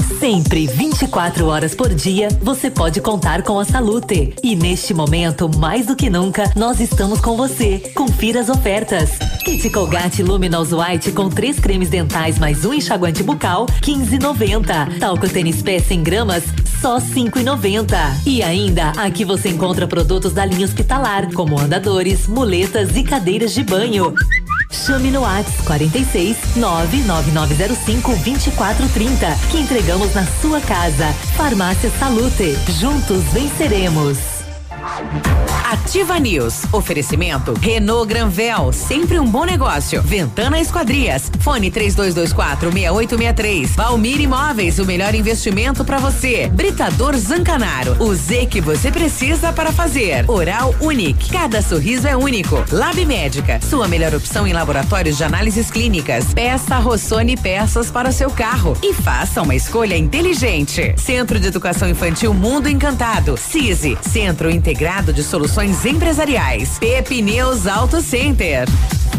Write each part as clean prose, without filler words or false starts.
Sempre, 24 horas por dia, você pode contar com a Salute. E neste momento, mais do que nunca, nós estamos com você. Confira as ofertas. Kit Colgate Luminous White com 3 cremes dentais mais um enxaguante bucal, 15,90. Talco Tênis Pé 100 gramas, só 5,90. E ainda, aqui você encontra produtos da linha hospitalar, como andadores, muletas e cadeiras de banho. Chame no WhatsApp 46 99905 2430, que entregamos na sua casa. Farmácia Salute, juntos venceremos. Ativa News. Oferecimento Renault Granvel, sempre um bom negócio. Ventana Esquadrias. Fone 3224-6863. Valmir Imóveis, o melhor investimento para você. Britador Zancanaro. O Z que você precisa para fazer. Oral Unique. Cada sorriso é único. Lab Médica. Sua melhor opção em laboratórios de análises clínicas. Peça Rossoni peças para o seu carro e faça uma escolha inteligente. Centro de Educação Infantil Mundo Encantado. CISI. Centro Integrado de Soluções Empresariais. Pepineus Auto Center.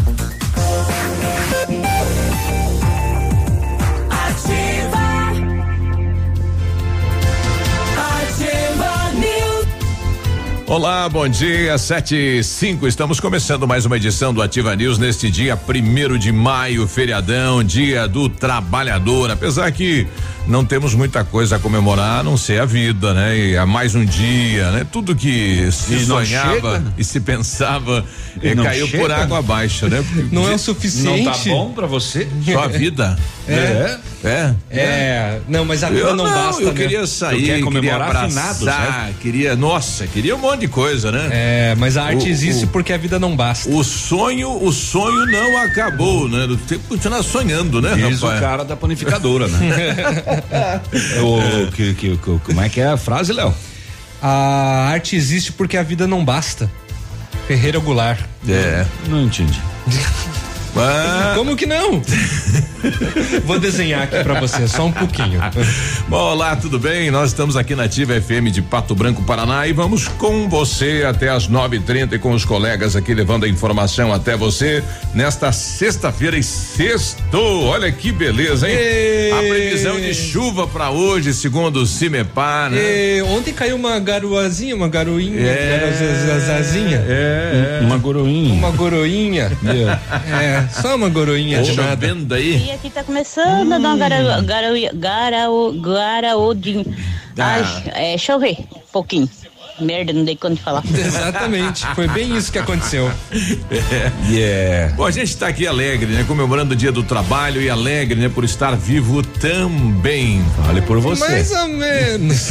Olá, bom dia, 7:05. Estamos começando mais uma edição do Ativa News neste dia 1º de maio, feriadão, dia do trabalhador. Apesar que não temos muita coisa a comemorar, a não ser a vida, né? E há mais um dia, né? Tudo que se sonhava e se pensava caiu por água abaixo, né? Porque não é o suficiente. Não tá bom pra você? Só a vida. Não, mas a vida não basta, eu né? queria sair, queria abraçar, queria um monte de coisa, né? Mas a arte existe porque a vida não basta. O sonho não acabou, né? Tem que continuar sonhando, né, Diz rapaz? o cara da panificadora, né? Como é que é a frase, Léo? A arte existe porque a vida não basta. Ferreira Goulart. Não entendi. Como que não? Vou desenhar aqui pra você, só um pouquinho. Bom, olá, tudo bem? Nós estamos aqui na Ativa FM de Pato Branco, Paraná, e vamos com você até as 9:30 e com os colegas aqui levando a informação até você nesta sexta-feira e sextou. Olha que beleza, hein? A previsão de chuva pra hoje, segundo o Cimepar, né? Ontem caiu uma garoazinha, uma garoinha, Uma goroinha. Uma goroinha. Só uma goroinha de nada. Vendo aí? E aqui tá começando a dar uma garaudinho. Deixa eu ver um pouquinho. Merda, não dei conta de falar. Exatamente, foi bem isso que aconteceu. Bom, a gente tá aqui alegre, né? Comemorando o dia do trabalho e alegre, né? Por estar vivo também. Fale por você. Mais ou menos.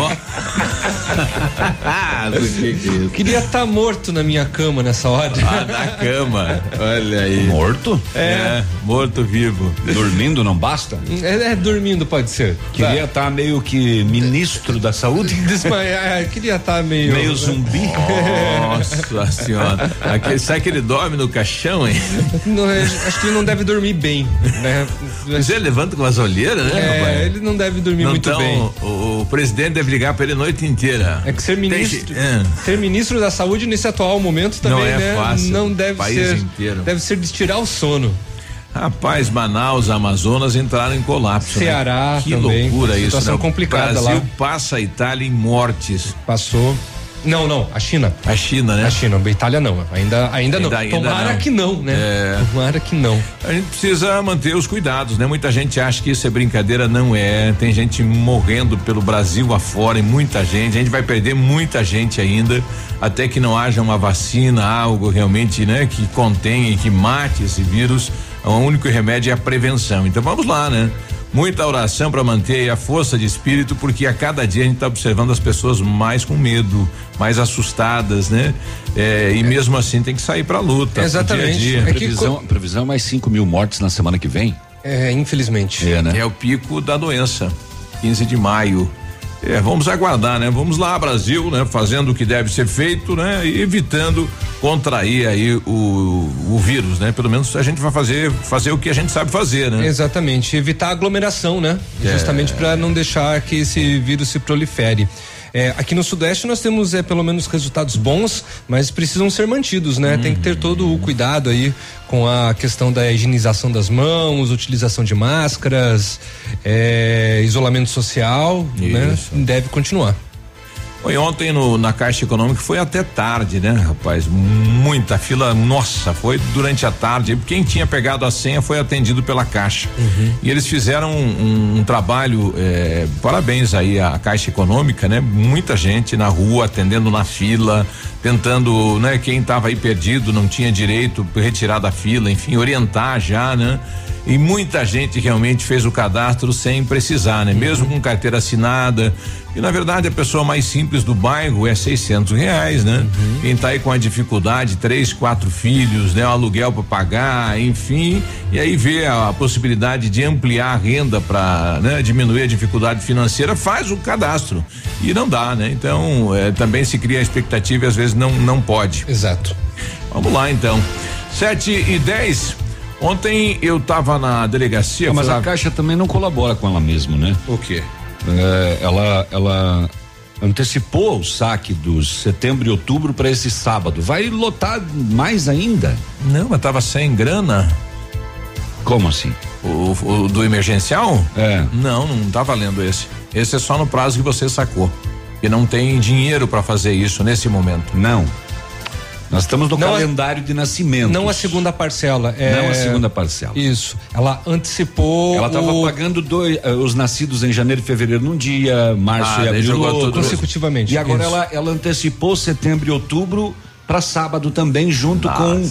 Queria estar morto na minha cama nessa hora. Na cama, olha aí. Morto? Morto vivo. Dormindo não basta? Dormindo pode ser. Queria estar meio que ministro da saúde. Desmaiar, queria estar meio zumbi. Nossa senhora. Será que ele dorme no caixão, hein? Não, acho que ele não deve dormir bem, né? Mas ele levanta com as olheiras, né, rapaz? Ele não deve dormir muito bem. O presidente deve ligar pra ele a noite inteira. É que ser ministro da saúde nesse atual momento também, não é né? fácil. Não deve país ser. Inteiro. Deve ser de tirar o sono. Rapaz, Manaus, Amazonas entraram em colapso. Ceará, né? Que também, loucura isso, situação né? complicada Brasil lá. passa a Itália em mortes. Passou. Não, a China. A China, né? A China, a Itália não. Ainda não. Tomara não. que não, né? Tomara que não. A gente precisa manter os cuidados, né? Muita gente acha que isso é brincadeira, não é. Tem gente morrendo pelo Brasil afora e muita gente. A gente vai perder muita gente ainda, até que não haja uma vacina, algo realmente, né? Que contenha e que mate esse vírus. O único remédio é a prevenção. Então vamos lá, né? Muita oração para manter a força de espírito, porque a cada dia a gente está observando as pessoas mais com medo, mais assustadas, né? E mesmo assim tem que sair para a luta. Exatamente. Dia a dia. Previsão mais 5.000 mortes na semana que vem. Infelizmente. Né? É o pico da doença, 15 de maio. Vamos aguardar, né? Vamos lá, Brasil, né? Fazendo o que deve ser feito, né? E evitando contrair aí o vírus, né? Pelo menos a gente vai fazer o que a gente sabe fazer, né? Exatamente, evitar aglomeração, né? Justamente para não deixar que esse vírus se prolifere. Aqui no Sudeste nós temos pelo menos resultados bons, mas precisam ser mantidos, né? Tem que ter todo o cuidado aí com a questão da higienização das mãos, utilização de máscaras, isolamento social, né? Deve continuar. Foi ontem na Caixa Econômica, foi até tarde, né, rapaz? Muita fila, nossa, foi durante a tarde. Quem tinha pegado a senha foi atendido pela Caixa. E eles fizeram um trabalho, parabéns aí à Caixa Econômica, né? Muita gente na rua, atendendo na fila, tentando, né? Quem estava aí perdido, não tinha direito, retirar da fila, enfim, orientar já, né? E muita gente realmente fez o cadastro sem precisar, né? Mesmo com carteira assinada. E na verdade a pessoa mais simples do bairro é R$600, né? Quem tá aí com a dificuldade, 3, 4 filhos, né? O aluguel para pagar, enfim, e aí vê a possibilidade de ampliar a renda para, né? Diminuir a dificuldade financeira, faz o cadastro e não dá, né? Então também se cria a expectativa e às vezes não pode. Exato. Vamos lá então. 7:10. Ontem eu tava na delegacia. Mas a Caixa também não colabora com ela mesma, né? O quê? Ela antecipou o saque dos setembro e outubro para esse sábado. Vai lotar mais ainda? Não, mas tava sem grana. Como assim? O do emergencial? Não tá valendo esse. Esse é só no prazo que você sacou. E não tem dinheiro para fazer isso nesse momento. Não. Nós estamos no calendário de nascimento. Não a segunda parcela. Não a segunda parcela. Isso. Ela antecipou. Ela estava pagando os nascidos em janeiro e fevereiro num dia, março e abril consecutivamente. E agora ela antecipou setembro e outubro para sábado também, junto com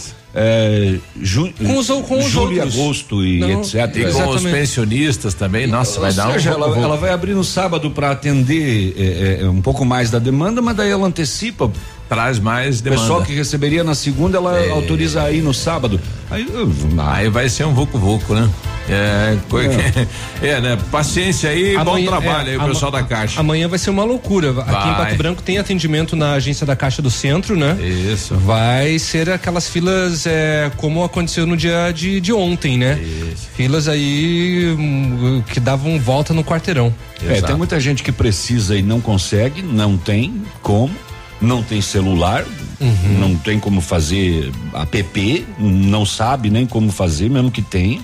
julho e agosto e etc. E com os pensionistas também, vai dar ela vai abrir no sábado para atender um pouco mais da demanda, mas daí ela antecipa. Traz mais demanda. O pessoal que receberia na segunda, ela autoriza aí no sábado. Aí vai ser um vucu-vucu, né? Né? Paciência aí, bom trabalho aí o pessoal da Caixa. Amanhã vai ser uma loucura. Aqui em Pato Branco tem atendimento na agência da Caixa do Centro, né? Isso. Vai ser aquelas filas como aconteceu no dia de ontem, né? Isso. Filas aí que davam volta no quarteirão. Tem muita gente que precisa e não consegue, não tem como. Não tem celular, não tem como fazer app, não sabe nem como fazer, mesmo que tenha.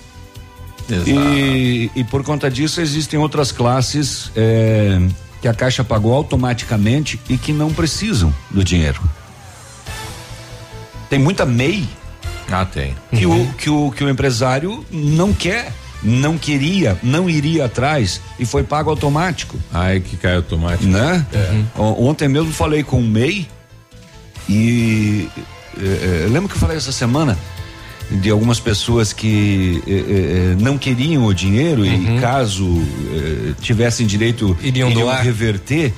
E por conta disso existem outras classes que a Caixa pagou automaticamente e que não precisam do dinheiro. Tem muita MEI. Tem. Que o empresário não quer. Não queria, não iria atrás e foi pago automático. Que cai automático. Né? Ontem mesmo falei com o MEI e lembro que eu falei essa semana de algumas pessoas que não queriam o dinheiro e caso tivessem direito iriam doar, reverter.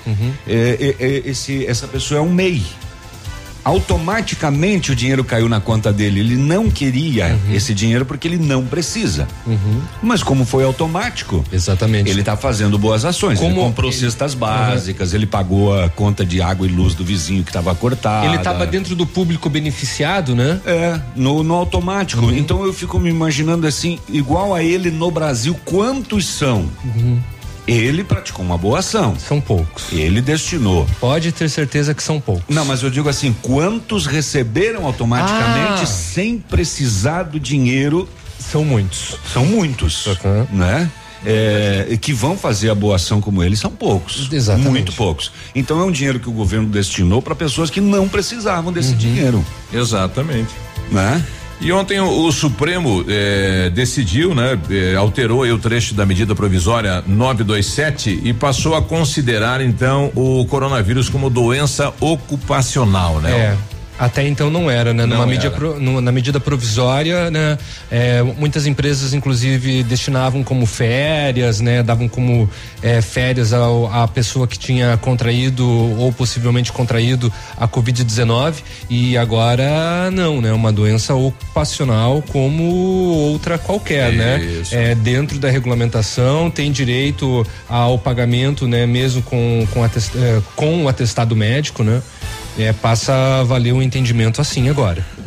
Essa pessoa é um MEI. Automaticamente o dinheiro caiu na conta dele. Ele não queria esse dinheiro porque ele não precisa. Mas como foi automático, exatamente, ele está fazendo boas ações. Ele comprou cestas básicas, ele pagou a conta de água e luz do vizinho que estava cortada. Ele estava dentro do público beneficiado, né? No automático. Então eu fico me imaginando assim, igual a ele no Brasil, quantos são? Ele praticou uma boa ação. São poucos. Ele destinou. Pode ter certeza que são poucos. Não, mas eu digo assim, quantos receberam automaticamente sem precisar do dinheiro? São muitos. São muitos, né? Que vão fazer a boa ação como ele, são poucos. Exatamente. Muito poucos. Então é um dinheiro que o governo destinou para pessoas que não precisavam desse dinheiro. Exatamente. Né? E ontem o Supremo decidiu, né? Alterou aí o trecho da medida provisória 927 e passou a considerar então o coronavírus como doença ocupacional, né? Até então não era, né? Na medida provisória, né? Muitas empresas, inclusive, destinavam como férias, né? Davam como férias à pessoa que tinha contraído ou possivelmente contraído a Covid-19 e agora não, né? Uma doença ocupacional como outra qualquer, né? Dentro da regulamentação tem direito ao pagamento, né? Mesmo com o atestado médico, né? Passa a valer um entendimento assim agora. Bom,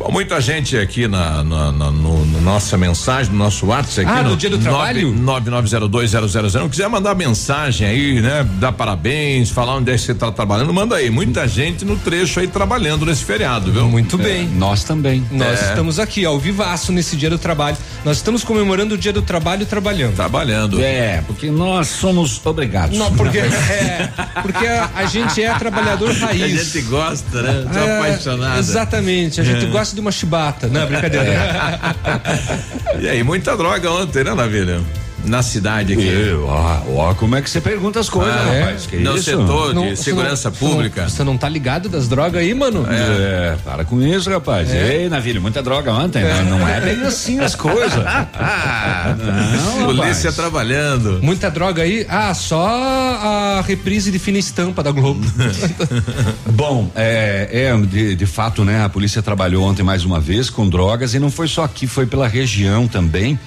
Bom, muita gente aqui na nossa mensagem, no nosso WhatsApp aqui no Dia do Trabalho? 99020001. Quiser mandar mensagem aí, né? Dar parabéns, falar onde é que você tá trabalhando, manda aí. Muita gente no trecho aí trabalhando nesse feriado, viu? Muito bem. Nós também. Nós estamos aqui, ao vivaço, nesse Dia do Trabalho. Nós estamos comemorando o Dia do Trabalho trabalhando. Trabalhando. Porque nós somos obrigados. Não, porque a gente é trabalhador raiz. A gente gosta, né? Tô apaixonado. Exatamente, a gente gosta de uma chibata, não, brincadeira. E aí, muita droga ontem, né, Navilha? Na cidade aqui. Como é que você pergunta as coisas, rapaz? Que no isso? setor de segurança pública. Você não tá ligado das drogas aí, mano? Para com isso, rapaz. Ei, Navilho, muita droga ontem. Não é bem assim as coisas. Não, polícia trabalhando. Muita droga aí? Só a reprise de Fina Estampa da Globo. Bom, de fato, né? A polícia trabalhou ontem mais uma vez com drogas e não foi só aqui, foi pela região também.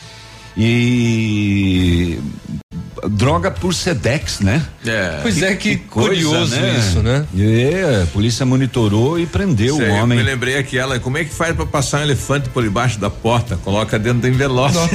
E droga por Sedex, né? Pois que curioso coisa, né? isso, né? A polícia monitorou e prendeu o homem. Eu me lembrei aquela, como é que faz pra passar um elefante por debaixo da porta? Coloca dentro do envelope. Não.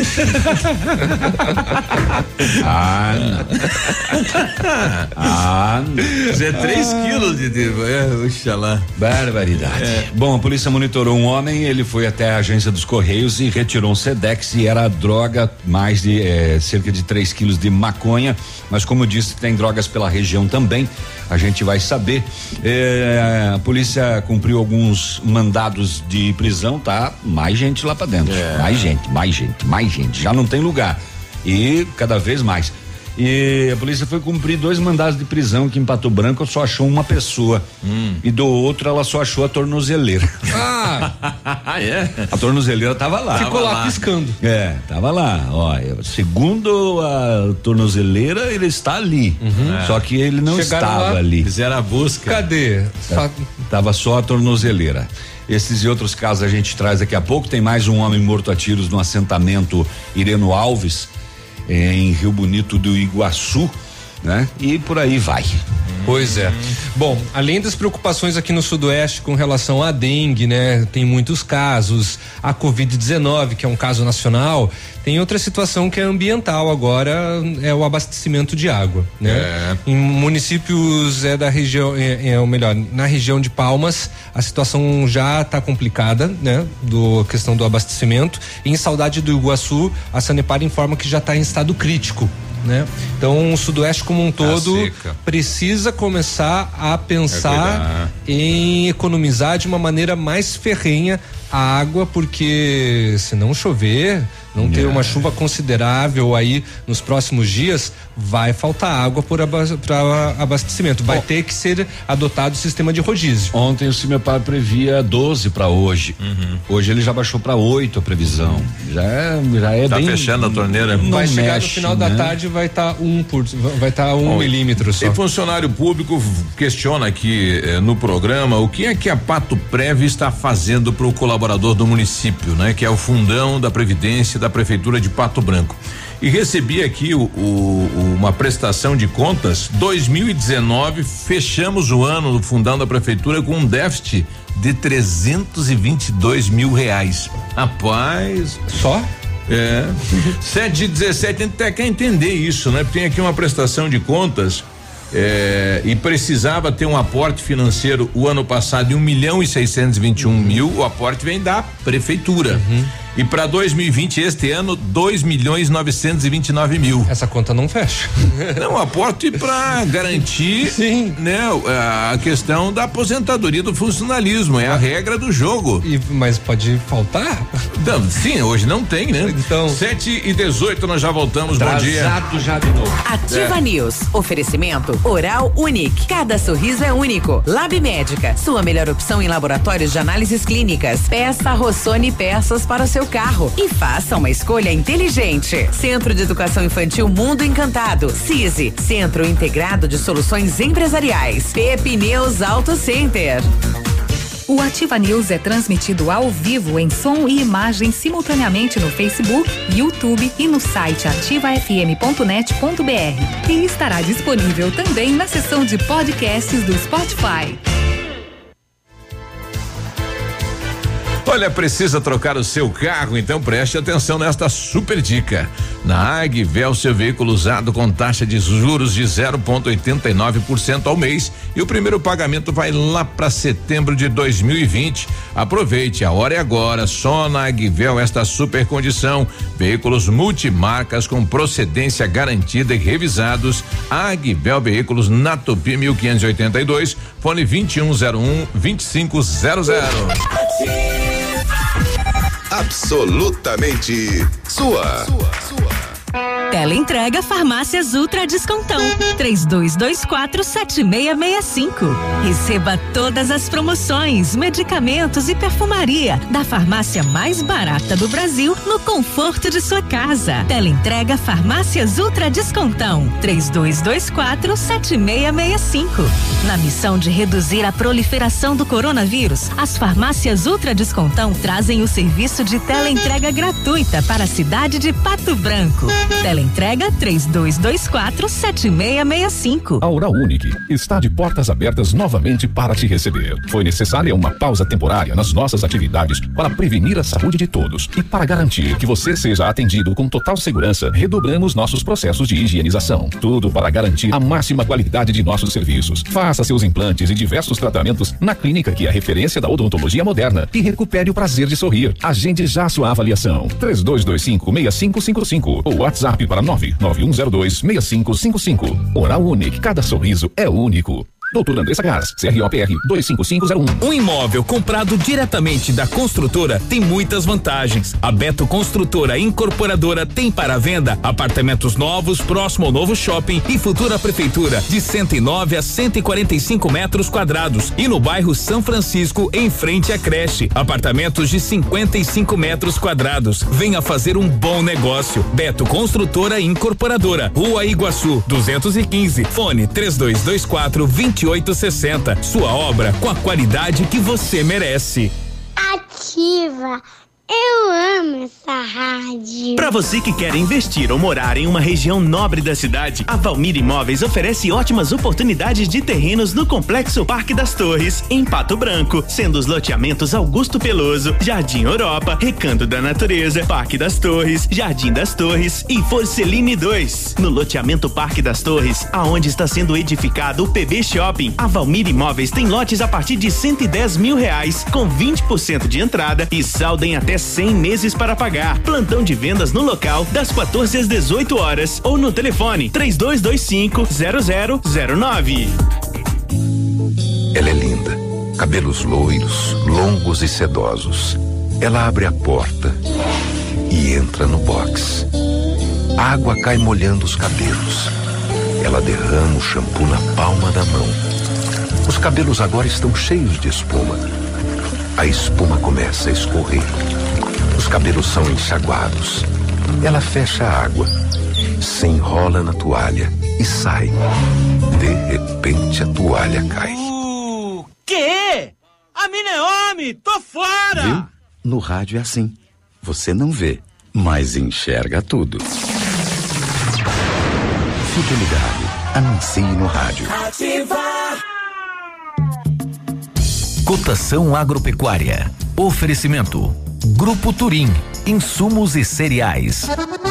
Isso é 3 quilos oxalá. Barbaridade. Bom, a polícia monitorou um homem, ele foi até a agência dos Correios e retirou um Sedex e era droga, mais de cerca de 3 quilos de maconha, mas como eu disse, tem drogas pela região também, a gente vai saber. A polícia cumpriu alguns mandados de prisão, tá? Mais gente lá pra dentro, mais gente, já não tem lugar e cada vez mais. E a polícia foi cumprir 2 mandados de prisão que em Pato Branco só achou uma pessoa e do outro ela só achou a tornozeleira. A tornozeleira tava lá. Ficou lá piscando. Tava lá, segundo a tornozeleira ele está ali, só que ele não estava lá, ali. Fizeram a busca. Cadê? Tava só a tornozeleira. Esses e outros casos a gente traz daqui a pouco. Tem mais um homem morto a tiros no assentamento Ireno Alves, em Rio Bonito do Iguaçu, né? E por aí vai. Pois é. Bom, além das preocupações aqui no Sudoeste com relação à dengue, né? Tem muitos casos, a Covid-19, que é um caso nacional, tem outra situação que é ambiental agora, é o abastecimento de água, né? Em municípios da região, ou melhor, na região de Palmas, a situação já está complicada, né? A questão do abastecimento. E em Saudade do Iguaçu, a Sanepar informa que já está em estado crítico, né? Então o Sudoeste como um todo precisa começar a pensar em economizar de uma maneira mais ferrenha a água, porque se não chover, não ter uma chuva considerável aí nos próximos dias, vai faltar água para abastecimento. Vai ter que ser adotado o sistema de rodízio. Ontem o Cimepar previa 12 para hoje. Hoje ele já baixou para 8 a previsão. Já é tá bem. Tá fechando a torneira. Vai chegar no final da tarde, vai estar 1 milímetro só. E funcionário público questiona aqui no programa o que é que a Pato Prev está fazendo para o colaborador do município, né? Que é o fundão da Previdência da Prefeitura de Pato Branco. E recebi aqui uma prestação de contas. 2019, fechamos o ano do fundão da Prefeitura com um déficit de R$322 mil. Rapaz. Só? 7/17, a gente até quer entender isso, né? Tem aqui uma prestação de contas e precisava ter um aporte financeiro o ano passado de 1.621.000, o aporte vem da prefeitura. E para 2020, este ano, 2.929.000. Essa conta não fecha. Não, aporte para garantir, né, a questão da aposentadoria do funcionalismo, é a regra do jogo. Mas pode faltar? Não, sim, hoje não tem, né? Então. 7:18, nós já voltamos. Bom dia. Já de novo. Ativa News. Oferecimento Oral Unique. Cada sorriso é único. Lab Médica. Sua melhor opção em laboratórios de análises clínicas. Peça Rossoni peças para o seu carro e faça uma escolha inteligente. Centro de Educação Infantil Mundo Encantado. CISI. Centro Integrado de Soluções Empresariais. Pepineus Auto Center. O Ativa News é transmitido ao vivo em som e imagem simultaneamente no Facebook, YouTube e no site ativafm.net.br. E estará disponível também na seção de podcasts do Spotify. Olha, precisa trocar o seu carro? Então preste atenção nesta super dica. Na Agvel, seu veículo usado com taxa de juros de 0,89% ao mês e o primeiro pagamento vai lá para setembro de 2020. Aproveite, a hora é agora. Só na Agvel esta super condição. Veículos multimarcas com procedência garantida e revisados. Agvel Veículos na Tupi 1582, fone 2101-2500. Absolutamente sua. Teleentrega Farmácias Ultra Descontão 3224-7665. Receba todas as promoções, medicamentos e perfumaria da farmácia mais barata do Brasil no conforto de sua casa. Teleentrega Farmácias Ultra Descontão 3224-7665. Na missão de reduzir a proliferação do coronavírus, as farmácias Ultra Descontão trazem o serviço de teleentrega gratuita para a cidade de Pato Branco. Entrega 3224-7665. A Oral Unique está de portas abertas novamente para te receber. Foi necessária uma pausa temporária nas nossas atividades para prevenir a saúde de todos e para garantir que você seja atendido com total segurança, redobramos nossos processos de higienização. Tudo para garantir a máxima qualidade de nossos serviços. Faça seus implantes e diversos tratamentos na clínica que é a referência da odontologia moderna e recupere o prazer de sorrir. Agende já sua avaliação. 3225-6555 ou WhatsApp para 99102-6555. Oral Unique, cada sorriso é único. Doutor Andressa Gás, CROPR 25501. Um imóvel comprado diretamente da construtora tem muitas vantagens. A Beto Construtora Incorporadora tem para venda apartamentos novos próximo ao novo shopping e futura prefeitura de 109 a 145 metros quadrados e no bairro São Francisco em frente à creche, apartamentos de 55 metros quadrados. Venha fazer um bom negócio. Beto Construtora Incorporadora, Rua Iguaçu 215, fone 3224-2860. Sua obra com a qualidade que você merece. Ativa. Eu amo essa rádio. Para você que quer investir ou morar em uma região nobre da cidade, a Valmir Imóveis oferece ótimas oportunidades de terrenos no Complexo Parque das Torres, em Pato Branco, sendo os loteamentos Augusto Peloso, Jardim Europa, Recanto da Natureza, Parque das Torres, Jardim das Torres e Forceline 2. No loteamento Parque das Torres, aonde está sendo edificado o PB Shopping, a Valmir Imóveis tem lotes a partir de R$110 mil, com 20% de entrada e saldo em até 100 meses para pagar. Plantão de vendas no local das 14 às 18 horas ou no telefone 3225-0009. Ela é linda, cabelos loiros, longos e sedosos. Ela abre a porta e entra no box. A água cai molhando os cabelos. Ela derrama o shampoo na palma da mão. Os cabelos agora estão cheios de espuma. A espuma começa a escorrer. Os cabelos são enxaguados. Ela fecha a água, se enrola na toalha e sai. De repente a toalha cai. Quê? A mina é homem! Tô fora! Viu? No rádio é assim. Você não vê, mas enxerga tudo. Fique ligado. Anuncie no rádio. Ativa. Cotação agropecuária. Oferecimento. Grupo Turim. Insumos e cereais.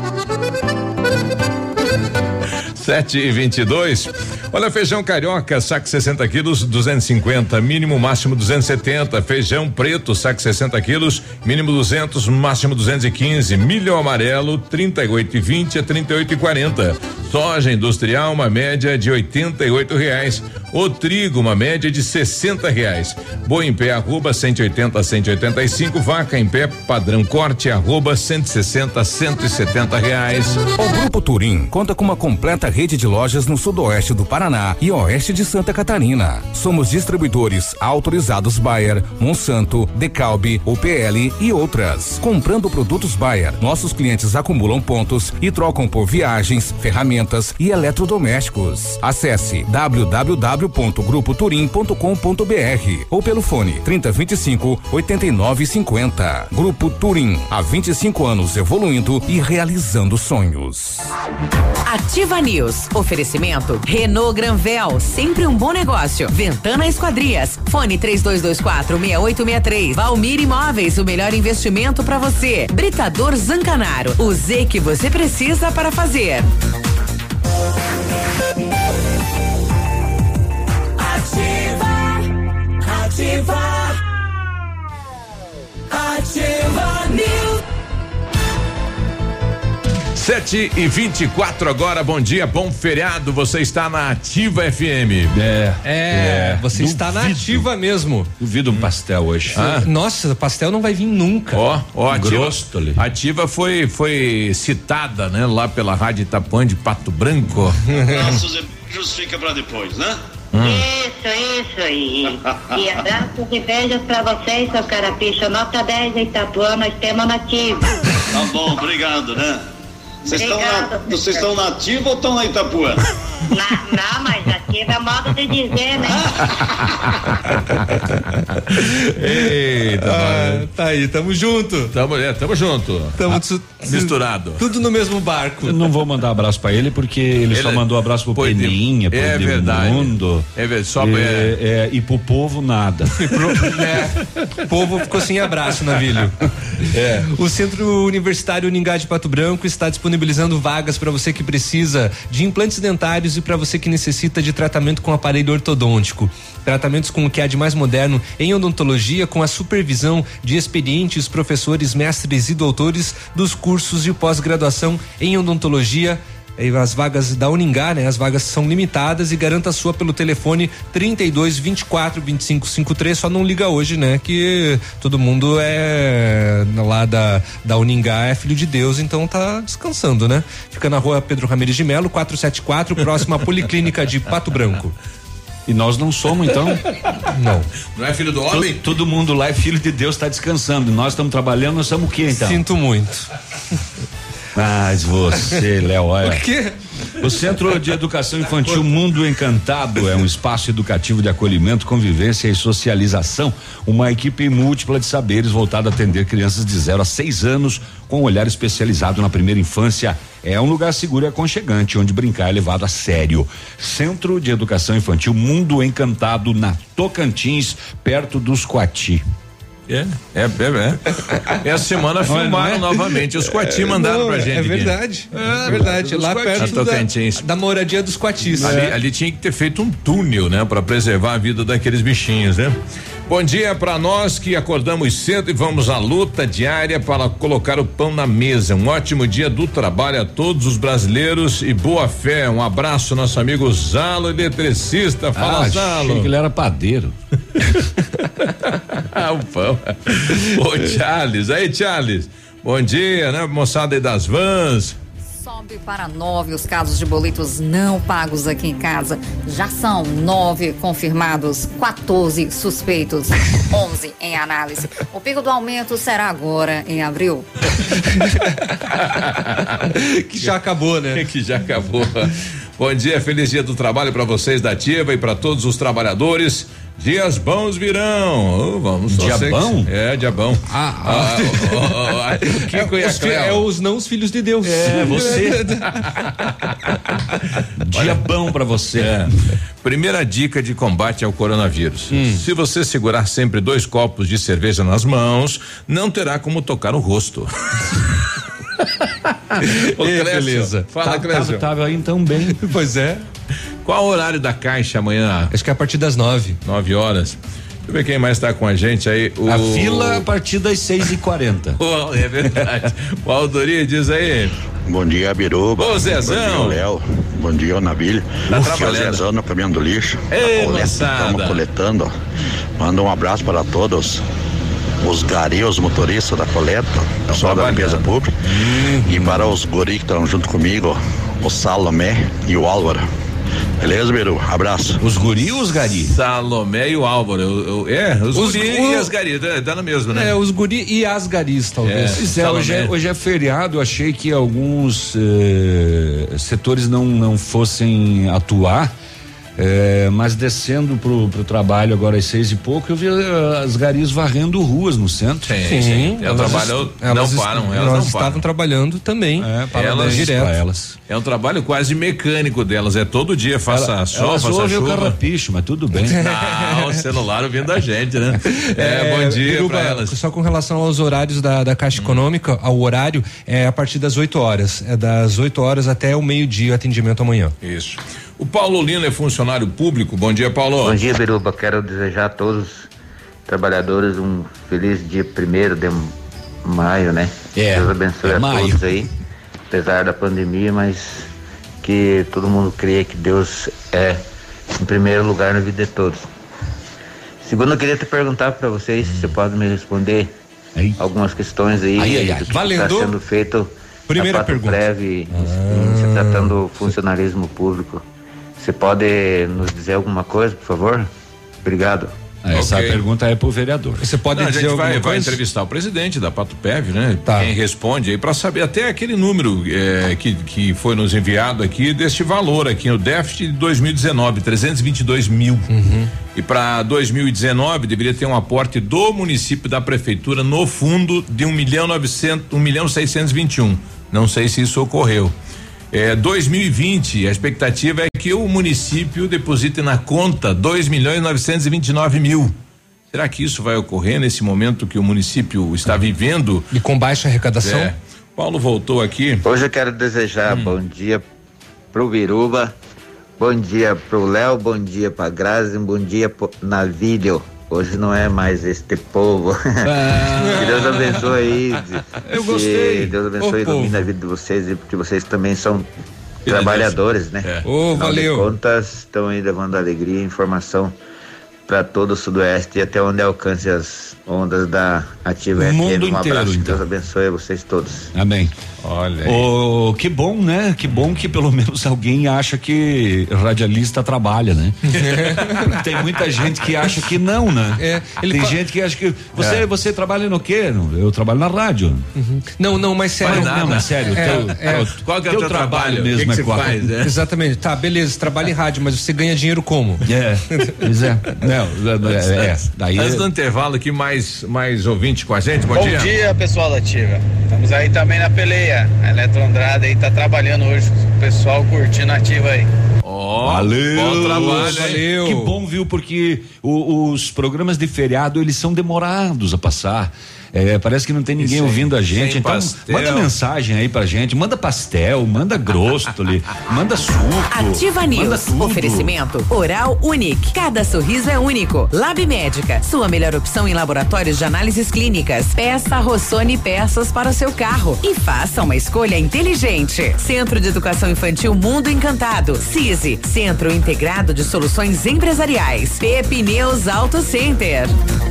7h22. Olha, feijão carioca, saco 60 quilos, 250, mínimo máximo 270. Feijão preto, saco 60 quilos, mínimo 200, máximo 215. Milho amarelo, 38,20 a 38,40. Soja industrial, uma média de R$88. O trigo, uma média de R$60. Boi em pé, arroba 180 a 185. Vaca em pé, padrão corte, arroba 160 a 170 reais. O Grupo Turim conta com uma completa rede de lojas no sudoeste do Paraná e oeste de Santa Catarina. Somos distribuidores autorizados Bayer, Monsanto, Decalbe, UPL e outras. Comprando produtos Bayer, nossos clientes acumulam pontos e trocam por viagens, ferramentas e eletrodomésticos. Acesse www.turim.com.br www.grupoturim.com.br ou pelo fone 3025-8950. Grupo Turim, há 25 anos evoluindo e realizando sonhos. Ativa News. Oferecimento Renault Granvel, sempre um bom negócio. Ventana Esquadrias. Fone 3224-6863. Valmir Imóveis, o melhor investimento para você. Britador Zancanaro. O Z que você precisa para fazer. Ativa News. 7h24 agora, bom dia, bom feriado, você está na Ativa FM. Você está na Ativa mesmo. Duvido um pastel hoje. Nossa, pastel não vai vir nunca. Ativa foi citada, né, lá pela Rádio Itapuã de Pato Branco. Nossos beijos fica pra depois, né? Isso aí. E abraços e beijos pra vocês, seu Carapicho. Nota 10 em Itapuã, nós temos nativa. Tá bom, obrigado, né? Vocês estão na Ativa ou estão na Itapuã? Não, mas ativa é modo de dizer, né? Eita, tá aí, tamo junto. Tamo junto. Misturado. Tudo no mesmo barco. Eu não vou mandar abraço pra ele porque ele só mandou abraço pro Peninha, pro Edmundo. É verdade. E pro povo nada. O povo ficou sem abraço, Navilho. O Centro Universitário Uningá de Pato Branco está disponibilizando vagas para você que precisa de implantes dentários e para você que necessita de tratamento com aparelho ortodôntico. Tratamentos com o que há de mais moderno em odontologia, com a supervisão de experientes professores, mestres e doutores dos cursos de pós-graduação em odontologia. As vagas da Uningá, né? As vagas são limitadas e garanta a sua pelo telefone 3224-2553. Só não liga hoje, né? Que todo mundo lá da Uningá é filho de Deus, então tá descansando, né? Fica na rua Pedro Ramires de Melo, 474, próxima à Policlínica de Pato Branco. E nós não somos, então? Não. Não é filho do homem? Todo mundo lá é filho de Deus, tá descansando. Nós estamos trabalhando, nós somos o quê, então? Sinto muito. Mas você, Léo, olha. Por quê? O Centro de Educação Infantil Mundo Encantado é um espaço educativo de acolhimento, convivência e socialização. Uma equipe múltipla de saberes voltada a atender crianças de 0 a 6 anos com um olhar especializado na primeira infância. É um lugar seguro e aconchegante, onde brincar é levado a sério. Centro de Educação Infantil Mundo Encantado, na Tocantins, perto dos Coati. Essa semana filmaram novamente. Os Coati mandaram pra gente. É verdade. É verdade. Lá perto da moradia dos Coatis. Ali tinha que ter feito um túnel, né? Pra preservar a vida daqueles bichinhos, né? Bom dia para nós que acordamos cedo e vamos à luta diária para colocar o pão na mesa. Um ótimo dia do trabalho a todos os brasileiros e boa fé. Um abraço, nosso amigo Zalo, eletricista. Fala, Zalo. Achei que ele era padeiro. O pão. Ô, Charles. Aí, Charles. Bom dia, né? Moçada aí das vans. Sobe para 9 os casos de boletos não pagos aqui em casa. Já são 9 confirmados, 14 suspeitos, 11 em análise. O pico do aumento será agora em abril. Que já acabou, né? Que já acabou. Bom dia, feliz dia do trabalho para vocês da Ativa e para todos os trabalhadores. Dias bons virão. Vamos Dia bom? Dia bom. Os não os filhos de Deus. Você. Dia bom pra você. Primeira dica de combate ao coronavírus. Se você segurar sempre 2 copos de cerveja nas mãos, não terá como tocar o rosto. Beleza. Fala, Clécio. Tava aí então bem. Pois é. Qual o horário da Caixa amanhã? Acho que é a partir das 9. 9 horas. Deixa eu ver quem mais está com a gente aí. A fila a partir das 6h40. É verdade. O Aldori diz aí. Bom dia, Biruba. Ô, Zezão. Bom dia, Léo. Bom dia, Navilho. Tá Aqui é o trabalhando. Zezão no caminhão do lixo. Ei, Estamos coletando. Manda um abraço para todos os gari, os motoristas da coleta, pessoal da limpeza pública. E para os guri que estão junto comigo, o Salomé e o Álvaro. Beleza, Biru? Abraço. Os guri ou os gari? Salomé e o Álvaro. Os guri e as gari, tá no mesmo, né? Os guri e as garis, talvez. Hoje é feriado, eu achei que alguns setores não fossem atuar, Mas descendo pro trabalho agora às 6 e pouco, eu vi as garis varrendo ruas no centro. Sim. Elas não param. Elas estavam trabalhando também. Elas. É um trabalho quase mecânico delas. É todo dia, faça sol, faça chuva. O carrapicho, mas tudo bem. Não, o celular ouvindo a gente, né? Bom dia pra elas. Só com relação aos horários da Caixa Econômica, ao horário é a partir das 8 horas. É das 8 horas até o meio-dia, atendimento amanhã. Isso. O Paulo Lino é funcionário público. Bom dia, Paulo. Bom dia, Biruba. Quero desejar a todos os trabalhadores um feliz dia 1º de maio, né? Deus abençoe a todos aí, apesar da pandemia, mas que todo mundo creia que Deus é em primeiro lugar na vida de todos. Segundo, eu queria te perguntar para vocês se você pode me responder algumas questões aí do que está sendo feito Primeira na pergunta. Breve, em se tratando do funcionalismo público. Você pode nos dizer alguma coisa, por favor? Obrigado. Essa pergunta é pro vereador. Você pode dizer alguma coisa? Vai entrevistar o presidente da Patupev, né? Tá. Quem responde aí para saber até aquele número que foi nos enviado aqui deste valor aqui, o déficit de 2019, 322 mil. E para 2019 deveria ter um aporte do município da prefeitura no fundo de 1.621. Não sei se isso ocorreu. 2020, a expectativa é que o município deposite na conta 2.929.000. Será que isso vai ocorrer nesse momento que o município está vivendo? E com baixa arrecadação? Paulo voltou aqui. Hoje eu quero desejar bom dia pro Biruba, bom dia pro Léo, bom dia pra Grazi, bom dia pro Navílio. Hoje não é mais este povo. Que Deus abençoe aí. Eu gostei. Deus abençoe e ilumine a vida de vocês, porque vocês também são trabalhadores, né? Valeu. De contas, estão aí levando alegria e informação para todo o Sudoeste e até onde alcance as ondas da Ativa FM. Mundo inteiro, abraço, então. Deus abençoe vocês todos. Amém. Olha aí. Que bom, né? Que bom que pelo menos alguém acha que radialista trabalha, né? Tem muita gente que acha que não, né? Tem gente que acha que você trabalha no quê? Eu trabalho na rádio. Não, mas sério. Mas sério. Qual que é o teu trabalho mesmo? que você faz? Exatamente. Tá, beleza, você trabalha em rádio, mas você ganha dinheiro como? Pois é. Daí antes do intervalo aqui, mais ouvinte com a gente. Bom dia. Bom dia, pessoal da Ativa. Estamos aí também na peleia. A Eletro Andrade aí tá trabalhando hoje. O pessoal curtindo a Ativa aí. Valeu. Bom trabalho, valeu. Que bom, viu? Porque os programas de feriado, eles são demorados a passar. Parece que não tem ninguém ouvindo a gente. Então, manda mensagem aí pra gente. Manda pastel, manda grostoli, manda suco. Ativa News. Oferecimento Oral Unique. Cada sorriso é único. Lab Médica. Sua melhor opção em laboratórios de análises clínicas. Peça Rossoni peças para o seu carro. E faça uma escolha inteligente. Centro de Educação Infantil Mundo Encantado. CISI. Centro Integrado de Soluções Empresariais. Pepineus Auto Center.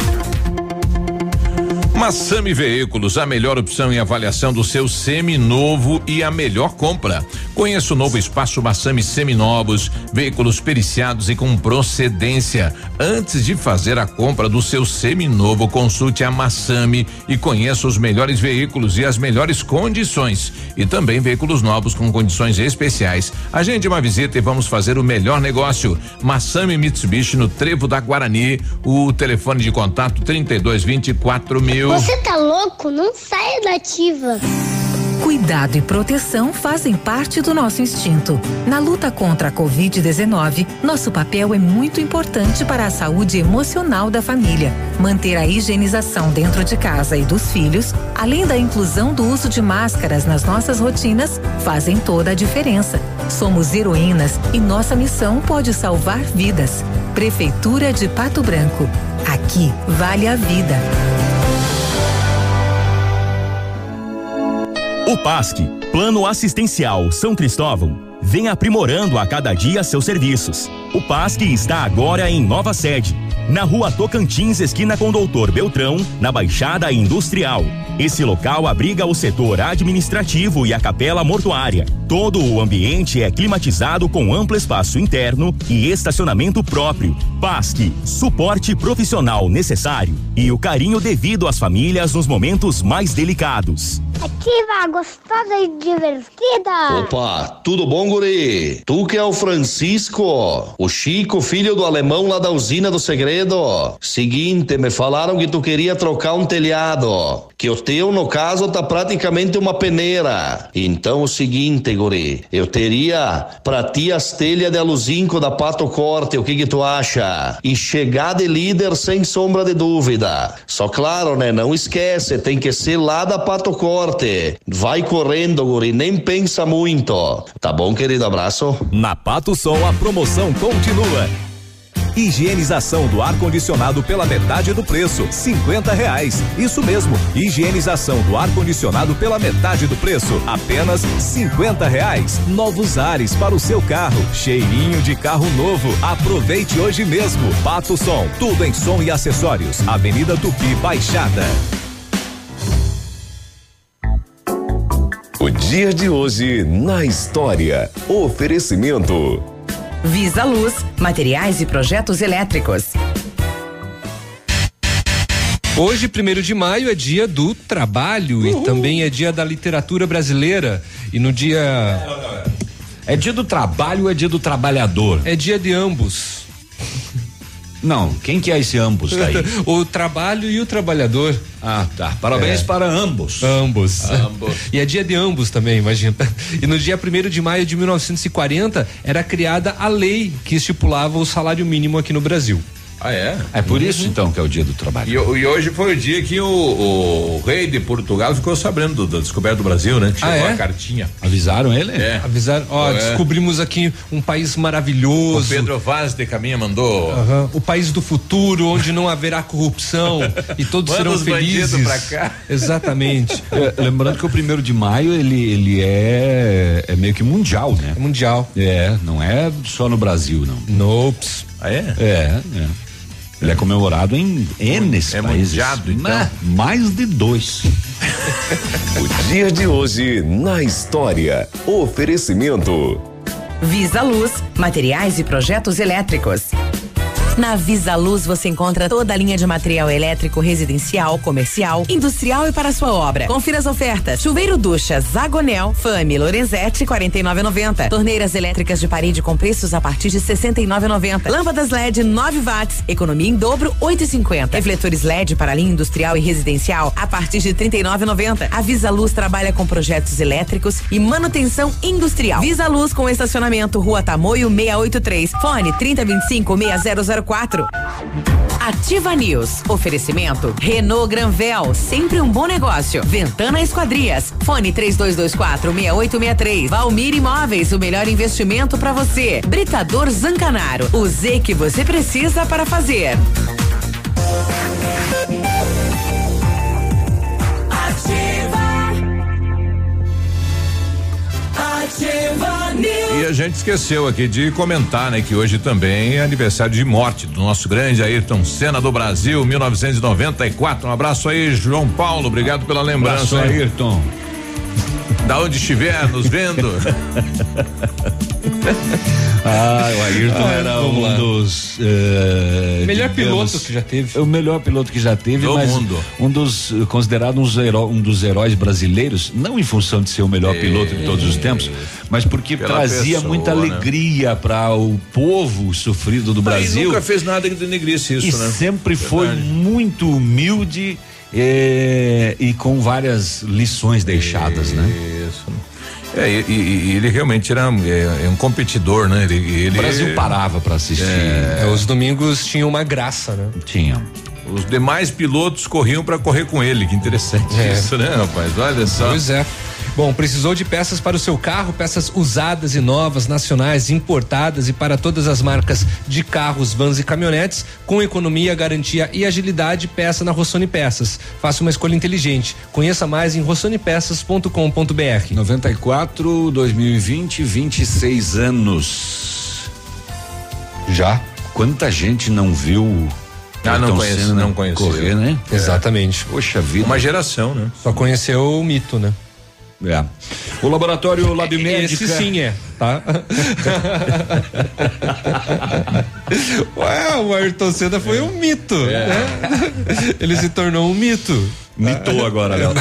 Massami Veículos, a melhor opção em avaliação do seu seminovo e a melhor compra. Conheça o novo espaço Massami Seminovos, veículos periciados e com procedência. Antes de fazer a compra do seu seminovo, consulte a Massami e conheça os melhores veículos e as melhores condições. E também veículos novos com condições especiais. Agende uma visita e vamos fazer o melhor negócio. Massami Mitsubishi no Trevo da Guarani. O telefone de contato 3224.000. Você tá louco? Não saia da Ativa. Cuidado e proteção fazem parte do nosso instinto. Na luta contra a Covid-19, nosso papel é muito importante para a saúde emocional da família. Manter a higienização dentro de casa e dos filhos, além da inclusão do uso de máscaras nas nossas rotinas, fazem toda a diferença. Somos heroínas e nossa missão pode salvar vidas. Prefeitura de Pato Branco. Aqui vale a vida. O PASC, Plano Assistencial São Cristóvão, vem aprimorando a cada dia seus serviços. O PASC está agora em nova sede, na Rua Tocantins, esquina com Doutor Beltrão, na Baixada Industrial. Esse local abriga o setor administrativo e a capela mortuária. Todo o ambiente é climatizado com amplo espaço interno e estacionamento próprio. PASC, suporte profissional necessário e o carinho devido às famílias nos momentos mais delicados. Ativa, gostosa e divertida. Opa, tudo bom, guri? Tu que é o Francisco, o Chico, filho do alemão lá da usina do segredo. Seguinte, me falaram que tu queria trocar um telhado, que o teu, no caso, tá praticamente uma peneira. Então, o seguinte, guri, eu teria pra ti as telhas de aluzinco da Pato Corte, o que tu acha? E chegar de líder sem sombra de dúvida. Só claro, né, não esquece, tem que ser lá da Pato Corte. Vai correndo, guri, nem pensa muito. Tá bom, querido? Abraço. Na Pato Sol a promoção continua. Higienização do ar-condicionado pela metade do preço, R$50. Isso mesmo, higienização do ar-condicionado pela metade do preço, apenas R$50. Novos ares para o seu carro, cheirinho de carro novo. Aproveite hoje mesmo. Pato Som, tudo em som e acessórios. Avenida Tupi, Baixada. O dia de hoje na história. Oferecimento. Visa Luz, materiais e projetos elétricos. Hoje, 1º de maio, é dia do trabalho e também é dia da literatura brasileira. E no dia... É dia do trabalho ou é dia do trabalhador? É dia de ambos. Não, quem que é esse ambos daí? O trabalho e o trabalhador. Ah, tá. Parabéns para ambos. Ambos. E é dia de ambos também, imagina. E no dia 1º de maio de 1940 era criada a lei que estipulava o salário mínimo aqui no Brasil. Ah, é? É por isso, então, que é o dia do trabalho. E hoje foi o dia que o rei de Portugal ficou sabendo da descoberta do Brasil, né? Chegou a cartinha. Avisaram ele? Avisaram. Descobrimos aqui um país maravilhoso. O Pedro Vaz de Caminha mandou. O país do futuro, onde não haverá corrupção e todos serão felizes. Pra cá. Exatamente. Lembrando que o 1º de maio ele é meio que mundial, né? É mundial. Não é só no Brasil, não. Nops. Ah, é? É. Ele é comemorado em N países. Mundiado, então. Mais de 2. O dia de hoje na história. Oferecimento. Visa Luz, materiais e projetos elétricos. Na Visa Luz você encontra toda a linha de material elétrico residencial, comercial, industrial e para sua obra. Confira as ofertas. Chuveiro ducha Zagonel, Fami, Lorenzetti, 49,90. Torneiras elétricas de parede com preços a partir de 69,90. Lâmpadas LED 9 watts, economia em dobro 8,50. Refletores LED para linha industrial e residencial a partir de 39,90. A Visa Luz trabalha com projetos elétricos e manutenção industrial. Visa Luz com estacionamento Rua Tamoio 683. Fone 3025-6004. Ativa News. Oferecimento Renault Granvel, sempre um bom negócio. Ventana Esquadrias. Fone 3224-6863. Valmir Imóveis, o melhor investimento para você. Britador Zancanaro, o Z que você precisa para fazer. Ativa News. E a gente esqueceu aqui de comentar, né, que hoje também é aniversário de morte do nosso grande Ayrton Senna do Brasil, 1994. Um abraço aí, João Paulo, obrigado pela lembrança. Abraço, Ayrton. Da onde estiver nos vendo. O Ayrton era um dos melhor piloto que já teve. O melhor piloto que já teve, do mas mundo. Considerado um dos heróis brasileiros, não em função de ser o melhor piloto de todos os tempos, mas porque trazia muita alegria para o povo sofrido do Brasil. E nunca fez nada que denegrisse isso, né? Sempre foi muito humilde e com várias lições deixadas, né? Isso. E ele realmente era um competidor, né? O Brasil parava para assistir. Os domingos tinham uma graça, né? Tinham. Os demais pilotos corriam para correr com ele. Que interessante isso, né, rapaz? Olha só. Pois é. Bom, precisou de peças para o seu carro, peças usadas e novas, nacionais, importadas e para todas as marcas de carros, vans e caminhonetes, com economia, garantia e agilidade, peça na Rossoni Peças. Faça uma escolha inteligente. Conheça mais em rossonipeças.com.br. 94, 2020, 26 anos. Já? Quanta gente não viu? Não conhece correr, né? Exatamente. Poxa vida. Uma geração, né? Só conheceu o mito, né? É. O laboratório Lab Médica. Esse sim tá? Ué, o Ayrton Senna foi um mito, né? Ele se tornou um mito. Mitou agora, Léo.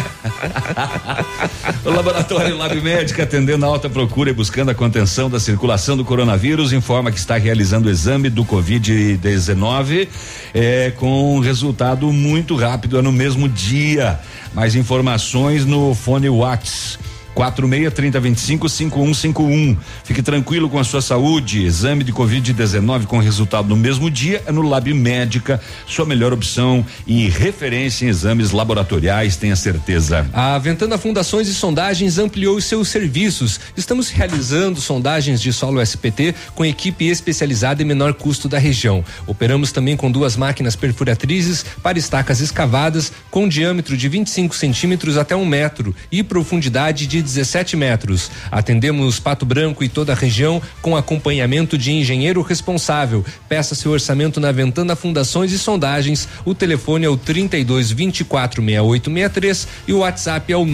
O laboratório Lab Médica, atendendo a alta procura e buscando a contenção da circulação do coronavírus, informa que está realizando o exame do Covid-19 com resultado muito rápido, é no mesmo dia. Mais informações no fone WhatsApp 46-3025-5151. Fique tranquilo com a sua saúde. Exame de Covid-19 com resultado no mesmo dia é no Lab Médica, sua melhor opção e referência em exames laboratoriais, tenha certeza. A Ventana Fundações e Sondagens ampliou os seus serviços. Estamos realizando sondagens de solo SPT com equipe especializada e menor custo da região. Operamos também com 2 máquinas perfuratrizes para estacas escavadas com diâmetro de 25 centímetros até 1 metro e profundidade de 17 metros. Atendemos Pato Branco e toda a região com acompanhamento de engenheiro responsável. Peça seu orçamento na Ventana Fundações e Sondagens. O telefone é o 32246863 e o WhatsApp é o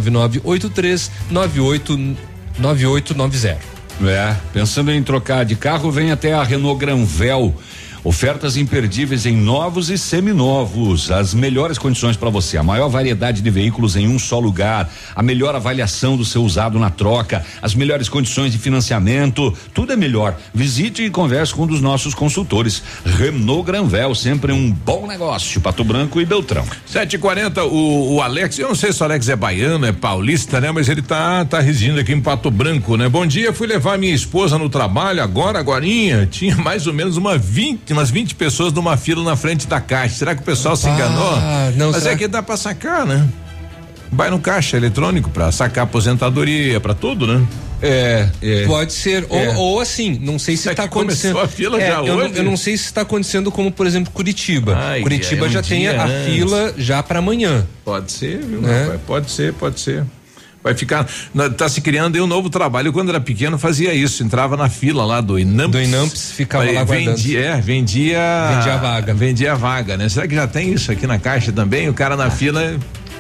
999839890. Pensando em trocar de carro, vem até a Renault Granvel. Ofertas imperdíveis em novos e seminovos, as melhores condições para você, a maior variedade de veículos em um só lugar, a melhor avaliação do seu usado na troca, as melhores condições de financiamento, tudo é melhor. Visite e converse com um dos nossos consultores. Renault Granvel, sempre um bom negócio. Pato Branco e Beltrão. 7h40, o Alex, eu não sei se o Alex é baiano, é paulista, né? Mas ele tá residindo aqui em Pato Branco, né? Bom dia, fui levar minha esposa no trabalho agorinha, tinha mais ou menos umas 20 pessoas numa fila na frente da caixa. Será que o pessoal se enganou? Não, mas é que dá pra sacar, né? Vai no caixa eletrônico pra sacar aposentadoria, pra tudo, né? Pode ser, ou assim, não sei se está acontecendo. A fila já hoje? Eu não sei se está acontecendo como, por exemplo, Curitiba. Curitiba já tem a fila já para amanhã. Pode ser, viu? Pode ser. Vai ficar, tá se criando aí um novo trabalho. Eu, quando era pequeno, fazia isso, entrava na fila lá do Inamps. Ficava lá guardando. Vendia a vaga. Vendia a vaga, né? Será que já tem isso aqui na caixa também? O cara na fila.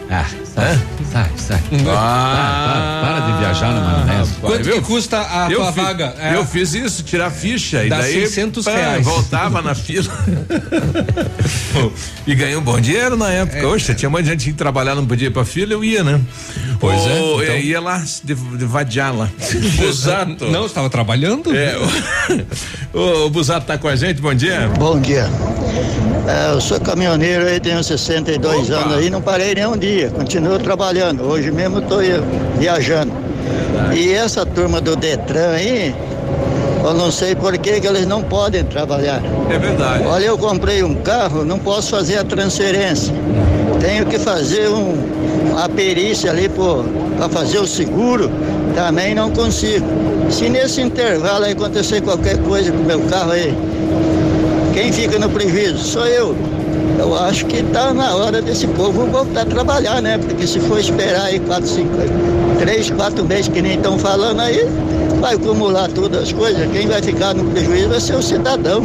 Sai. Para de viajar na maionese. Quanto que custa a tua vaga? Eu fiz isso, tirar ficha. Dá e daí R$600. Voltava na fila. E ganhei um bom dinheiro na época. Oxe, tinha muita gente que trabalhar, não podia ir pra fila, eu ia, né? Pois então. Ia lá, de vadiar lá. Busato. Não, estava trabalhando? O Busato tá com a gente, bom dia. Bom dia. Eu sou caminhoneiro aí, tenho 62 anos aí, não parei nenhum dia, continuo trabalhando. Hoje mesmo estou viajando. E essa turma do Detran aí, eu não sei por que eles não podem trabalhar. É verdade. Olha, eu comprei um carro, não posso fazer a transferência. Tenho que fazer uma perícia ali para fazer o seguro, também não consigo. Se nesse intervalo aí acontecer qualquer coisa com o meu carro aí, quem fica no prejuízo? Sou eu. Eu acho que tá na hora desse povo voltar a trabalhar, né? Porque se for esperar aí 3, 4 meses que nem estão falando aí, vai acumular todas as coisas. Quem vai ficar no prejuízo vai ser o cidadão.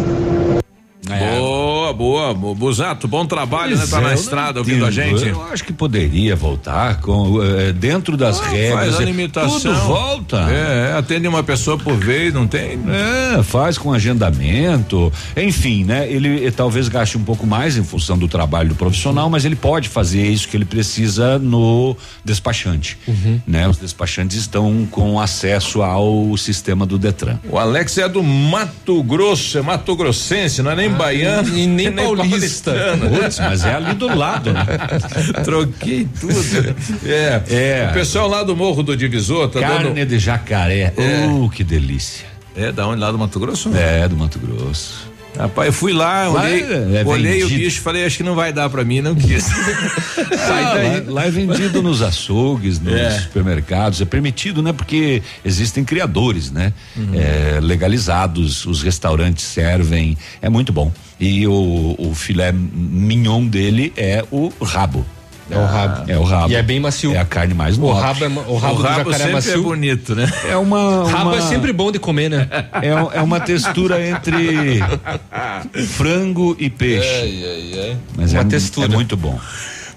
Boa, Busato, bom trabalho, né? Tá na estrada ouvindo a gente. Eu acho que poderia voltar com dentro das regras. Faz a limitação. Tudo volta. Atende uma pessoa por vez, não tem? Faz com agendamento, enfim, né? Ele talvez gaste um pouco mais em função do trabalho do profissional, mas ele pode fazer isso que ele precisa no despachante, né? Os despachantes estão com acesso ao sistema do Detran. O Alex é do Mato Grosso, é Mato Grossense, não é nem baiano e nem paulista. Putz, mas é ali do lado, né? Troquei tudo. O pessoal lá do Morro do Divisor tá carne de jacaré. Que delícia. Da onde? Lá do Mato Grosso? Do Mato Grosso. Rapaz, eu fui lá, olhei o bicho, falei, acho que não vai dar pra mim, não quis. Lá é vendido nos açougues, nos supermercados, é permitido, né? Porque existem criadores, né? Legalizados, os restaurantes servem, é muito bom. E o filé mignon dele é o rabo. É o rabo. E é bem macio. É a carne mais nobre. O rabo do jacaré macio é bonito, né? Rabo é sempre bom de comer, né? É uma textura entre frango e peixe. Mas uma textura. É muito bom.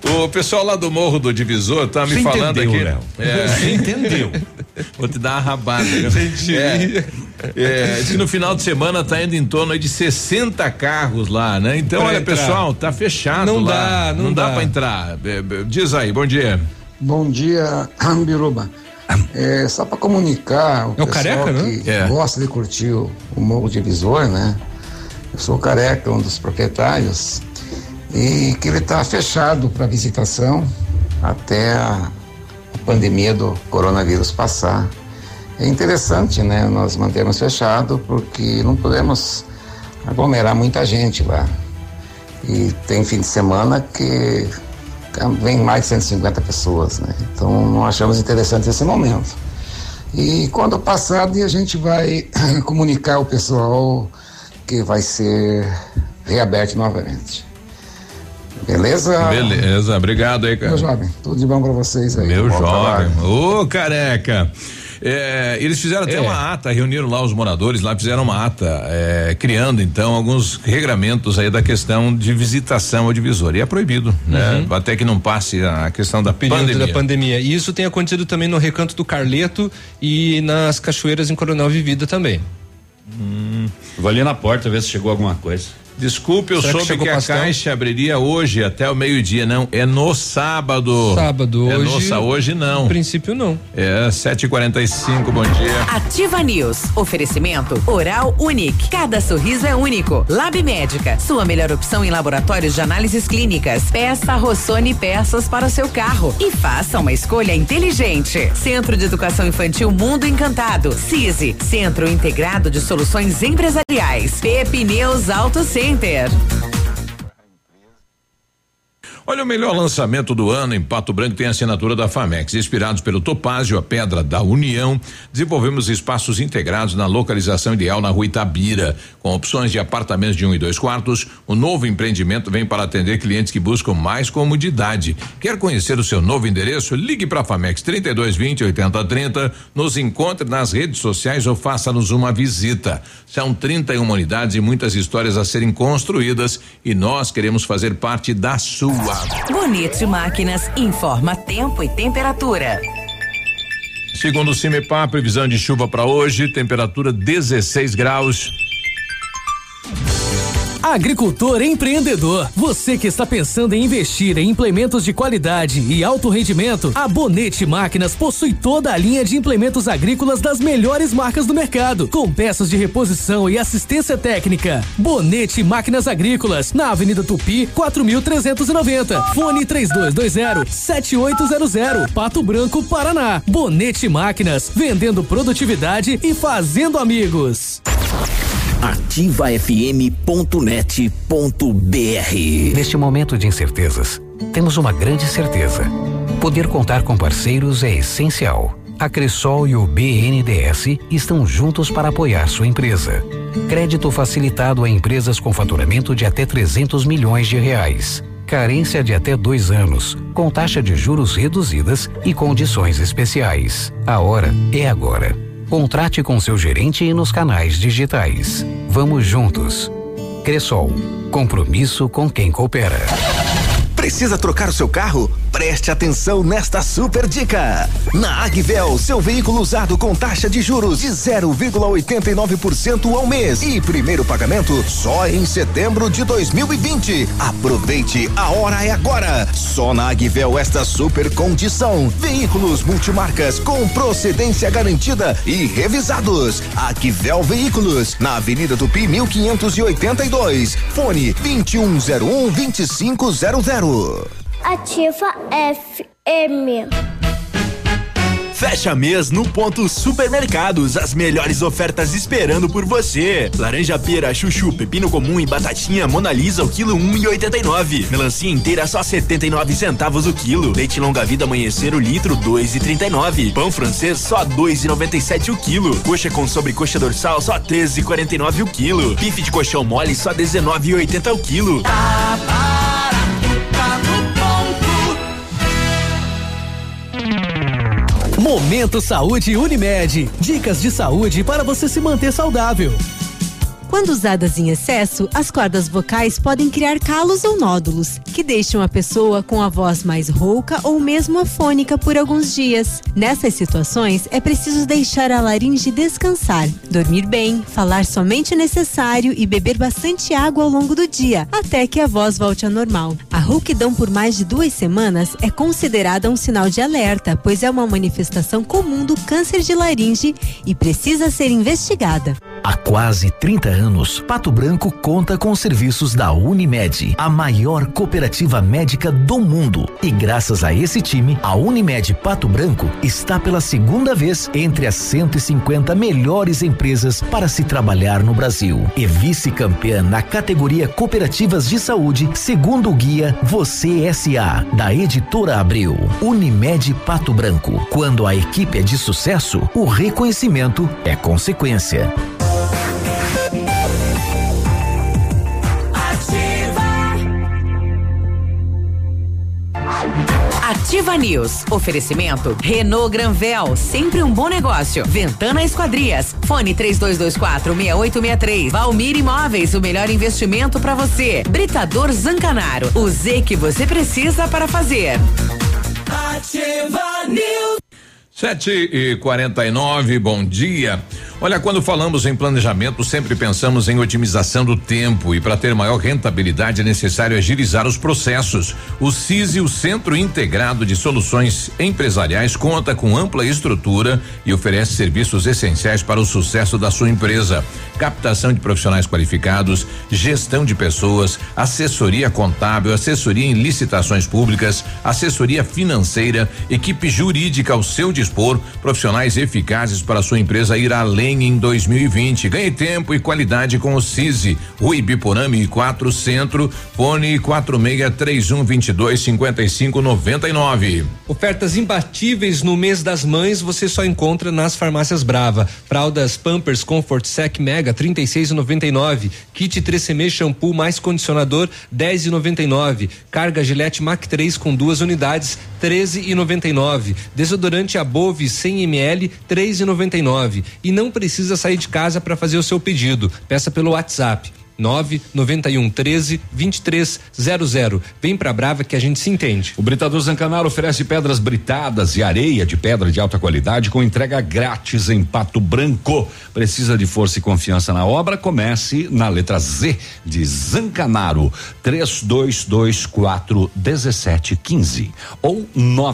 O pessoal lá do Morro do Divisor tá me falando aqui. Léo. Você entendeu? Vou te dar uma rabada. Diz que no final de semana tá indo em torno aí de 60 carros lá, né? Então, olha, pessoal, tá fechado não lá. Não dá pra entrar. Diz aí, bom dia. Bom dia, Biruba. Só para comunicar o pessoal Careca, que gosta de curtir o Morro Divisor, né? Eu sou o Careca, um dos proprietários, e que ele está fechado para visitação até a pandemia do coronavírus passar. É interessante, né? Nós mantemos fechado porque não podemos aglomerar muita gente lá. E tem fim de semana que vem mais de 150 pessoas, né? Então não achamos interessante esse momento. E quando passar, a gente vai comunicar ao pessoal que vai ser reaberto novamente. Beleza? Beleza, obrigado aí, cara. Meu jovem, tudo de bom pra vocês aí. Meu jovem, ô Careca. Eles fizeram até uma ata, reuniram lá os moradores, lá fizeram uma ata, criando então alguns regramentos aí da questão de visitação ao divisor. E é proibido, né? Até que não passe a questão da pandemia. E isso tem acontecido também no Recanto do Carleto e nas cachoeiras em Coronel Vivida também. Vou ali na porta ver se chegou alguma coisa. Desculpe, eu soube que a Caixa abriria hoje até o meio-dia, não, é no sábado. Hoje não. No princípio não. 7h45, bom dia. Ativa News, oferecimento Oral Unique, cada sorriso é único. Lab Médica, sua melhor opção em laboratórios de análises clínicas. Peça Rossoni peças para o seu carro e faça uma escolha inteligente. Centro de Educação Infantil Mundo Encantado, CISI, Centro Integrado de Soluções Empresariais. Pneus Auto Center. Olha, o melhor lançamento do ano em Pato Branco tem a assinatura da Famex. Inspirados pelo Topázio, a Pedra da União, desenvolvemos espaços integrados na localização ideal na Rua Itabira, com opções de apartamentos de 1 e 2 quartos. O novo empreendimento vem para atender clientes que buscam mais comodidade. Quer conhecer o seu novo endereço? Ligue para a Famex 3220-8030, nos encontre nas redes sociais ou faça-nos uma visita. São 31 unidades e muitas histórias a serem construídas e nós queremos fazer parte da sua. Bonito Máquinas informa tempo e temperatura. Segundo o CIMEPAR, previsão de chuva para hoje, temperatura 16 graus. Agricultor empreendedor, você que está pensando em investir em implementos de qualidade e alto rendimento, a Bonete Máquinas possui toda a linha de implementos agrícolas das melhores marcas do mercado, com peças de reposição e assistência técnica. Bonete Máquinas Agrícolas, na Avenida Tupi, 4390, fone 3220-7800, Pato Branco, Paraná. Bonete Máquinas, vendendo produtividade e fazendo amigos. ativafm.net.br. Neste momento de incertezas, temos uma grande certeza: poder contar com parceiros é essencial. A Cressol e o BNDES estão juntos para apoiar sua empresa. Crédito facilitado a empresas com faturamento de até 300 milhões de reais. Carência de até 2 anos, com taxa de juros reduzidas e condições especiais. A hora é agora. Contrate com seu gerente e nos canais digitais. Vamos juntos. Cressol, compromisso com quem coopera. Precisa trocar o seu carro? Preste atenção nesta super dica. Na Agvel, seu veículo usado com taxa de juros de 0,89% ao mês e primeiro pagamento só em setembro de 2020. Aproveite, a hora é agora. Só na Agvel esta super condição. Veículos multimarcas com procedência garantida e revisados. Agvel Veículos, na Avenida Tupi 1582. Fone 2101-2500. Ativa FM. Fecha mês no Ponto Supermercados, as melhores ofertas esperando por você. Laranja pera, chuchu, pepino comum e batatinha Mona Lisa o quilo 1,89. Melancia inteira só 79 centavos o quilo. Leite longa vida amanhecer o litro 2,39. Pão francês só 2,97 o quilo. Coxa com sobrecoxa dorsal só 13,49 o quilo. Bife de colchão mole só 19,80 o quilo. Momento Saúde Unimed. Dicas de saúde para você se manter saudável. Quando usadas em excesso, as cordas vocais podem criar calos ou nódulos, que deixam a pessoa com a voz mais rouca ou mesmo afônica por alguns dias. Nessas situações, é preciso deixar a laringe descansar, dormir bem, falar somente o necessário e beber bastante água ao longo do dia, até que a voz volte ao normal. A rouquidão por mais de 2 semanas é considerada um sinal de alerta, pois é uma manifestação comum do câncer de laringe e precisa ser investigada. Há quase 30 anos, Pato Branco conta com os serviços da Unimed, a maior cooperativa médica do mundo. E graças a esse time, a Unimed Pato Branco está pela 2ª vez entre as 150 melhores empresas para se trabalhar no Brasil. E vice-campeã na categoria Cooperativas de Saúde, segundo o guia Você S.A., da Editora Abril. Unimed Pato Branco. Quando a equipe é de sucesso, o reconhecimento é consequência. Ativa News. Oferecimento Renault Granvel, sempre um bom negócio. Ventana Esquadrias. Fone 3224-6863. Valmir Imóveis, o melhor investimento para você. Britador Zancanaro. O Z que você precisa para fazer. Ativa News. 7h49, bom dia. Olha, quando falamos em planejamento, sempre pensamos em otimização do tempo e para ter maior rentabilidade é necessário agilizar os processos. O CISI, o Centro Integrado de Soluções Empresariais, conta com ampla estrutura e oferece serviços essenciais para o sucesso da sua empresa. Captação de profissionais qualificados, gestão de pessoas, assessoria contábil, assessoria em licitações públicas, assessoria financeira, equipe jurídica ao seu dispor, profissionais eficazes para a sua empresa ir além em 2020. Ganhe tempo e qualidade com o CISI. Rua Ibiporama 4 Centro, fone 4631225599. Ofertas imbatíveis no mês das mães você só encontra nas farmácias Brava. Fraldas Pampers Comfort Sec Mega 36,99. Kit 3CM shampoo mais condicionador 10,99. Carga Gillette Mac 3 com 2 unidades 13,99. Desodorante Above 100 ml 3,99. E não precisa sair de casa para fazer o seu pedido. Peça pelo WhatsApp 99113-2300. Vem pra Brava que a gente se entende. O Britador Zancanaro oferece pedras britadas e areia de pedra de alta qualidade com entrega grátis em Pato Branco. Precisa de força e confiança na obra? Comece na letra Z de Zancanaro. 3224-1715 ou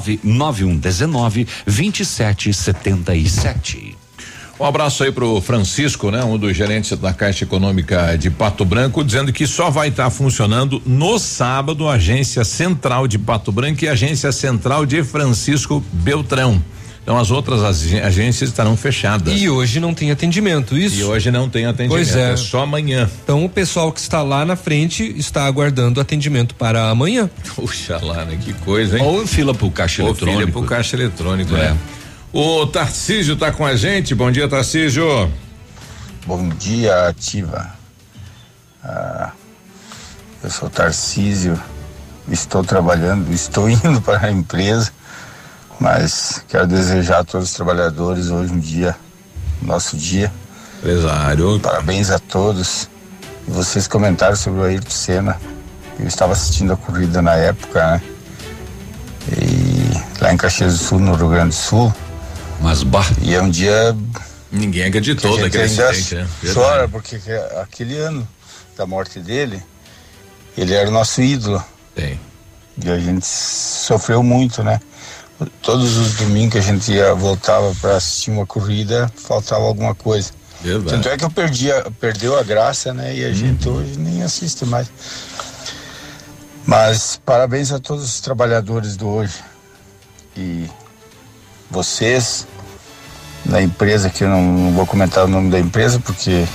99119-2777. Um abraço aí pro Francisco, né? Um dos gerentes da Caixa Econômica de Pato Branco, dizendo que só vai estar funcionando no sábado a Agência Central de Pato Branco e a Agência Central de Francisco Beltrão. Então as outras agências estarão fechadas. E hoje não tem atendimento, isso? E hoje não tem atendimento, pois é só amanhã. Então o pessoal que está lá na frente está aguardando atendimento para amanhã. Puxa lá, né? Que coisa, hein? Ou fila pro caixa eletrônico. Fila pro caixa eletrônico, né? O Tarcísio tá com a gente. Bom dia, Tarcísio. Bom dia, Ativa. Eu sou Tarcísio, estou trabalhando, estou indo para a empresa, mas quero desejar a todos os trabalhadores hoje nosso dia. Empresário. Parabéns a todos. E vocês comentaram sobre o Ayrton Senna. Eu estava assistindo a corrida na época, né? E lá em Caxias do Sul, no Rio Grande do Sul. Mas e é um dia. Ninguém acreditou daquele acidente, né? Chora, porque aquele ano da morte dele, ele era o nosso ídolo. Tem. E a gente sofreu muito, né? Todos os domingos que a gente voltava para assistir uma corrida, faltava alguma coisa. Verdade. Tanto é que perdeu a graça, né? E a gente hoje nem assiste mais. Mas parabéns a todos os trabalhadores do hoje. E vocês, da empresa, que eu não vou comentar o nome da empresa, porque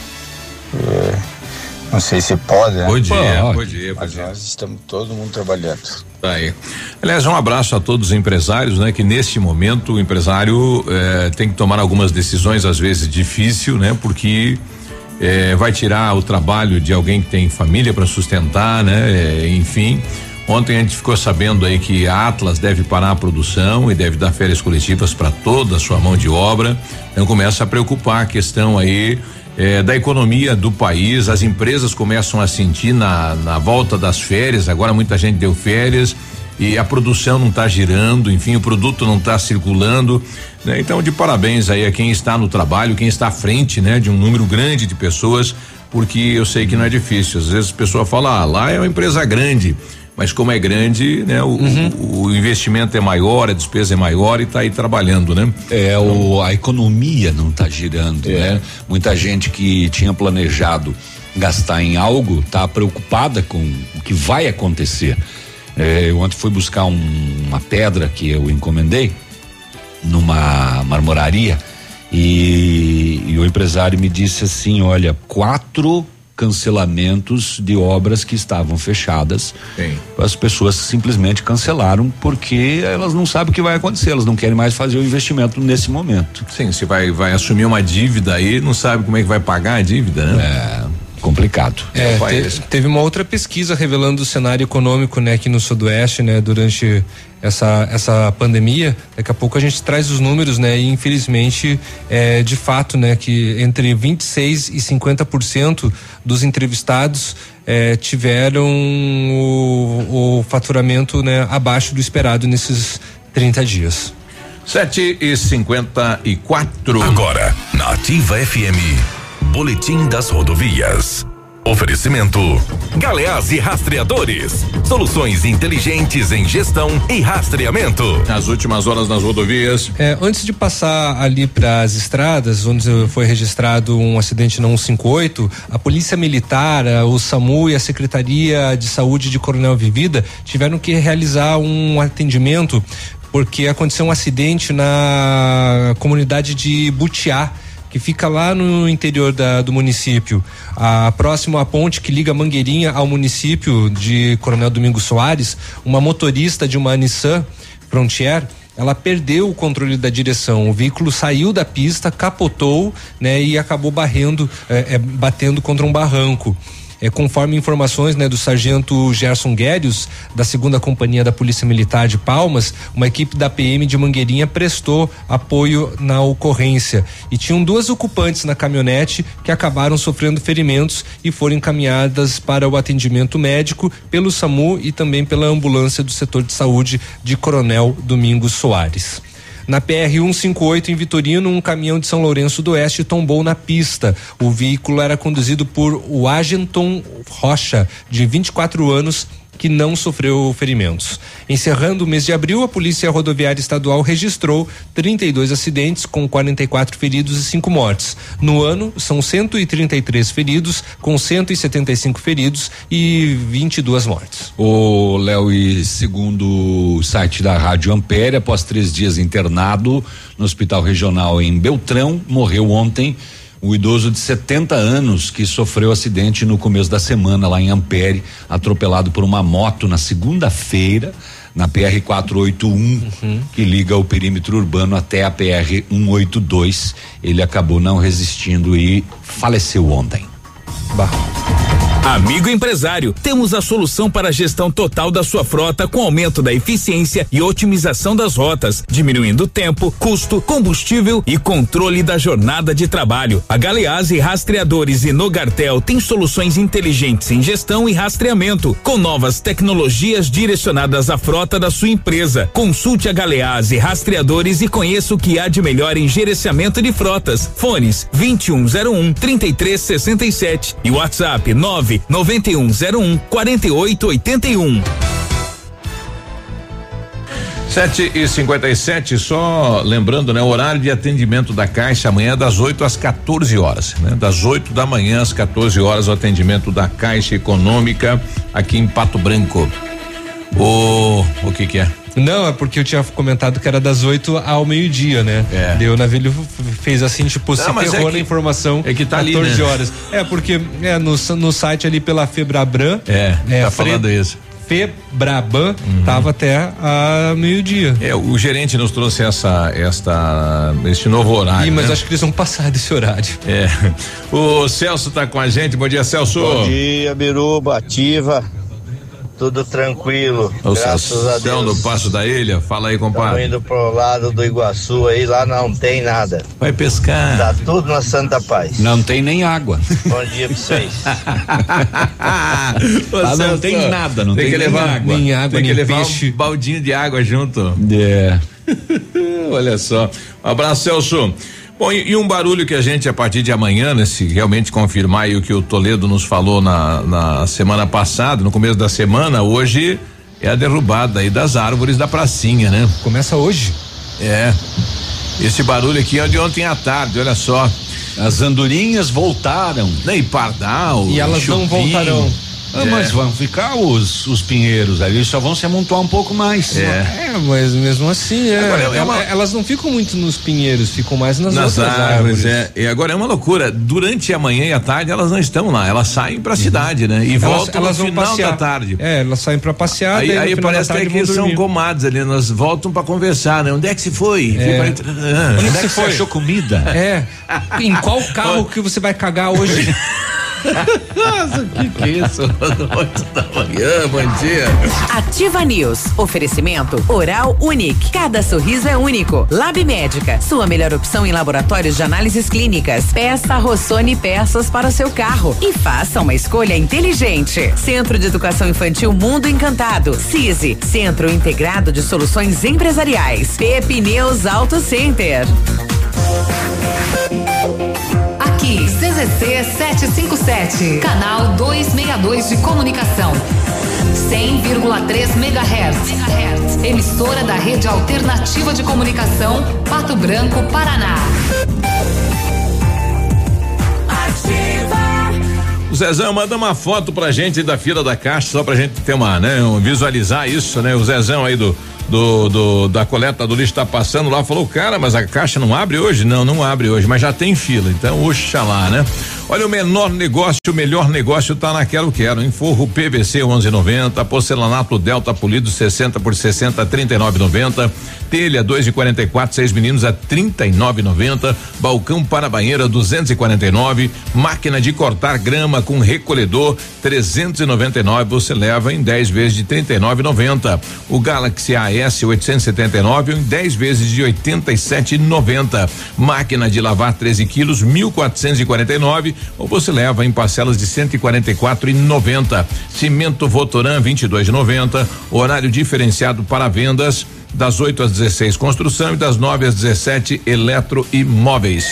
não sei se pode, né? Podia. Mas nós estamos todo mundo trabalhando. Tá aí. Aliás, um abraço a todos os empresários, né? Que neste momento o empresário tem que tomar algumas decisões, às vezes difícil, né? Porque vai tirar o trabalho de alguém que tem família para sustentar, né? Enfim. Ontem a gente ficou sabendo aí que a Atlas deve parar a produção e deve dar férias coletivas para toda a sua mão de obra. Então começa a preocupar a questão aí da economia do país. As empresas começam a sentir na volta das férias. Agora muita gente deu férias e a produção não está girando, enfim, o produto não está circulando, né? Então, de parabéns aí a quem está no trabalho, quem está à frente, né, de um número grande de pessoas, porque eu sei que não é difícil. Às vezes a pessoa fala, lá é uma empresa grande, mas como é grande, né, o investimento é maior, a despesa é maior e está aí trabalhando, né? A economia não está girando, né? Muita gente que tinha planejado gastar em algo está preocupada com o que vai acontecer. Eu ontem fui buscar uma pedra que eu encomendei numa marmoraria e o empresário me disse assim, olha, 4 cancelamentos de obras que estavam fechadas. Sim. As pessoas simplesmente cancelaram porque elas não sabem o que vai acontecer, elas não querem mais fazer o investimento nesse momento. Sim, você vai assumir uma dívida aí, não sabe como é que vai pagar a dívida, né? Complicado. Teve uma outra pesquisa revelando o cenário econômico, né, aqui no Sudoeste, né, durante essa pandemia. Daqui a pouco a gente traz os números, né, e infelizmente de fato, né, que entre 26% e 50% dos entrevistados tiveram o faturamento, né, abaixo do esperado nesses 30 dias. 7h54. Agora, na Ativa FM. Boletim das rodovias. Oferecimento Galeás e Rastreadores. Soluções inteligentes em gestão e rastreamento. Nas últimas horas nas rodovias. Antes de passar ali para as estradas, onde foi registrado um acidente na 158, a Polícia Militar, o SAMU e a Secretaria de Saúde de Coronel Vivida tiveram que realizar um atendimento porque aconteceu um acidente na comunidade de Butiá, que fica lá no interior do município, próximo à ponte que liga Mangueirinha ao município de Coronel Domingos Soares. Uma motorista de uma Nissan Frontier, ela perdeu o controle da direção, o veículo saiu da pista, capotou, né, e acabou batendo contra um barranco. Conforme informações, né, do sargento Gerson Guérios, da 2ª Companhia da Polícia Militar de Palmas, uma equipe da PM de Mangueirinha prestou apoio na ocorrência e tinham 2 ocupantes na caminhonete que acabaram sofrendo ferimentos e foram encaminhadas para o atendimento médico pelo SAMU e também pela ambulância do setor de saúde de Coronel Domingos Soares. Na PR-158 em Vitorino, um caminhão de São Lourenço do Oeste tombou na pista. O veículo era conduzido por Washington Rocha, de 24 anos, que não sofreu ferimentos. Encerrando o mês de abril, a Polícia Rodoviária Estadual registrou 32 acidentes com 44 feridos e 5 mortes. No ano, são 133 feridos, com 175 feridos e 22 mortes. O Léo, e segundo o site da Rádio Ampere, após 3 dias internado no Hospital Regional em Beltrão, morreu ontem um idoso de 70 anos que sofreu acidente no começo da semana lá em Ampere, atropelado por uma moto na segunda-feira na PR-481, que liga o perímetro urbano até a PR-182. Ele acabou não resistindo e faleceu ontem. Amigo empresário, temos a solução para a gestão total da sua frota com aumento da eficiência e otimização das rotas, diminuindo tempo, custo, combustível e controle da jornada de trabalho. A Galeás e Rastreadores e Nogartel tem soluções inteligentes em gestão e rastreamento, com novas tecnologias direcionadas à frota da sua empresa. Consulte a Galeás e Rastreadores e conheça o que há de melhor em gerenciamento de frotas. Fones 2101-3367 e WhatsApp 99101-4881. 7h57, só lembrando, né? O horário de atendimento da Caixa amanhã das 8 às 14 horas, né? Das 8 da manhã às 14 horas o atendimento da Caixa Econômica aqui em Pato Branco. O que é? Não, é porque eu tinha comentado que era das 8 ao meio-dia, né? Deu, o Navilho fez assim, tipo, se ferrou na informação. É que tá 14 ali, né? horas. Porque no site ali pela Febrabran. Tá falando isso. Febraban tava até a meio-dia. O gerente nos trouxe este novo horário. Mas né? acho que eles vão passar desse horário. O Celso tá com a gente. Bom dia, Celso. Bom dia, Biruba, Ativa. tudo tranquilo. O graças a Deus. do Passo da Ilha, fala aí, compadre. Estamos indo pro lado do Iguaçu aí, lá não tem nada. Vai pescar. Tá tudo na Santa Paz. Não tem nem água. Bom dia pra vocês. Lá não tem nada, não tem que levar água. Nem água, tem que levar um baldinho de água junto. Olha só. Um abraço, Celso. Bom, e um barulho que a gente, a partir de amanhã, né, se realmente confirmar aí o que o Toledo nos falou na semana passada, no começo da semana, hoje é a derrubada aí das árvores da pracinha, né? Começa hoje? É. Esse barulho aqui é de ontem à tarde, olha só. As andorinhas voltaram. E pardal. E elas não voltarão. Mas vão ficar os pinheiros ali, só vão se amontoar um pouco mais. Mas mesmo assim, elas não ficam muito nos pinheiros, ficam mais nas outras árvores. E agora é uma loucura, durante a manhã e a tarde elas não estão lá, elas saem pra cidade, né? E voltam no final da tarde. Elas saem pra passear. Aí parece que eles são comadres ali, elas voltam pra conversar, né? Onde é que se foi? Onde é que você achou comida? Em qual carro que você vai cagar hoje? Nossa, que é isso? 8 da manhã, bom dia. Ativa News. Oferecimento Oral Unique. Cada sorriso é único. Lab Médica. Sua melhor opção em laboratórios de análises clínicas. Peça Rossoni peças para o seu carro e faça uma escolha inteligente. Centro de Educação Infantil Mundo Encantado. CISI. Centro Integrado de Soluções Empresariais. Pepineus Auto Center. Aqui, CZC 757, canal 262 de comunicação. 100,3 MHz. Emissora da Rede Alternativa de Comunicação, Pato Branco, Paraná. O Zezão manda uma foto pra gente da fila da Caixa, só pra gente ter visualizar isso, né? O Zezão aí da coleta do lixo tá passando lá, falou, cara, mas a Caixa não abre hoje? Não abre hoje, mas já tem fila, então oxalá, né? Olha, o menor negócio, o melhor negócio tá na Quero Quero, em forro PVC 11,90, porcelanato Delta polido 60 por 60 39,90, telha 2,44, 6 meninos a 39,90, balcão para banheira 249, máquina de cortar grama com recolhedor 399, você leva em 10 vezes de 39,90. O Galaxy AS 879 em 10 vezes de 87,90. Máquina de lavar 13 quilos 1.449, ou você leva em parcelas de 144,90. Cimento Votoran 22,90. Horário diferenciado para vendas das 8 às 16 construção e das 9 às 17 eletroimóveis.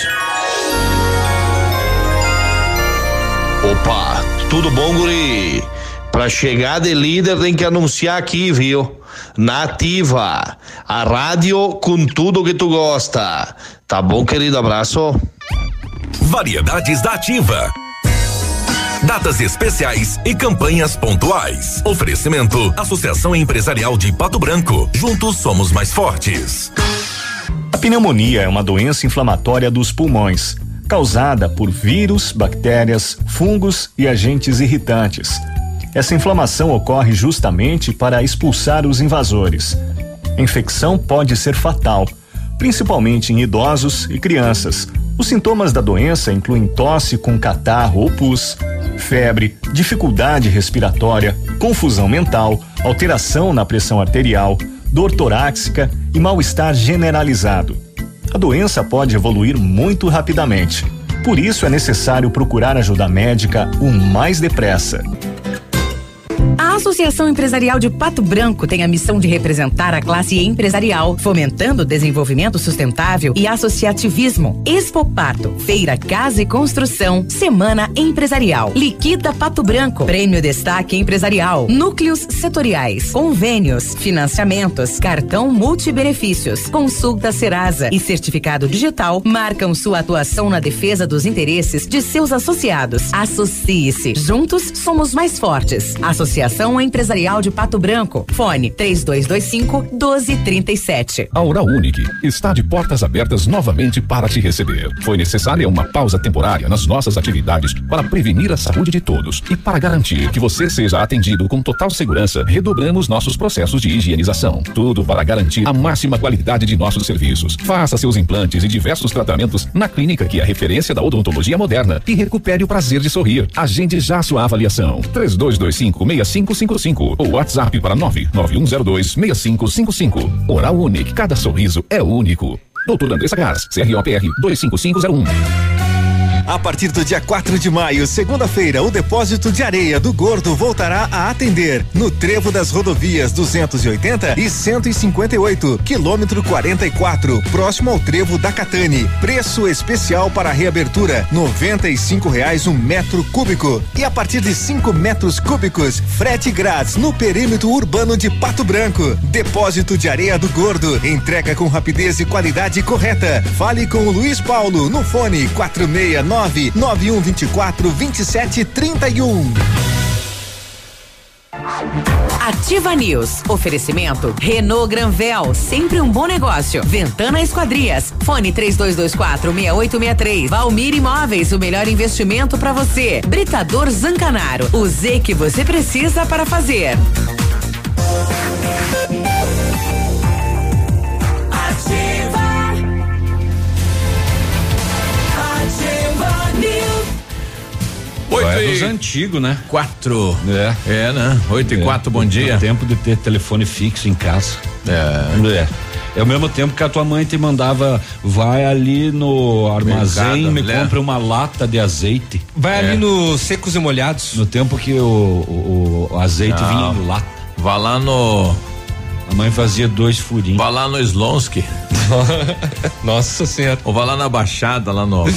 Opa, tudo bom, guri? Pra chegar de líder tem que anunciar aqui, viu? Na Ativa, a rádio com tudo que tu gosta. Tá bom, querido? Abraço. Variedades da Ativa. Datas especiais e campanhas pontuais. Oferecimento: Associação Empresarial de Pato Branco. Juntos somos mais fortes. A pneumonia é uma doença inflamatória dos pulmões, causada por vírus, bactérias, fungos e agentes irritantes. Essa inflamação ocorre justamente para expulsar os invasores. A infecção pode ser fatal, principalmente em idosos e crianças. Os sintomas da doença incluem tosse com catarro ou pus, febre, dificuldade respiratória, confusão mental, alteração na pressão arterial, dor torácica e mal-estar generalizado. A doença pode evoluir muito rapidamente. Por isso é necessário procurar ajuda médica o mais depressa. A Associação Empresarial de Pato Branco tem a missão de representar a classe empresarial, fomentando o desenvolvimento sustentável e associativismo. Expo Pato, Feira Casa e Construção, Semana Empresarial, Liquida Pato Branco, Prêmio Destaque Empresarial, Núcleos Setoriais, Convênios, Financiamentos, Cartão Multibenefícios, Consulta Serasa e Certificado Digital marcam sua atuação na defesa dos interesses de seus associados. Associe-se. Juntos somos mais fortes. Associação Empresarial de Pato Branco. Fone 3225-1237. A Oral Unique está de portas abertas novamente para te receber. Foi necessária uma pausa temporária nas nossas atividades para prevenir a saúde de todos e para garantir que você seja atendido com total segurança, redobramos nossos processos de higienização. Tudo para garantir a máxima qualidade de nossos serviços. Faça seus implantes e diversos tratamentos na clínica que é referência da odontologia moderna e recupere o prazer de sorrir. Agende já sua avaliação. 3225-65 6555. O WhatsApp para 991026555. Oral Unique, cada sorriso é único. Doutor Andressa Gás, CROPR 25501. A partir do dia 4 de maio, segunda-feira, o depósito de areia do Gordo voltará a atender no trevo das rodovias 280 e 158, quilômetro 44, próximo ao trevo da Catane. Preço especial para a reabertura, R$95 um metro cúbico. E a partir de 5 metros cúbicos, frete grátis no perímetro urbano de Pato Branco. Depósito de areia do Gordo, entrega com rapidez e qualidade correta. Fale com o Luiz Paulo no fone 469-9124-2731. Ativa News. Oferecimento Renault Granvel, sempre um bom negócio. Ventana Esquadrias. Fone 3224-6863. Valmir Imóveis, o melhor investimento para você. Britador Zancanaro. O Z que você precisa para fazer. É dos antigos, né? 4. É, né? 8:04, bom dia. O tempo de ter telefone fixo em casa. É o mesmo tempo que a tua mãe te mandava, vai ali no armazém, me compra uma lata de azeite. Vai ali no Secos e Molhados. No tempo que o azeite vinha em lata. Vai lá no... A mãe fazia 2 furinhos. Vai lá no Slonsky. Nossa Senhora. Ou vai lá na Baixada, lá no...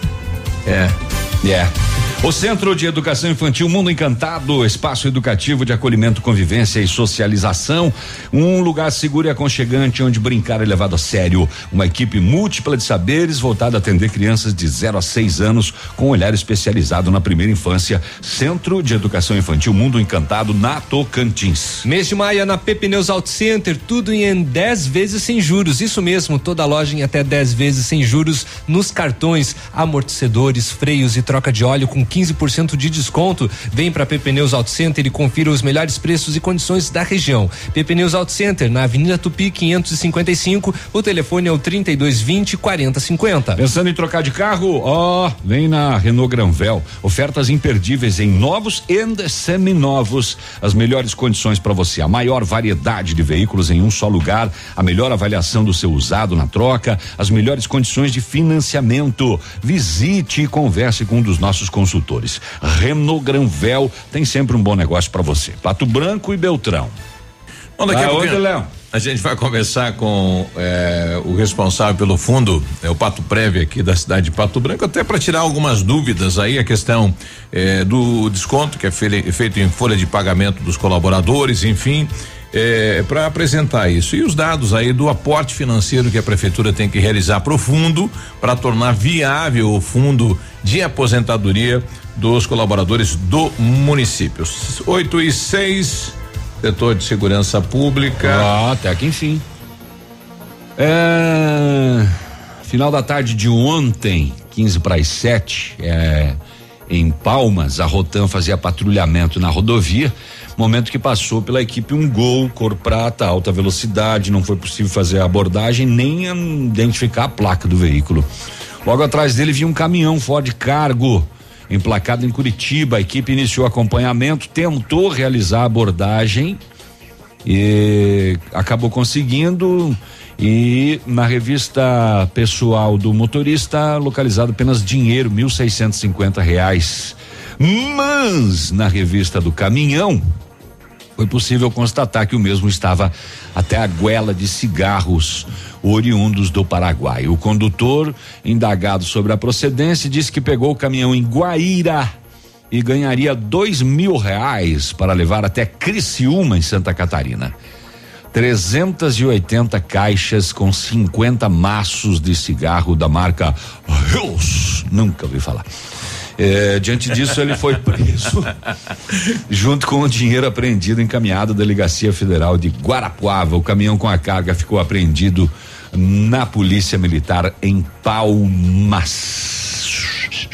O Centro de Educação Infantil Mundo Encantado, espaço educativo de acolhimento, convivência e socialização, um lugar seguro e aconchegante onde brincar é levado a sério. Uma equipe múltipla de saberes voltada a atender crianças de 0 a 6 anos com olhar especializado na primeira infância. Centro de Educação Infantil Mundo Encantado, na Tocantins. Mês de maio na Pepneus Auto Center, tudo em 10 vezes sem juros. Isso mesmo, toda loja em até 10 vezes sem juros nos cartões, amortecedores, freios e troca de óleo com 15% de desconto. Vem para Pepneus Auto Center e confira os melhores preços e condições da região. Pepneus Auto Center, na Avenida Tupi 555, o telefone é o 3220-4050. Pensando em trocar de carro? Vem na Renault Granvel. Ofertas imperdíveis em novos e seminovos. As melhores condições para você. A maior variedade de veículos em um só lugar. A melhor avaliação do seu usado na troca. As melhores condições de financiamento. Visite e converse com um dos nossos consultores. Renault Granvel tem sempre um bom negócio para você. Pato Branco e Beltrão. Bom, daqui a pouco, Léo? A gente vai conversar com o responsável pelo fundo, o Pato Prévio aqui da cidade de Pato Branco, até para tirar algumas dúvidas aí, a questão do desconto que é feito em folha de pagamento dos colaboradores, enfim. Para apresentar isso e os dados aí do aporte financeiro que a prefeitura tem que realizar para o fundo para tornar viável o fundo de aposentadoria dos colaboradores do município. 8:06, setor de segurança pública. Até aqui enfim. Final da tarde de ontem, 6:15, em Palmas, a Rotam fazia patrulhamento na rodovia. Momento que passou pela equipe um Gol cor prata, alta velocidade, não foi possível fazer a abordagem nem identificar a placa do veículo. Logo atrás dele vinha um caminhão Ford Cargo, emplacado em Curitiba. A equipe iniciou acompanhamento, tentou realizar a abordagem e acabou conseguindo. E na revista pessoal do motorista, localizado apenas dinheiro, R$1.650. Mas na revista do caminhão foi possível constatar que o mesmo estava até a goela de cigarros oriundos do Paraguai. O condutor, indagado sobre a procedência, disse que pegou o caminhão em Guaíra e ganharia R$2.000 para levar até Criciúma, em Santa Catarina. 380 caixas com 50 maços de cigarro da marca Hills, nunca ouvi falar. Diante disso, ele foi preso junto com o dinheiro apreendido, encaminhado à Delegacia Federal de Guarapuava. O caminhão com a carga ficou apreendido na Polícia Militar em Palmas.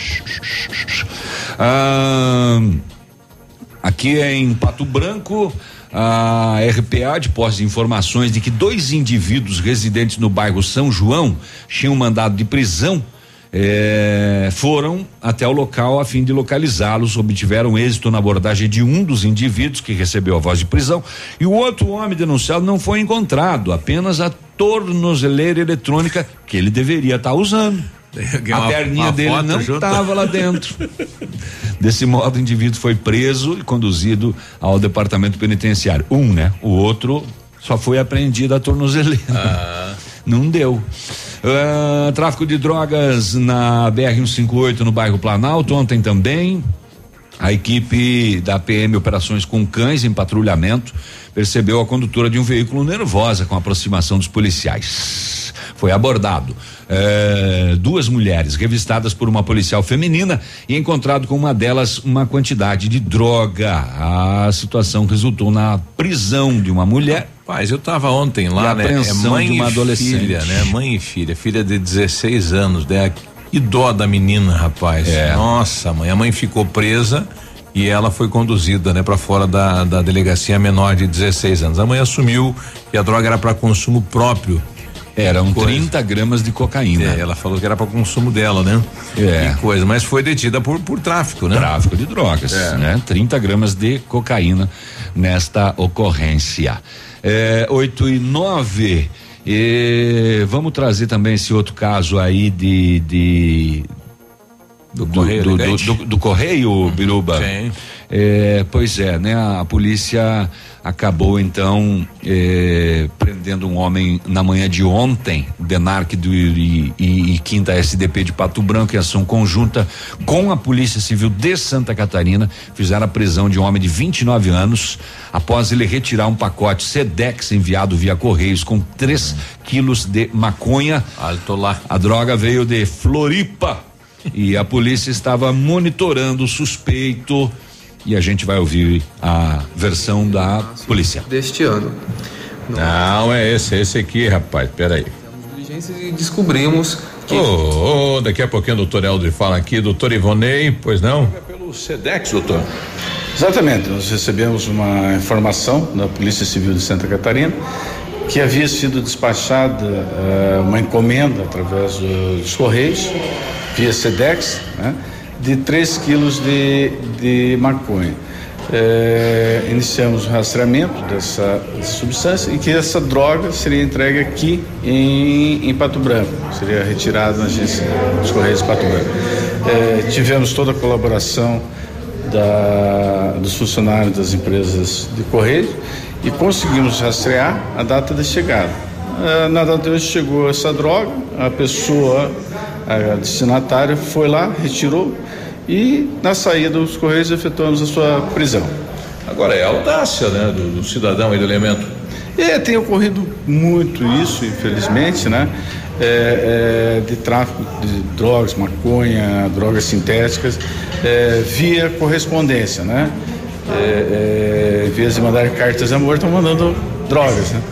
Aqui em Pato Branco, a RPA, de posse de informações de que 2 indivíduos residentes no bairro São João tinham mandado de prisão foram até o local a fim de localizá-los, obtiveram êxito na abordagem de um dos indivíduos que recebeu a voz de prisão e o outro homem denunciado não foi encontrado, apenas a tornozeleira eletrônica que ele deveria estar usando. A perninha dele não estava lá dentro. Desse modo, o indivíduo foi preso e conduzido ao departamento penitenciário. Né? O outro só foi apreendido a tornozeleira. Não deu. Tráfico de drogas na BR-158 no bairro Planalto, ontem também. A equipe da PM Operações com Cães em patrulhamento percebeu a condutora de um veículo nervosa com a aproximação dos policiais. Foi abordado 2 mulheres revistadas por uma policial feminina e encontrado com uma delas uma quantidade de droga. A situação resultou na prisão de uma mulher. Rapaz, eu estava ontem lá, né? É mãe de uma adolescente, filha, né? Mãe e filha de 16 anos, né? Que dó da menina, rapaz. Nossa, a mãe ficou presa e ela foi conduzida, né, para fora da delegacia, menor de 16 anos. A mãe assumiu que a droga era para consumo próprio. Eram 30 gramas de cocaína. Ela falou que era para consumo dela, né? Que coisa, mas foi detida por tráfico, né? Tráfico de drogas, né? 30 gramas de cocaína nesta ocorrência. 8:09. Vamos trazer também esse outro caso aí do Correio, Biruba. Sim. Pois é, né? A polícia acabou então prendendo um homem na manhã de ontem, DENARC e 5ª SDP de Pato Branco, em ação conjunta com a Polícia Civil de Santa Catarina, fizeram a prisão de um homem de 29 anos, após ele retirar um pacote Sedex enviado via Correios com 3 quilos de maconha. A droga veio de Floripa e a polícia estava monitorando o suspeito. E a gente vai ouvir a versão da polícia. Deste ano. Não é esse aqui, rapaz, peraí. Diligências e descobrimos que... daqui a pouquinho o doutor Eldri fala aqui, doutor Ivonei, pois não? É pelo Sedex, doutor. Exatamente, nós recebemos uma informação da Polícia Civil de Santa Catarina que havia sido despachada uma encomenda através dos Correios, via Sedex, né? De 3 quilos de maconha. Iniciamos o rastreamento dessa substância e que essa droga seria entregue aqui em Pato Branco, seria retirada na agência dos Correios de Pato Branco. Tivemos toda a colaboração dos funcionários das empresas de Correio e conseguimos rastrear a data de chegada. Na data de hoje chegou essa droga, a pessoa, a destinatária, foi lá, retirou e na saída dos Correios efetuamos a sua prisão. Agora é a audácia, né, do cidadão e do elemento. Tem ocorrido muito isso, infelizmente, né? De tráfico de drogas, maconha, drogas sintéticas, via correspondência, né? Em vez de mandar cartas de amor, estão mandando drogas, né?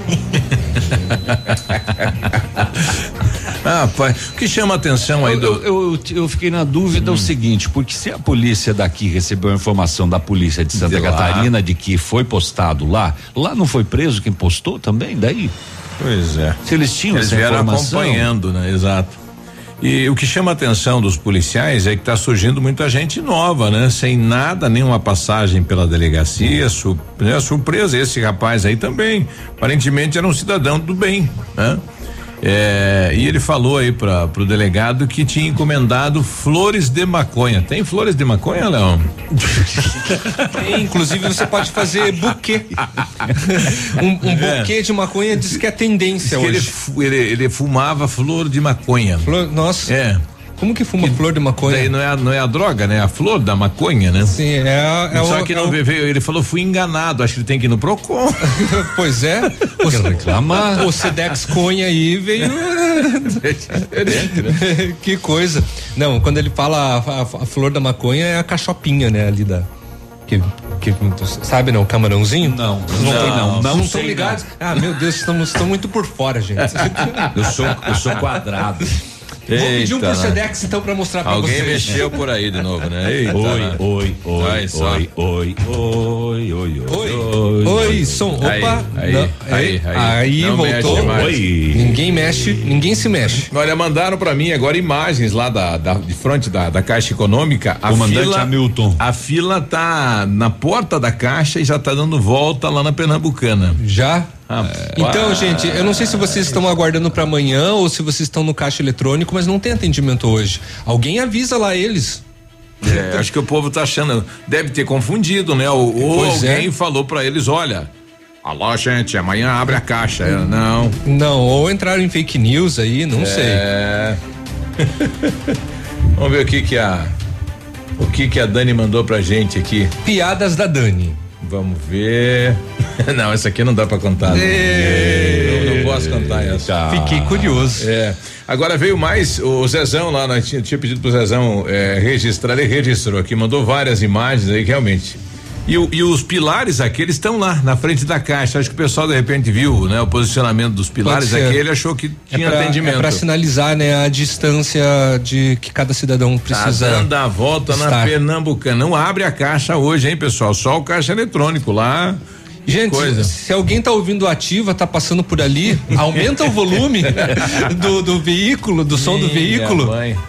Pai, o que chama a atenção aí eu fiquei na dúvida o seguinte, porque se a polícia daqui recebeu a informação da polícia de Santa Catarina de que foi postado lá não foi preso quem postou também, daí? Pois é. Se eles tinham essa informação. Eles vieram acompanhando, né? Exato. E o que chama a atenção dos policiais é que está surgindo muita gente nova, né? Sem nada, nenhuma passagem pela delegacia, surpresa, esse rapaz aí também, aparentemente era um cidadão do bem, né? E ele falou aí pro delegado que tinha encomendado flores de maconha. Tem flores de maconha, Leão? Tem, inclusive você pode fazer buquê. um buquê de maconha diz que é tendência hoje. Ele fumava flor de maconha. Nossa. Como que fuma flor de maconha? Daí não é a droga, né? A flor da maconha, né? Sim, só que não veio, ele falou, fui enganado, acho que ele tem que ir no Procon. Pois é. O Sedex Conha aí veio. Que coisa. Não, quando ele fala a flor da maconha é a cachopinha, né? Ali da. Que sabe, não? O camarãozinho? Não estão ligados. Meu Deus, estão muito por fora, gente. Eu sou quadrado. Vou pedir um pro Sedex então pra mostrar pra vocês. Alguém mexeu por aí de novo, né? Eita, Oi, som. Opa. Aí voltou. Ninguém mexe, ninguém se mexe. Olha, mandaram pra mim agora imagens lá de frente da Caixa Econômica. Comandante Hamilton. A fila tá na porta da Caixa e já tá dando volta lá na Pernambucana. Já? Então, gente, eu não sei se vocês estão aguardando pra amanhã ou se vocês estão no caixa eletrônico, mas não tem atendimento hoje. Alguém avisa lá eles. Acho que o povo tá achando, deve ter confundido, né? Ou alguém falou pra eles, olha, alô, gente, amanhã abre a caixa. Não, ou entraram em fake news aí, não sei. Vamos ver o que a Dani mandou pra gente aqui. Piadas da Dani. Vamos ver. Não, essa aqui não dá pra contar. Não posso contar essa. Fiquei curioso. Agora veio mais o Zezão lá, nós tinha pedido pro Zezão registrar, ele registrou aqui, mandou várias imagens aí, realmente. E os pilares aqueles estão lá na frente da Caixa. Acho que o pessoal de repente viu, né, o posicionamento dos pilares aqui, ele achou que tinha atendimento. É pra sinalizar, né, a distância de que cada cidadão precisa. Tá dando a volta na Pernambucana. Não abre a Caixa hoje, hein, pessoal? Só o caixa eletrônico lá. Gente, se alguém tá ouvindo Ativa, tá passando por ali, aumenta o volume do veículo, do som do veículo.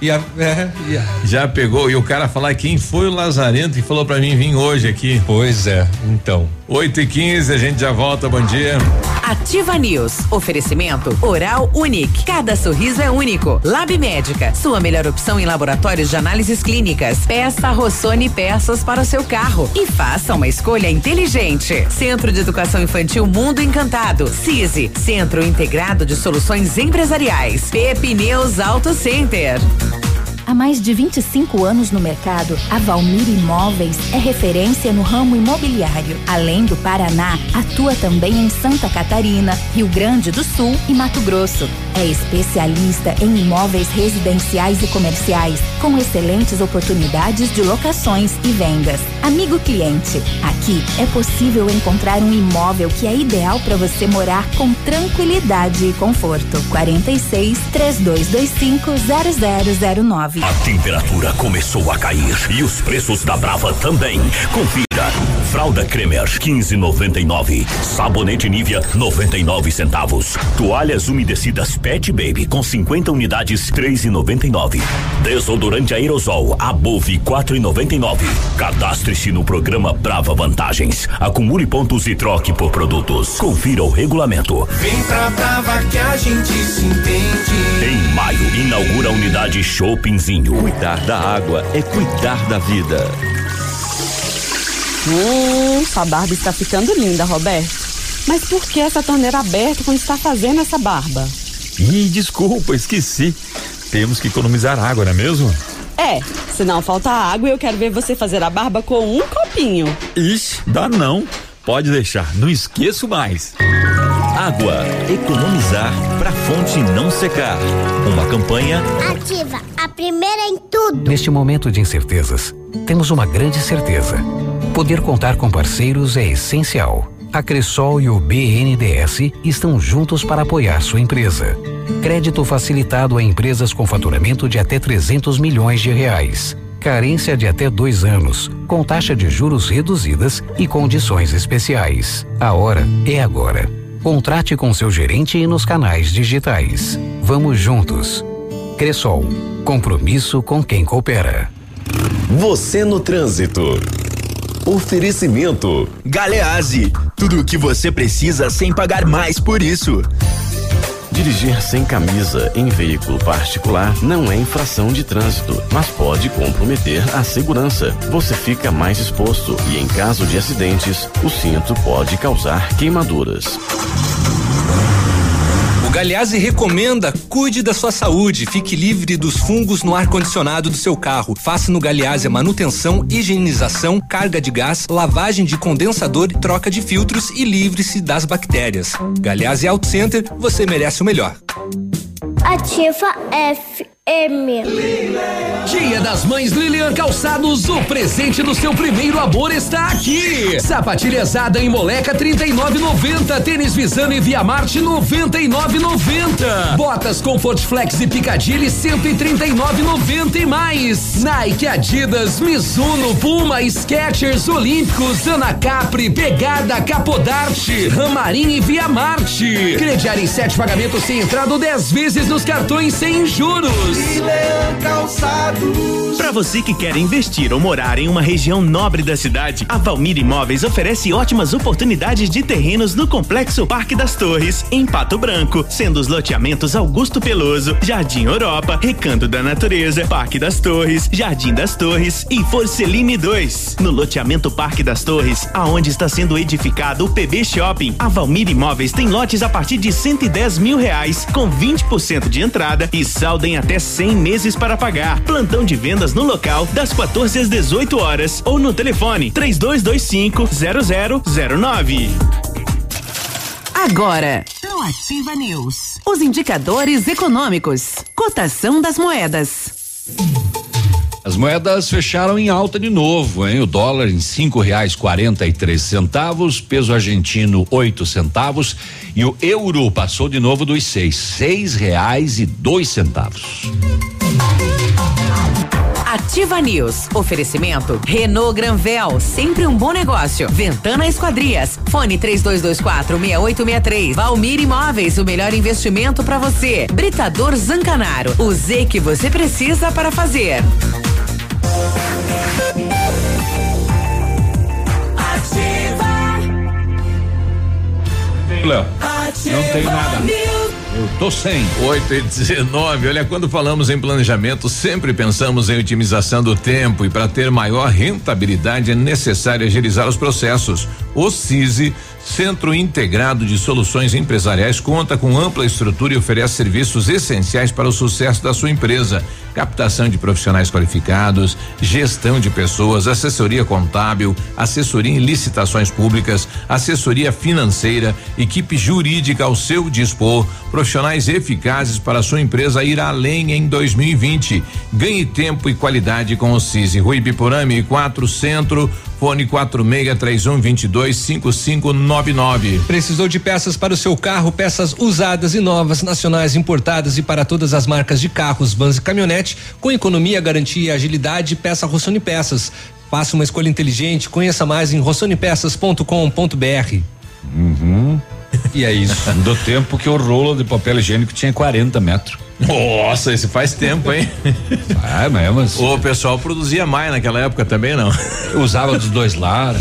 Já pegou, e o cara falar quem foi o Lazarento que falou pra mim vir hoje aqui. Pois é, então. 8h15, a gente já volta, bom dia. Ativa News, oferecimento Oral Unique, cada sorriso é único. Lab Médica, sua melhor opção em laboratórios de análises clínicas. Peça Rossoni peças para o seu carro e faça uma escolha inteligente. Centro de Educação Infantil Mundo Encantado, CISI, Centro Integrado de Soluções Empresariais, Pepineus Auto Center. Há mais de 25 anos no mercado, a Valmir Imóveis é referência no ramo imobiliário. Além do Paraná, atua também em Santa Catarina, Rio Grande do Sul e Mato Grosso. É especialista em imóveis residenciais e comerciais, com excelentes oportunidades de locações e vendas. Amigo cliente, aqui é possível encontrar um imóvel que é ideal para você morar com tranquilidade e conforto. 46 3225 0009. A temperatura começou a cair e os preços da Brava também. Confira. Fralda Cremer 15,99. Sabonete Nivea 99 centavos. Toalhas umedecidas Pet Baby com 50 unidades 3,99. Desodorante aerosol Above 4,99. Cadastre-se no programa Brava Vantagens. Acumule pontos e troque por produtos. Confira o regulamento. Vem pra Brava que a gente se entende. Em maio inaugura a unidade Shoppingzinho. Cuidar da água é cuidar da vida. Sua barba está ficando linda, Roberto. Mas por que essa torneira aberta quando está fazendo essa barba? Desculpa, esqueci. Temos que economizar água, não é mesmo? Senão falta água e eu quero ver você fazer a barba com um copinho. Ixi, dá não. Pode deixar, não esqueço mais. Água, economizar pra fonte não secar. Uma campanha Ativa, a primeira em tudo. Neste momento de incertezas, temos uma grande certeza. Poder contar com parceiros é essencial. A Cressol e o BNDES estão juntos para apoiar sua empresa. Crédito facilitado a empresas com faturamento de até 300 milhões de reais. Carência de até 2 anos, com taxa de juros reduzidas e condições especiais. A hora é agora. Contrate com seu gerente e nos canais digitais. Vamos juntos. Cressol, compromisso com quem coopera. Você no trânsito. Oferecimento Galeazzi, tudo o que você precisa sem pagar mais por isso. Dirigir sem camisa em veículo particular não é infração de trânsito, mas pode comprometer a segurança. Você fica mais exposto e, em caso de acidentes, o cinto pode causar queimaduras. O Galeazzi recomenda: cuide da sua saúde, fique livre dos fungos no ar-condicionado do seu carro. Faça no Galeazzi a manutenção, higienização, carga de gás, lavagem de condensador, troca de filtros e livre-se das bactérias. Galeazzi Auto Center, você merece o melhor. Ativa Dia das Mães Lilian Calçados, o presente do seu primeiro amor está aqui. Sapatilha Zada em Moleca 39,90, tênis Visano e Via Marte 99,90. Botas Comfort Flex e Piccadilly 139,90 e mais. Nike, Adidas, Mizuno, Puma, Skechers, Olímpicos, Ana Capri, Pegada, Capodarte, Ramarim e Via Marte. Crediar em 7 pagamentos sem entrada ou 10 vezes nos cartões sem juros. Para você que quer investir ou morar em uma região nobre da cidade, a Valmir Imóveis oferece ótimas oportunidades de terrenos no Complexo Parque das Torres, em Pato Branco, sendo os loteamentos Augusto Peloso, Jardim Europa, Recanto da Natureza, Parque das Torres, Jardim das Torres e Forceline 2. No loteamento Parque das Torres, aonde está sendo edificado o PB Shopping, a Valmir Imóveis tem lotes a partir de R$110 mil, com 20% de entrada e saldo em até 100 meses para pagar. Plantão de vendas no local das 14 às 18 horas ou no telefone 3225-0009. Agora, no Ativa News, os indicadores econômicos, cotação das moedas. As moedas fecharam em alta de novo, hein? O dólar em R$5,43, peso argentino 8 centavos e o euro passou de novo dos R$6,02. Ativa News. Oferecimento Renault Granvel, sempre um bom negócio. Ventana Esquadrias. Fone 3224-6863. Valmir Imóveis, o melhor investimento para você. Britador Zancanaro. O Z que você precisa para fazer. Léo, não tenho nada. Eu tô sem. 8h19. Olha, quando falamos em planejamento, sempre pensamos em otimização do tempo e para ter maior rentabilidade é necessário agilizar os processos. O CISI, Centro Integrado de Soluções Empresariais, conta com ampla estrutura e oferece serviços essenciais para o sucesso da sua empresa. Captação de profissionais qualificados, gestão de pessoas, assessoria contábil, assessoria em licitações públicas, assessoria financeira, equipe jurídica ao seu dispor, profissionais eficazes para a sua empresa ir além em 2020. Ganhe tempo e qualidade com o CISI. Rui Biporami, 4 Centro, fone 4631225599. Precisou de peças para o seu carro, peças usadas e novas, nacionais, importadas e para todas as marcas de carros, vans e caminhonete, com economia, garantia e agilidade, peça Rossoni Peças. Faça uma escolha inteligente, conheça mais em rossonepeças.com.br. E é isso. Do tempo que o rolo de papel higiênico tinha 40 metros. Nossa, esse faz tempo, hein? Ah, mas o pessoal produzia mais naquela época também, não? Usava dos dois lados.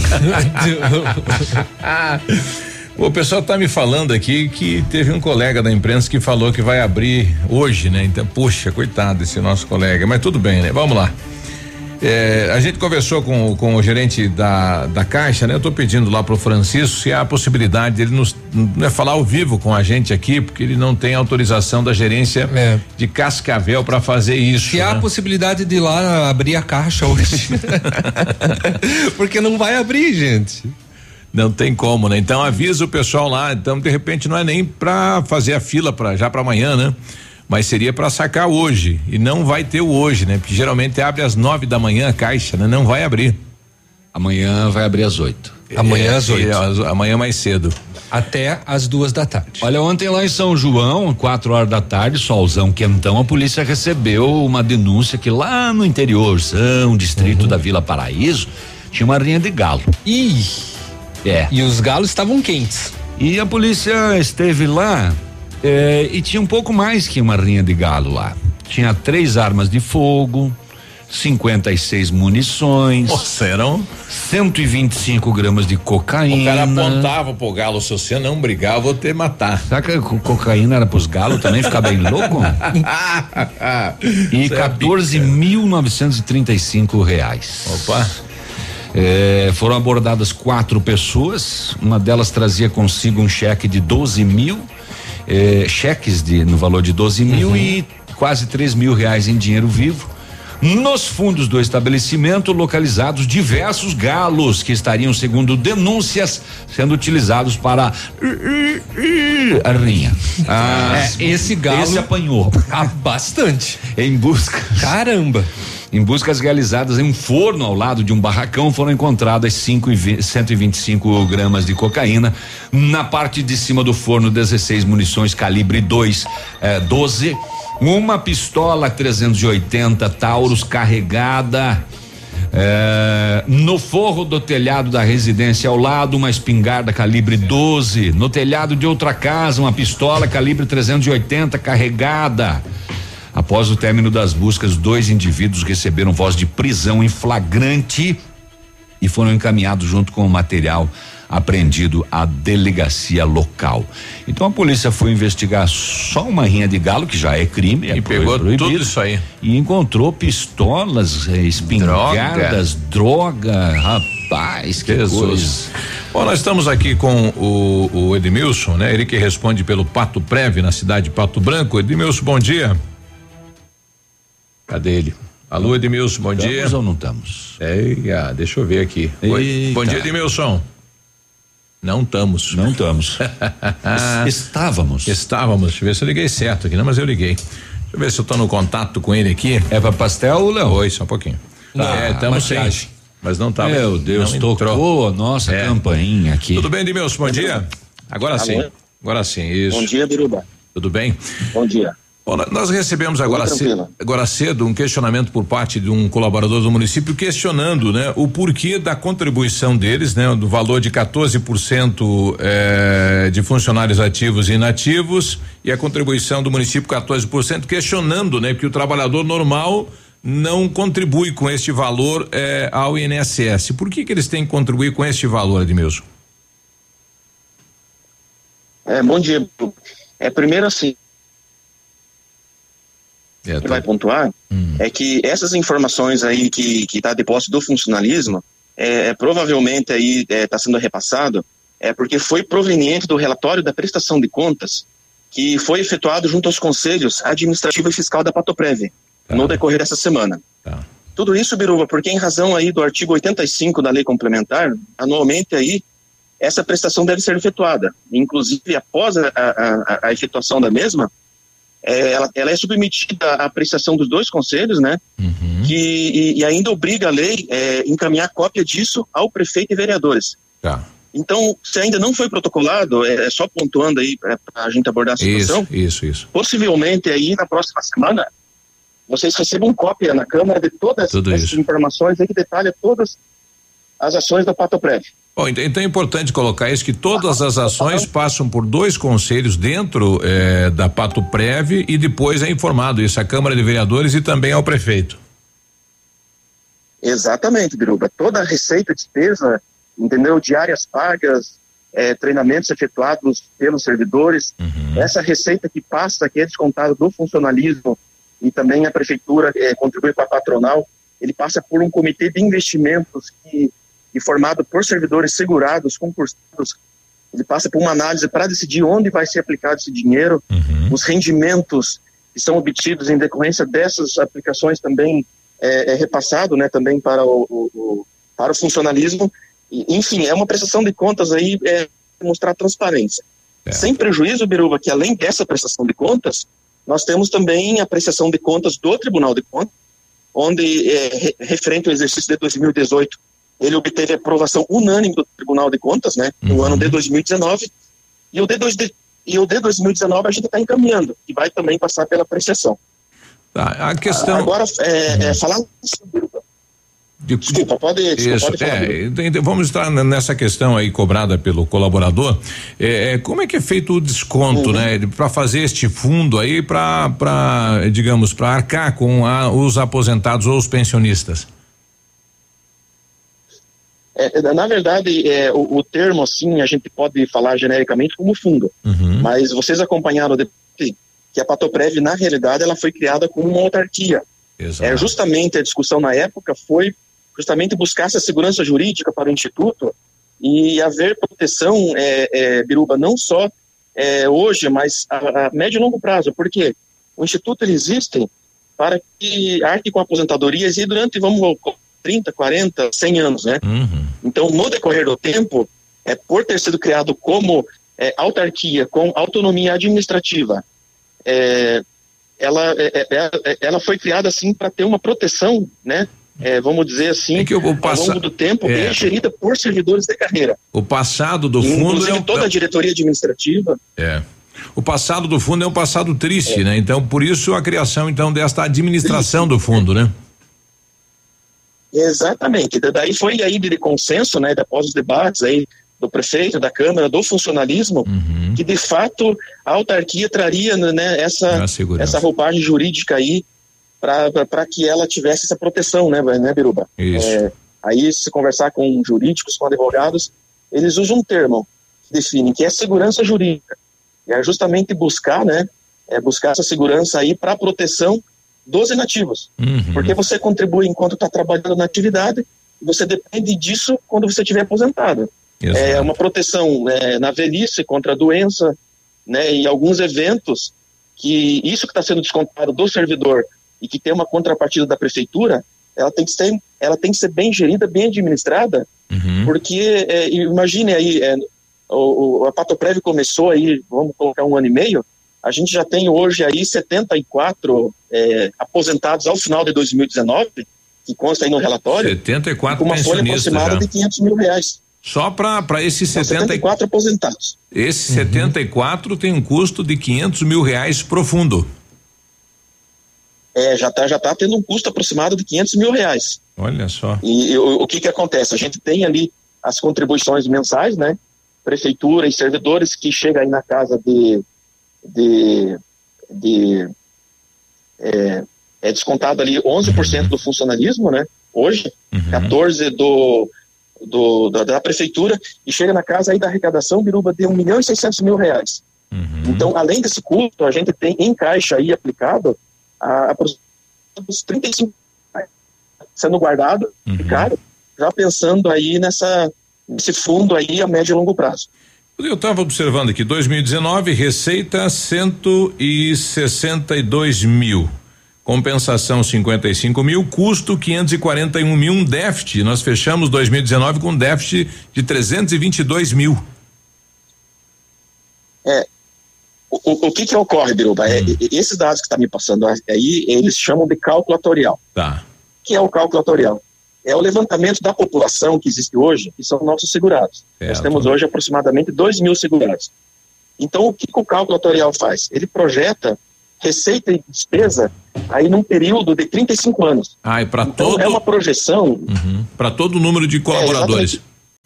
O pessoal tá me falando aqui que teve um colega da imprensa que falou que vai abrir hoje, né? Então, puxa, coitado desse nosso colega, mas tudo bem, né? Vamos lá. A gente conversou com o gerente da Caixa, né? Eu tô pedindo lá pro Francisco se há a possibilidade dele nos falar ao vivo com a gente aqui, porque ele não tem autorização da gerência de Cascavel para fazer isso. Se há a possibilidade de ir lá abrir a caixa hoje. Porque não vai abrir, gente. Não tem como, né? Então avisa o pessoal lá, então de repente não é nem pra fazer a fila já pra amanhã, né? Mas seria para sacar hoje e não vai ter o hoje, né? Porque geralmente abre às 9 da manhã a Caixa, né? Não vai abrir. Amanhã vai abrir às 8. Amanhã às 8. Amanhã mais cedo. Até às 2 da tarde. Olha, ontem lá em São João, 4 horas da tarde, solzão quentão, a polícia recebeu uma denúncia que lá no interiorzão, distrito da Vila Paraíso, tinha uma rinha de galo. E os galos estavam quentes. E a polícia esteve lá e tinha um pouco mais que uma rinha de galo lá. Tinha 3 armas de fogo, 56 munições. Nossa, eram 125 gramas de cocaína. O cara apontava pro galo, se você não brigar, eu vou te matar. Será que a cocaína era pros galos também ficar bem louco? E R$14.935. Opa. Foram abordadas 4 pessoas, uma delas trazia consigo um cheque de 12 mil, cheques no valor de 12 mil e quase R$3.000 em dinheiro vivo. Nos fundos do estabelecimento localizados diversos galos que estariam, segundo denúncias, sendo utilizados para a rinha. Esse galo. Esse apanhou. Bastante. Em busca. Caramba. Em buscas realizadas em um forno ao lado de um barracão, foram encontradas 125 gramas de cocaína. Na parte de cima do forno, 16 munições calibre 12, uma pistola 380 Taurus carregada. No forro do telhado da residência ao lado, uma espingarda calibre 12. No telhado de outra casa, uma pistola calibre 380 carregada. Após o término das buscas, 2 indivíduos receberam voz de prisão em flagrante e foram encaminhados junto com o material apreendido à delegacia local. Então a polícia foi investigar só uma rinha de galo, que já é crime, e pegou tudo isso aí. E encontrou pistolas, espingardas, droga, rapaz, que coisa. Bom, nós estamos aqui com o Edmilson, né? Ele que responde pelo Pato Prev na cidade de Pato Branco. Edmilson, bom dia. Cadê ele? Alô, Edmilson, bom dia. Estamos ou não estamos? Deixa eu ver aqui. Oi. Bom dia, Edmilson. Não estamos. Estávamos. Deixa eu ver se eu liguei certo aqui, não, mas eu liguei. Deixa eu ver se eu tô no contato com ele aqui. É pra pastel, Léo? Oi, só um pouquinho. Estamos sem. Mas não tava. Meu Deus, tocou a nossa campainha aqui. Tudo bem, Edmilson, bom dia? Agora sim, isso. Bom dia, Biruba. Tudo bem? Bom dia. Bom, nós recebemos agora cedo um questionamento por parte de um colaborador do município questionando, né, o porquê da contribuição deles, né, do valor de 14% de funcionários ativos e inativos e a contribuição do município 14%, questionando, né, que o trabalhador normal não contribui com este valor ao INSS. Por que eles têm que contribuir com este valor, Edmilson? Bom dia. Primeiro assim, que vai pontuar é que essas informações aí que está de posse do funcionalismo provavelmente aí está sendo repassado porque foi proveniente do relatório da prestação de contas que foi efetuado junto aos conselhos administrativo e fiscal da Patoprev no decorrer dessa semana. Tudo isso, Biruba, porque em razão aí do artigo 85 da lei complementar, anualmente aí essa prestação deve ser efetuada, inclusive após a efetuação da mesma, ela é submetida à apreciação dos 2 conselhos, né? E ainda obriga a lei encaminhar cópia disso ao prefeito e vereadores. Então, se ainda não foi protocolado, só pontuando aí para a gente abordar a situação. Isso. Possivelmente aí na próxima semana vocês recebam cópia na Câmara de todas essas informações aí que detalha todas as ações da Patoprev. Bom, então é importante colocar isso, que todas as ações passam por 2 conselhos dentro da Patoprev e depois é informado isso à Câmara de Vereadores e também ao prefeito. Exatamente, Biruba. Toda a receita e despesa, entendeu? Diárias pagas, treinamentos efetuados pelos servidores, essa receita que passa, que é descontada do funcionalismo e também a prefeitura contribui com a patronal, ele passa por um comitê de investimentos e formado por servidores segurados, concursados, ele passa por uma análise para decidir onde vai ser aplicado esse dinheiro, os rendimentos que são obtidos em decorrência dessas aplicações também é repassado, né, também para o funcionalismo, enfim, é uma prestação de contas aí, mostrar transparência. Sem prejuízo, Biruba, que além dessa prestação de contas, nós temos também a prestação de contas do Tribunal de Contas, onde, referente ao exercício de 2018, ele obteve aprovação unânime do Tribunal de Contas, né, no ano de 2019, e o de 2019 a gente está encaminhando, e vai também passar pela apreciação. A questão... Agora, falar... Desculpa, pode falar. Vamos estar nessa questão aí cobrada pelo colaborador. Como é que é feito o desconto, né? Para fazer este fundo aí para arcar com os aposentados ou os pensionistas? Na verdade, o termo, assim, a gente pode falar genericamente como fundo, mas vocês acompanharam que a Patoprev, na realidade, ela foi criada como uma autarquia. Justamente a discussão na época foi justamente buscar essa segurança jurídica para o Instituto e haver proteção, Biruba, não só hoje, mas a médio e longo prazo, porque o Instituto ele existe para que arque com aposentadorias e durante, 30, 40, 100 anos, né? Então, no decorrer do tempo, por ter sido criado como autarquia, com autonomia administrativa, ela foi criada assim para ter uma proteção, né? Vamos dizer assim, ao longo do tempo, e gerida por servidores de carreira. O passado do fundo, inclusive toda a diretoria administrativa. O passado do fundo é um passado triste, né? Então, por isso a criação então desta administração do fundo, né? Exatamente. Daí foi aí de consenso, né? Após os debates aí do prefeito, da Câmara, do funcionalismo, que de fato a autarquia traria, né, essa roupagem jurídica aí para que ela tivesse essa proteção, né, Biruba? Isso. Aí, se conversar com jurídicos, com advogados, eles usam um termo que define que é segurança jurídica. E é justamente buscar, né, buscar essa segurança aí para a proteção dos inativos. Porque você contribui enquanto está trabalhando na atividade e você depende disso quando você estiver aposentado. É uma proteção na velhice contra a doença, né, e alguns eventos que isso que está sendo descontado do servidor e que tem uma contrapartida da prefeitura, ela tem que ser bem gerida, bem administrada, porque imagine aí, a Patoprev começou aí, vamos colocar 1 ano e meio, a gente já tem hoje aí 74 aposentados ao final de 2019, que consta aí no relatório, 74 com uma folha aproximada de R$500 mil. Só para esses 74 aposentados. Esses 74 tem um custo de R$500 mil pro fundo. Já tá tendo um custo aproximado de R$500 mil. Olha só. E o que acontece? A gente tem ali as contribuições mensais, né? Prefeitura e servidores que chega aí na casa é descontado ali 11% do funcionalismo, né? Hoje, 14% da prefeitura, e chega na casa aí da arrecadação, Biruba, de R$1.600.000. Então, além desse custo, a gente tem em caixa aí aplicado os 35 sendo guardado, caro, já pensando aí nesse fundo aí a médio e longo prazo. Eu estava observando aqui, 2019, receita 162 mil, compensação 55 mil, custo 541 mil, um déficit. Nós fechamos 2019 com um déficit de 322 mil. O que ocorre, Biruba? Esses dados que está me passando aí, eles chamam de cálculo atorial. Tá. O que é o cálculo atorial? É o levantamento da população que existe hoje, que são nossos segurados. Nós temos hoje aproximadamente 2.000 segurados. Então, o que o cálculo atorial faz? Ele projeta receita e despesa aí num período de 35 anos. E para então, é uma projeção para todo o número de colaboradores.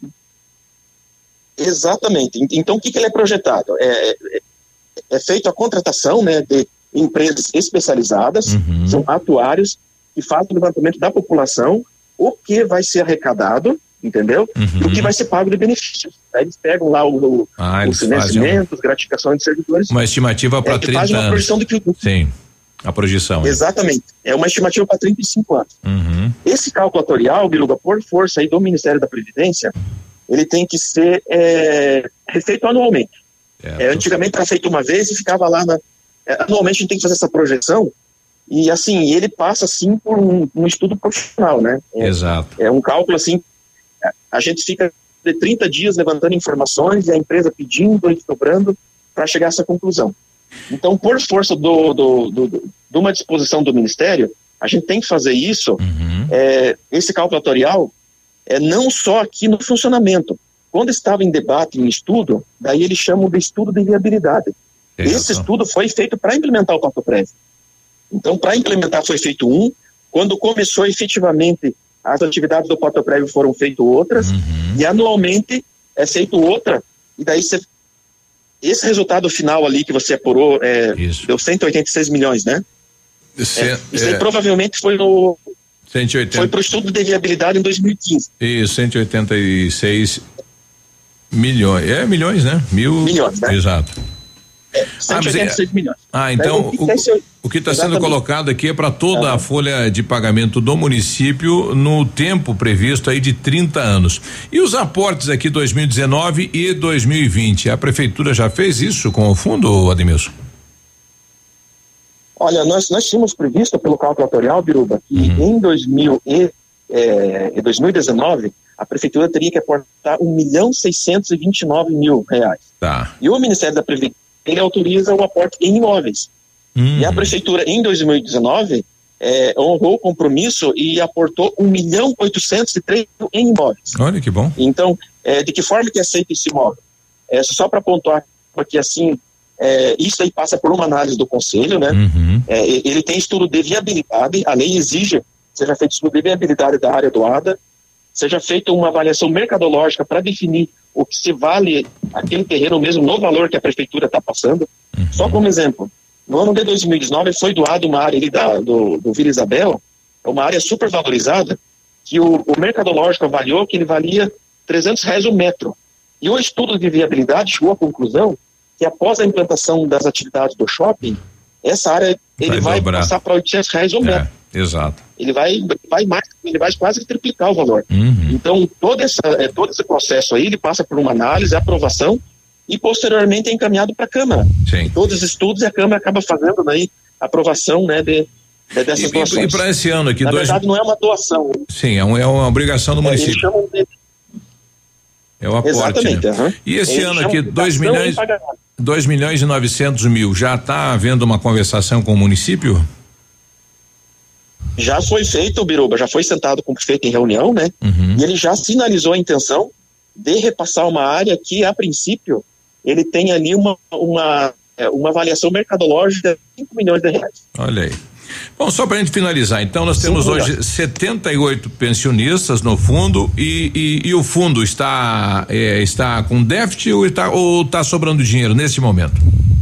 Exatamente. Então, o que ele é projetado? É feita a contratação, né, de empresas especializadas, são atuários que fazem o levantamento da população, o que vai ser arrecadado, entendeu? E o que vai ser pago de benefícios. Aí eles pegam lá os financiamentos, gratificações de servidores. Uma estimativa para 30 anos. Faz uma projeção de que... Sim, a projeção. Exatamente. É uma estimativa para 35 anos. Esse cálculo atorial, Biruba, por força aí do Ministério da Previdência, ele tem que ser refeito anualmente. Antigamente era feito uma vez e ficava lá anualmente a gente tem que fazer essa projeção e assim, ele passa assim por um estudo profissional, né? Exato. É um cálculo assim, a gente fica de 30 dias levantando informações e a empresa pedindo e cobrando para chegar a essa conclusão. Então, por força de uma disposição do Ministério, a gente tem que fazer isso, esse cálculo atorial, não só aqui no funcionamento. Quando estava em debate, em estudo, daí eles chamam de estudo de viabilidade. Esse estudo foi feito para implementar o Patoprev. Então, para implementar foi feito quando começou efetivamente as atividades do Patoprev foram feitas outras, e anualmente é feito outra, e daí esse resultado final ali que você apurou deu 186 milhões, né? Isso aí provavelmente foi no... 180. Foi para o estudo de viabilidade em 2015. Isso, 186 milhões. Milhões, né? Milhões, né? Exato. 186 milhões. Então o que está sendo colocado aqui é para toda a folha de pagamento do município no tempo previsto aí de 30 anos. E os aportes aqui 2019 e 2020, a prefeitura já fez isso com o fundo, Ademilson? Olha, nós tínhamos previsto pelo cálculo atuarial, Biruba, que em 2019 a prefeitura teria que aportar R$1.629.000. Tá. E o Ministério da Previdência, ele autoriza o aporte em imóveis. E a prefeitura, em 2019, honrou o compromisso e aportou R$1.803.000 em imóveis. Olha que bom. Então, de que forma que é aceito esse imóvel? Só para pontuar aqui assim, isso aí passa por uma análise do conselho, né? Ele tem estudo de viabilidade, a lei exige que seja feito estudo de viabilidade da área doada, seja feita uma avaliação mercadológica para definir o que se vale aquele terreno mesmo no valor que a prefeitura está passando. Só como exemplo, no ano de 2019 foi doado uma área ali do Vila Isabel, uma área super valorizada, que o mercadológico avaliou que ele valia R$300 o metro. E o estudo de viabilidade chegou à conclusão que após a implantação das atividades do shopping, essa área ele vai passar para R$800 o metro. Exato. Ele vai quase triplicar o valor. Então, todo esse processo aí, ele passa por uma análise, aprovação, e posteriormente é encaminhado para a Câmara. Sim. Todos os estudos, e a Câmara acaba fazendo daí a aprovação, né, dessas doações. E para esse ano aqui... Na verdade, não é uma doação. Sim, é uma obrigação do município. Eles chamam de... É o aporte, Exatamente. né? E esse ano aqui, 2.900.000, já está havendo uma conversação com o município? Já foi feito, Biruba, já foi sentado com o prefeito em reunião, né? E ele já sinalizou a intenção de repassar uma área que, a princípio, ele tem ali uma avaliação mercadológica de R$5 milhões. Olha aí. Bom, só para a gente finalizar, então nós temos hoje 78 pensionistas no fundo e o fundo está com déficit ou está sobrando dinheiro nesse momento?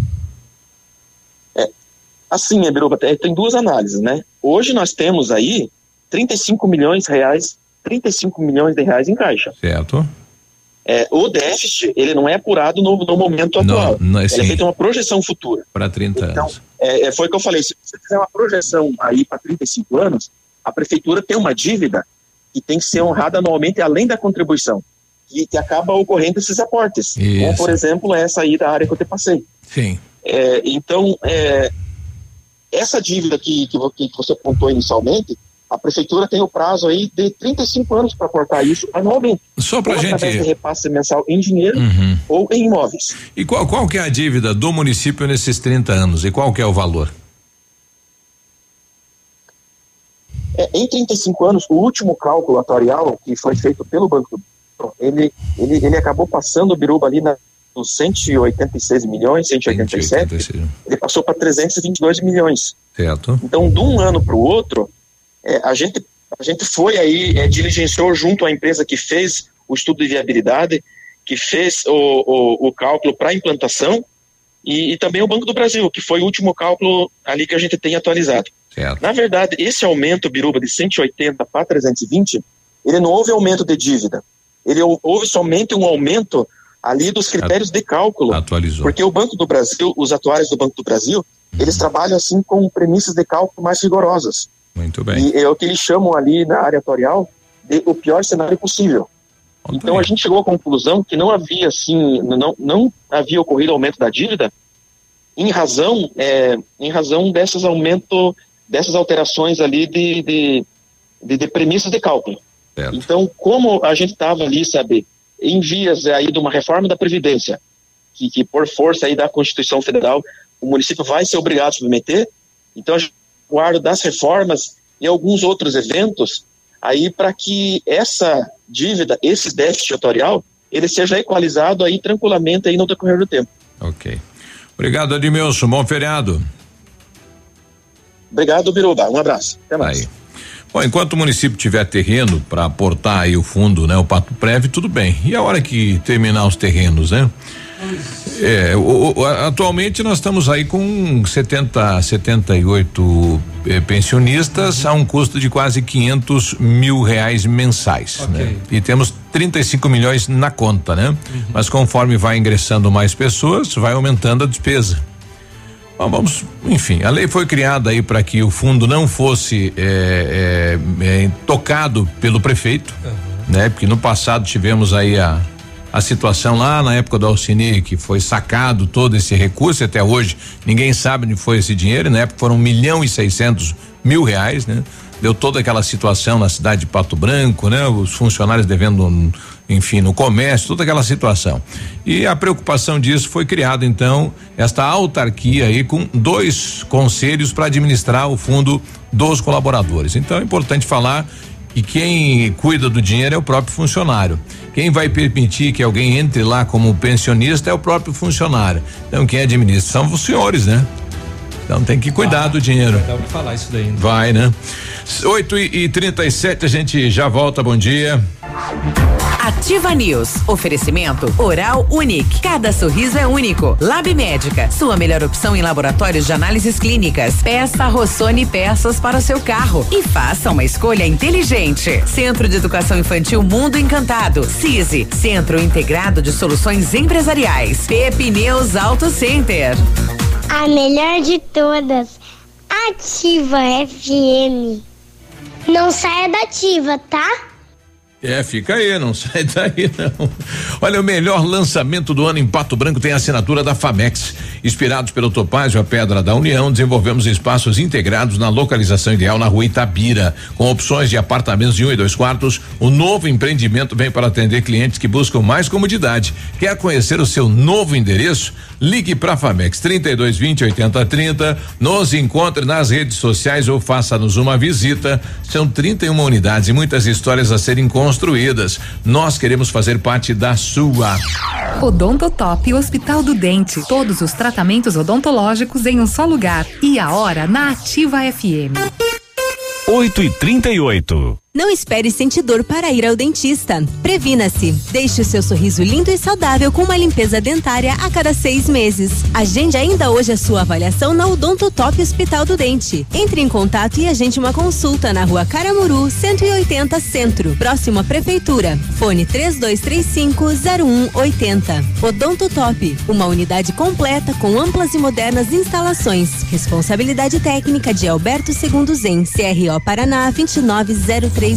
Assim, Biruba, tem duas análises, né? Hoje nós temos aí R$35 milhões de reais em caixa. Certo. O déficit, ele não é apurado no momento atual. Não, ele é feita uma projeção futura. Para 30 anos. Foi o que eu falei, se você fizer uma projeção aí para 35 anos, a prefeitura tem uma dívida que tem que ser honrada anualmente além da contribuição, que acaba ocorrendo esses aportes. Isso. Como, por exemplo, essa aí da área que eu te passei. Sim. Então, essa dívida que você apontou inicialmente, a prefeitura tem o prazo aí de 35 anos para aportar isso anualmente. Só para gente... através de repasse mensal em dinheiro ou em imóveis. E qual que é a dívida do município nesses 30 anos e qual que é o valor? Em 35 anos, o último cálculo atuarial que foi feito pelo Banco do ele acabou passando o Biruba ali nos 186 milhões, 187, ele passou para 322 milhões. Certo. Então, de um ano para o outro, a gente foi aí, diligenciou junto à empresa que fez o estudo de viabilidade, que fez o cálculo para implantação, e também o Banco do Brasil, que foi o último cálculo ali que a gente tem atualizado. Certo. Na verdade, esse aumento, Biruba, de 180 para 320, ele não houve aumento de dívida. Ele houve somente um aumento ali dos critérios de cálculo. Atualizou. Porque o Banco do Brasil, os atuários do Banco do Brasil, eles trabalham assim com premissas de cálculo mais rigorosas. Muito bem. E é o que eles chamam ali na área atuarial de o pior cenário possível. Então a gente chegou à conclusão que não havia assim, não havia ocorrido aumento da dívida em razão dessas alterações ali de premissas de cálculo. Certo. Então, como a gente estava ali, sabe, em vias aí de uma reforma da Previdência, que por força aí da Constituição Federal, o município vai ser obrigado a submeter, então a gente guarda das reformas e alguns outros eventos aí para que essa dívida, esse déficit atuarial, ele seja equalizado aí tranquilamente aí no decorrer do tempo. Ok. Obrigado, Edmilson. Bom feriado. Obrigado, Biruba. Um abraço. Até mais. Aí. Bom, enquanto o município tiver terreno para aportar aí o fundo, né, o Pato Prévio, tudo bem. E a hora que terminar os terrenos, né? Atualmente nós estamos aí com 78 pensionistas a um custo de quase R$500 mil mensais, okay, né? E temos 35 milhões na conta, né? Mas conforme vai ingressando mais pessoas, vai aumentando a despesa. Bom, vamos, enfim, a lei foi criada aí para que o fundo não fosse tocado pelo prefeito, né? Porque no passado tivemos aí a a situação lá na época do Alcine, que foi sacado todo esse recurso, até hoje ninguém sabe onde foi esse dinheiro, na época foram R$1.600.000, né? Deu toda aquela situação na cidade de Pato Branco, né? Os funcionários devendo, enfim, no comércio, toda aquela situação. E a preocupação disso foi criado, então, esta autarquia aí com 2 conselhos para administrar o fundo dos colaboradores. Então é importante falar que quem cuida do dinheiro é o próprio funcionário. Quem vai permitir que alguém entre lá como pensionista é o próprio funcionário. Então quem administra são os senhores, né? Então tem que cuidar do dinheiro. Vai dar o que falar isso daí. Né? Vai, né? 8h37, a gente já volta, bom dia. Ativa News. Oferecimento Oral Unique. Cada sorriso é único. Lab Médica. Sua melhor opção em laboratórios de análises clínicas. Peça Rossoni peças para o seu carro e faça uma escolha inteligente. Centro de Educação Infantil Mundo Encantado. CISI. Centro Integrado de Soluções Empresariais. Pepineus Auto Center. A melhor de todas. Ativa FM. Não saia da ativa, tá? Fica aí, não sai daí não. Olha, o melhor lançamento do ano em Pato Branco tem a assinatura da Famex. Inspirados pelo Topázio, a Pedra da União, desenvolvemos espaços integrados na localização ideal na Rua Itabira, com opções de apartamentos de 1 e 2 quartos. O novo empreendimento vem para atender clientes que buscam mais comodidade. Quer conhecer o seu novo endereço? Ligue para a Famex 3220-8030, nos encontre nas redes sociais ou faça-nos uma visita. São 31 unidades e muitas histórias a serem construídas. Nós queremos fazer parte da sua. Odontotop Hospital do Dente. Todos os tratamentos odontológicos em um só lugar. E a hora na Ativa FM. 8h38. Não espere sentir dor para ir ao dentista. Previna-se. Deixe o seu sorriso lindo e saudável com uma limpeza dentária a cada 6 meses. Agende ainda hoje a sua avaliação na Odontotop Hospital do Dente. Entre em contato e agende uma consulta na Rua Caramuru, 180 Centro, próximo à Prefeitura. Fone 3235-0180. Odontotop, uma unidade completa com amplas e modernas instalações. Responsabilidade técnica de Alberto Segundo Zen, CRO Paraná 29038.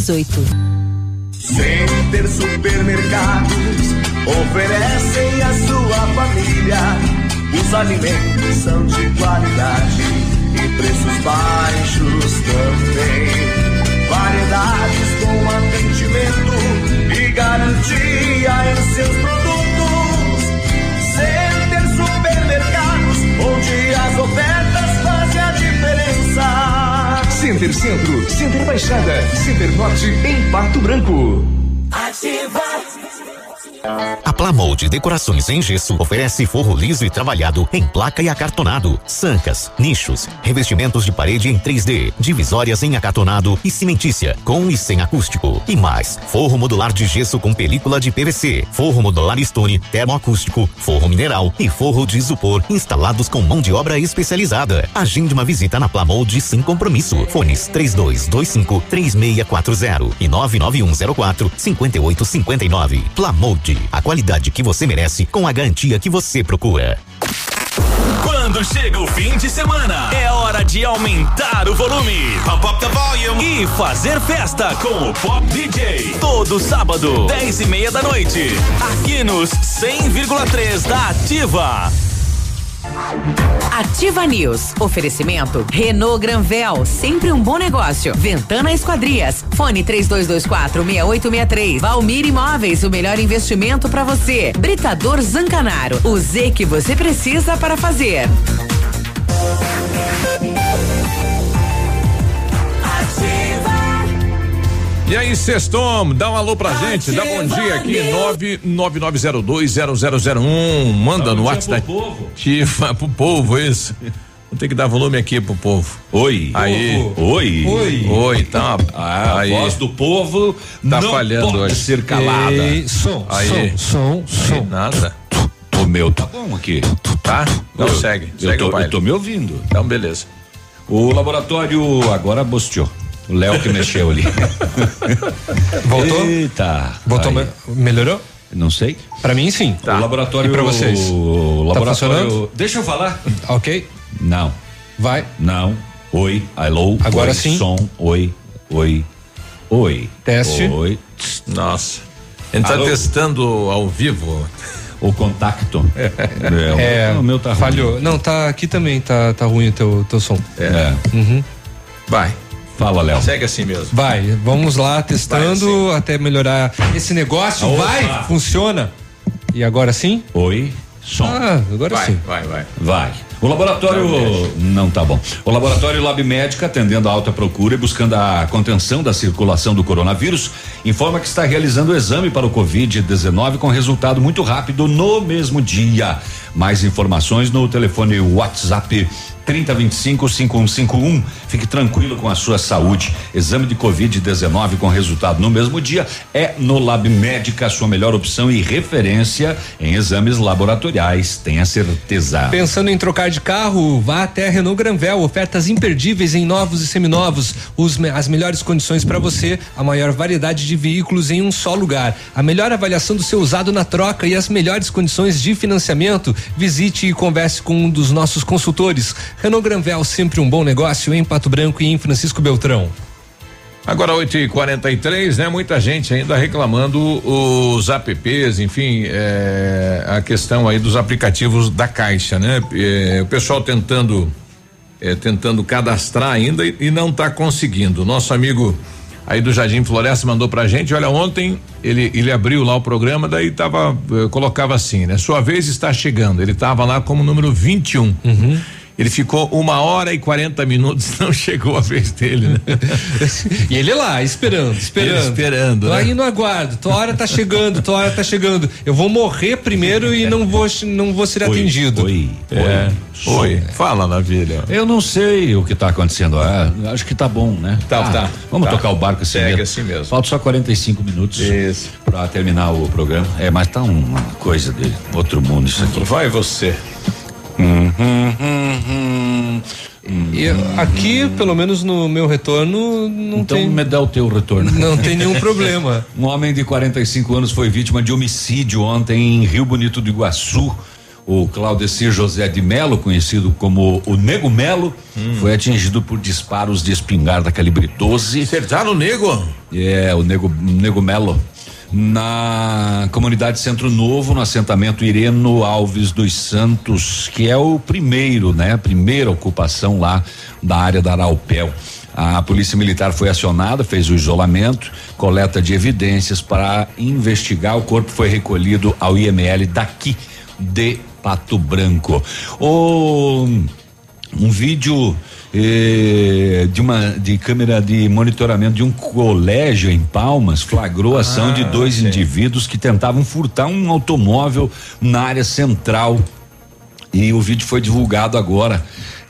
Center Supermercados oferecem à sua família. Os alimentos são de qualidade e preços baixos também. Variedades com atendimento e garantia em seus produtos. Center Supermercados, onde as ofertas fazem a diferença. Center Centro, Center Baixada, Center Norte em Pato Branco. Ativa. A Plamold Decorações em Gesso oferece forro liso e trabalhado em placa e acartonado, sancas, nichos, revestimentos de parede em 3D, divisórias em acartonado e cimentícia, com e sem acústico. E mais, forro modular de gesso com película de PVC, forro modular Stone, termoacústico, forro mineral e forro de isopor, instalados com mão de obra especializada. Agende uma visita na Plamold sem compromisso. Fones 3225-3640 e 99104-5859. Plamold, a qualidade que você merece com a garantia que você procura. Quando chega o fim de semana, é hora de aumentar o volume. Pump up the volume. E fazer festa com o Pop DJ. Todo sábado, 10:30 da noite. Aqui nos 100,3 da Ativa. Ativa News. Oferecimento Renault Granvel, sempre um bom negócio. Ventana Esquadrias. Fone 3224-6863. Valmir Imóveis, o melhor investimento para você. Britador Zancanaro, o Z que você precisa para fazer. E aí, sextom, dá um alô pra gente, dá bom dia aqui, 999020001, manda no WhatsApp. Pro povo, isso. Vou ter que dar volume aqui pro povo. Oi. Aí. Oi. Oi, tá. A voz do povo tá não falhando pode hoje. ser calada. Ei, som. Nada. O meu tá bom aqui. Tá? Então segue Eu tô me ouvindo. Então, beleza. O laboratório agora bosteou. O Léo que mexeu ali. Voltou? Eita. Voltou, melhorou? Não sei. Pra mim, sim. Tá. O laboratório. E pra vocês? O laboratório. Tá funcionando? Deixa eu falar. Ok. Não. Vai. Não. Oi. Alô. Agora oi, sim. Som. Oi. Oi. Oi. Teste. Oi. Nossa. A gente tá testando ao vivo. O contacto. O meu tá falhou. Ruim. Não, tá aqui também, tá ruim o teu som. Uhum. Vai. Fala, Léo. Segue assim mesmo. Vai, vamos lá testando assim, até melhorar esse negócio. Opa. Vai, funciona. E agora sim? Oi, som. Agora vai, sim. Vai. O laboratório não tá bom. O laboratório Lab Médica, atendendo a alta procura e buscando a contenção da circulação do coronavírus, informa que está realizando o exame para o Covid-19 com resultado muito rápido no mesmo dia. Mais informações no telefone WhatsApp 3025-5151. Fique tranquilo com a sua saúde. Exame de Covid-19 com resultado no mesmo dia é no Lab Médica, sua melhor opção e referência em exames laboratoriais. Tenha certeza. Pensando em trocar de carro, vá até a Renault Granvel. Ofertas imperdíveis em novos e seminovos. As melhores condições para você, a maior variedade de veículos em um só lugar. A melhor avaliação do seu usado na troca e as melhores condições de financiamento. Visite e converse com um dos nossos consultores. Renault Granvel, sempre um bom negócio em Pato Branco e em Francisco Beltrão. Agora 8h43, né? Muita gente ainda reclamando os apps, enfim, a questão aí dos aplicativos da Caixa, né? O pessoal tentando cadastrar ainda e não tá conseguindo. Nosso amigo aí do Jardim Floresta mandou pra gente, olha, ontem ele abriu lá o programa, daí colocava assim, né? Sua vez está chegando, ele tava lá como número 21. Ele ficou 1h40, não chegou a vez dele, né? E ele lá, esperando. Tô né? Aí no aguardo, tua hora tá chegando. Eu vou morrer primeiro e não vou ser atendido. Oi. Fala, Navilha. Eu não sei o que tá acontecendo. Acho que tá bom, né? Tá. Vamos tocar o barco assim mesmo. Assim mesmo. Falta só 45 minutos. Isso. Pra terminar o programa. Mas tá uma coisa de outro mundo isso aqui. Vai você. E aqui, pelo menos no meu retorno, não então tem. Me dá o teu retorno. Não tem nenhum problema. Um homem de 45 anos foi vítima de homicídio ontem em Rio Bonito do Iguaçu. O Claudecir José de Melo, conhecido como o Nego Melo, foi atingido por disparos de espingarda calibre 12. Acertaram o Nego? O Nego Melo. Na comunidade Centro Novo, no assentamento Ireno Alves dos Santos, que é o primeiro, né? A primeira ocupação lá da área da Araupel. A polícia militar foi acionada, fez o isolamento, coleta de evidências para investigar. O corpo foi recolhido ao IML daqui de Pato Branco. Um vídeo de câmera de monitoramento de um colégio em Palmas flagrou a ação de dois indivíduos que tentavam furtar um automóvel na área central, e o vídeo foi divulgado agora.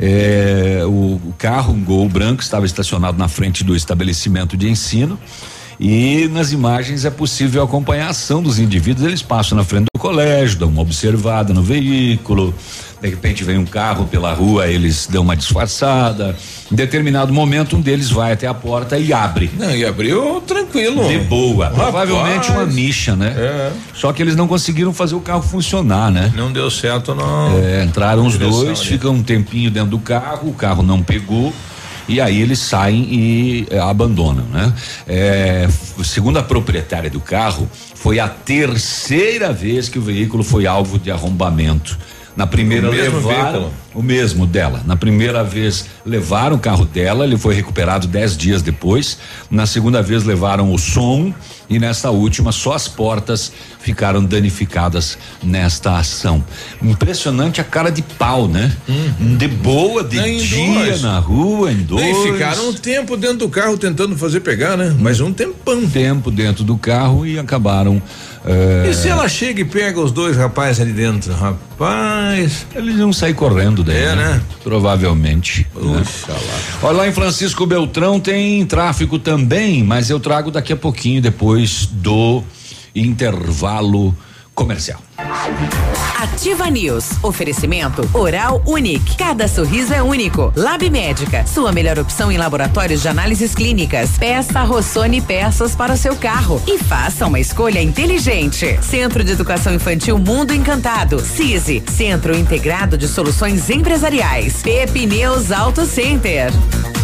O carro, um Gol branco, estava estacionado na frente do estabelecimento de ensino. E nas imagens é possível acompanhar a ação dos indivíduos. Eles passam na frente do colégio, dão uma observada no veículo. De repente vem um carro pela rua, eles dão uma disfarçada. Em determinado momento, um deles vai até a porta e abre. E abriu tranquilo. De boa. Provavelmente uma micha, né? Só que eles não conseguiram fazer o carro funcionar, né? Não deu certo, não. Entraram os dois, ficam um tempinho dentro do carro, o carro não pegou. E aí eles saem e abandonam, né? Segundo a proprietária do carro, foi a terceira vez que o veículo foi alvo de arrombamento. Na primeira levaram o mesmo dela. Na primeira vez levaram o carro dela, ele foi recuperado 10 dias depois. Na segunda vez levaram o som e nesta última só as portas ficaram danificadas nesta ação. Impressionante a cara de pau, né? De boa, de dia na rua, em dois. E ficaram um tempo dentro do carro tentando fazer pegar, né? Mas um tempão. Tempo dentro do carro e acabaram. E se ela chega e pega os dois rapazes ali dentro, rapaz? Eles vão sair correndo daí, né? Provavelmente. Puxa lá. Olha, lá em Francisco Beltrão tem tráfico também, mas eu trago daqui a pouquinho, depois do intervalo comercial. Ativa News. Oferecimento Oral Unique. Cada sorriso é único. Lab Médica. Sua melhor opção em laboratórios de análises clínicas. Peça Rossoni peças para o seu carro e faça uma escolha inteligente. Centro de Educação Infantil Mundo Encantado. CISI. Centro Integrado de Soluções Empresariais. Pepineus Auto Center.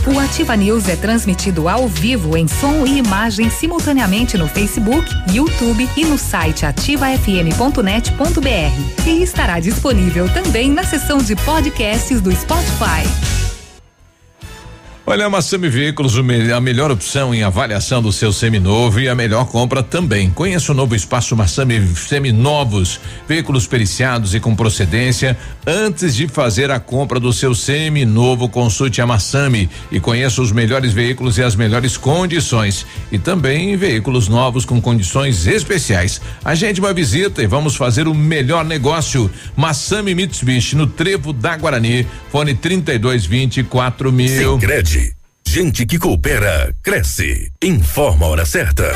O Ativa News é transmitido ao vivo em som e imagem simultaneamente no Facebook, YouTube e no site ativafm.net.br. E estará disponível também na seção de podcasts do Spotify. Olha, a Massami Veículos, a melhor opção em avaliação do seu seminovo e a melhor compra também. Conheça o novo espaço Massami Seminovos, veículos periciados e com procedência. Antes de fazer a compra do seu seminovo, consulte a Massami e conheça os melhores veículos e as melhores condições. E também veículos novos com condições especiais. Agende uma visita e vamos fazer o melhor negócio. Massami Mitsubishi, no Trevo da Guarani, fone 3224.000. Sicredi. Gente que coopera, cresce. Informa a hora certa.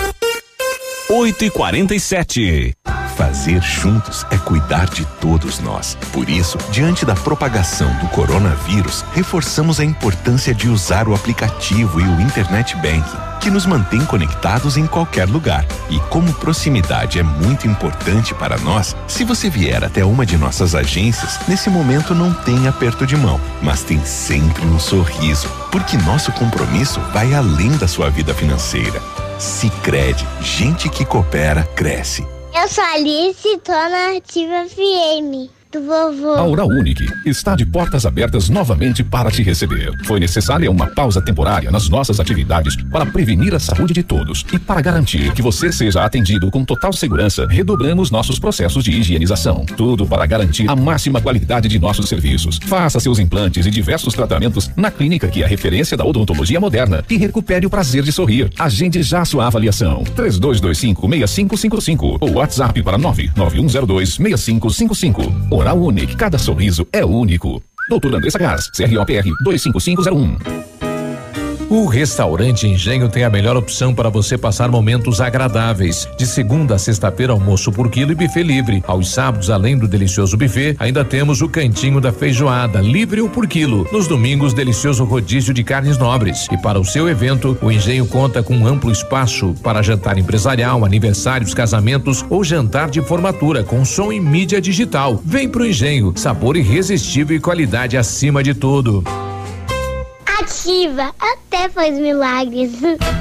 8h47. Fazer juntos é cuidar de todos nós. Por isso, diante da propagação do coronavírus, reforçamos a importância de usar o aplicativo e o Internet Banking, que nos mantém conectados em qualquer lugar. E como proximidade é muito importante para nós, se você vier até uma de nossas agências, nesse momento não tem aperto de mão, mas tem sempre um sorriso, porque nosso compromisso vai além da sua vida financeira. Sicredi, gente que coopera, cresce. Eu sou a Alice e tô na Ativa FM. Do vovô. A Oral Unique está de portas abertas novamente para te receber. Foi necessária uma pausa temporária nas nossas atividades para prevenir a saúde de todos e para garantir que você seja atendido com total segurança, redobramos nossos processos de higienização. Tudo para garantir a máxima qualidade de nossos serviços. Faça seus implantes e diversos tratamentos na clínica que é referência da odontologia moderna e recupere o prazer de sorrir. Agende já sua avaliação. 3225-6555 ou WhatsApp para 99102-6555. Oral Unique, cada sorriso é único. Doutor Andressa Gás, CROPR 25501. O restaurante Engenho tem a melhor opção para você passar momentos agradáveis. De segunda a sexta-feira, almoço por quilo e buffet livre. Aos sábados, além do delicioso buffet, ainda temos o cantinho da feijoada, livre ou por quilo. Nos domingos, delicioso rodízio de carnes nobres. E para o seu evento, o Engenho conta com um amplo espaço para jantar empresarial, aniversários, casamentos ou jantar de formatura com som e mídia digital. Vem pro Engenho, sabor irresistível e qualidade acima de tudo. Ativa, até faz milagres.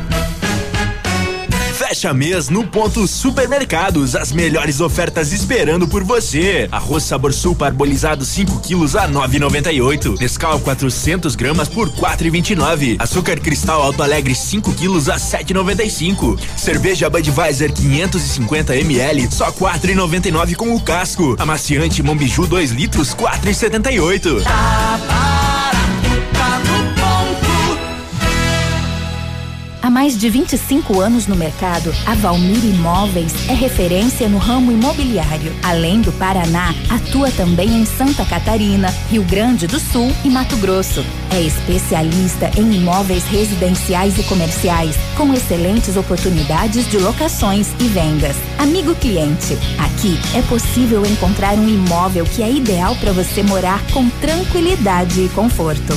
Fecha mês no Ponto Supermercados, as melhores ofertas esperando por você. Arroz Sabor Sul parbolizado 5 quilos a 9,98. Nescau 400 gramas por 4,29. Açúcar Cristal Alto Alegre 5 quilos a 7,95. Cerveja Budweiser 550 ml só 4,99 com o casco. Amaciante Monbiju 2 litros 4,78. Há mais de 25 anos no mercado, a Valmir Imóveis é referência no ramo imobiliário. Além do Paraná, atua também em Santa Catarina, Rio Grande do Sul e Mato Grosso. É especialista em imóveis residenciais e comerciais, com excelentes oportunidades de locações e vendas. Amigo cliente, aqui é possível encontrar um imóvel que é ideal para você morar com tranquilidade e conforto.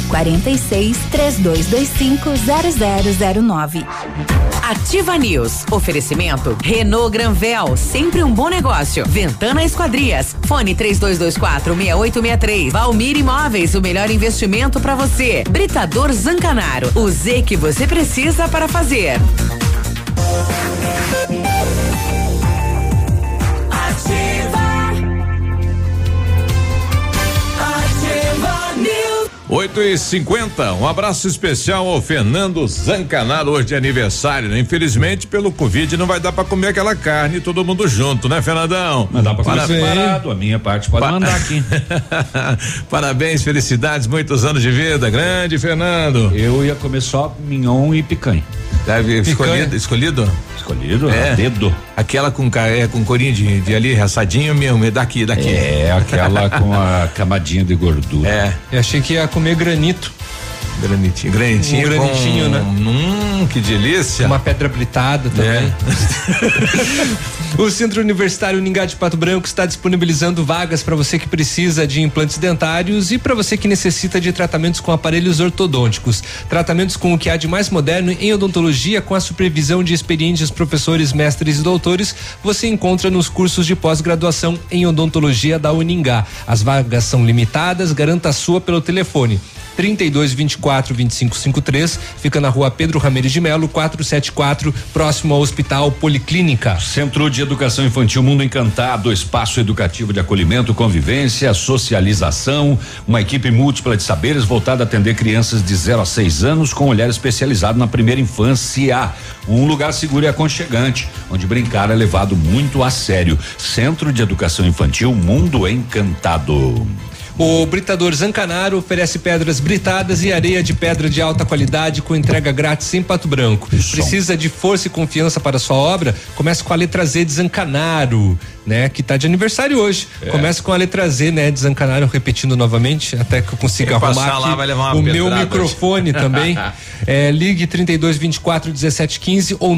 46-3225-0009. Ativa News. Oferecimento Renault Granvel, sempre um bom negócio. Ventana Esquadrias. Fone 3224-6863. Valmir Imóveis, o melhor investimento para você. Britador Zancanaro. O Z que você precisa para fazer. Ativa News. 8h50, um abraço especial ao Fernando Zancanaro, hoje de aniversário, né? Infelizmente, pelo Covid, não vai dar pra comer aquela carne todo mundo junto, né, Fernandão? Mas dá pra comer separado, a minha parte pode mandar aqui. Parabéns, felicidades, muitos anos de vida, grande Fernando. Eu ia comer só mignon e picanha. Deve escolhido? Escolhido, dedo. Aquela com corinho de ali, assadinho mesmo, daqui. É, aquela com a camadinha de gordura. É. Eu achei que ia comer granito. Granitinho com, né? Que delícia. Uma pedra britada também. O Centro Universitário Uningá de Pato Branco está disponibilizando vagas para você que precisa de implantes dentários e para você que necessita de tratamentos com aparelhos ortodônticos. Tratamentos com o que há de mais moderno em odontologia, com a supervisão de experientes professores, mestres e doutores, você encontra nos cursos de pós-graduação em odontologia da Uningá. As vagas são limitadas, garanta a sua pelo telefone 3224-2553, fica na rua Pedro Ramirez de Melo, 474, próximo ao Hospital Policlínica. Centro de Educação Infantil Mundo Encantado, espaço educativo de acolhimento, convivência, socialização, uma equipe múltipla de saberes voltada a atender crianças de 0 a 6 anos com olhar especializado na primeira infância. Um lugar seguro e aconchegante, onde brincar é levado muito a sério. Centro de Educação Infantil Mundo Encantado. O Britador Zancanaro oferece pedras britadas e areia de pedra de alta qualidade com entrega grátis em Pato Branco. Precisa de força e confiança para sua obra? Comece com a letra Z de Zancanaro, né? Que tá de aniversário hoje. Comece com a letra Z, né? De Zancanaro, repetindo novamente, até que eu consiga arrumar aqui lá, o meu microfone também. Ligue 3224-1715 ou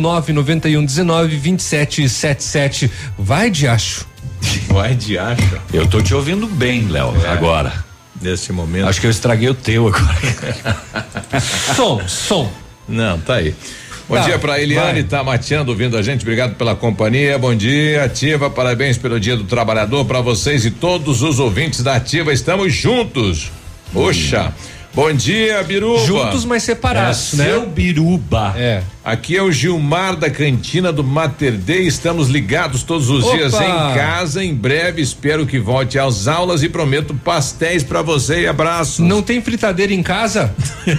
99119-2777. Vai, Diacho. Vai de acha. Eu tô te ouvindo bem, Léo, agora. Nesse momento. Acho que eu estraguei o teu agora. Som. Não, tá aí. Bom dia pra Eliane, tá mateando, ouvindo a gente, obrigado pela companhia, bom dia, Ativa, parabéns pelo Dia do Trabalhador pra vocês e todos os ouvintes da Ativa, estamos juntos. Poxa. Bom dia, Biruba. Juntos, mas separados, né? Seu Biruba. Aqui é o Gilmar da cantina do Mater Dei. Estamos ligados todos os dias em casa. Em breve espero que volte às aulas e prometo pastéis pra você e abraço. Não tem fritadeira em casa?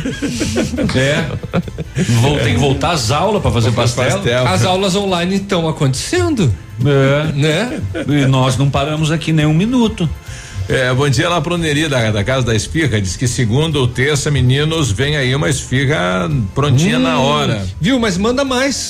Tem que voltar às aulas pra fazer pastel. As aulas online estão acontecendo. Né? E nós não paramos aqui nem um minuto. Bom dia lá pro Neri da Casa da Esfirra, diz que segunda ou terça, meninos, vem aí uma esfirra prontinha na hora. Viu, mas manda mais.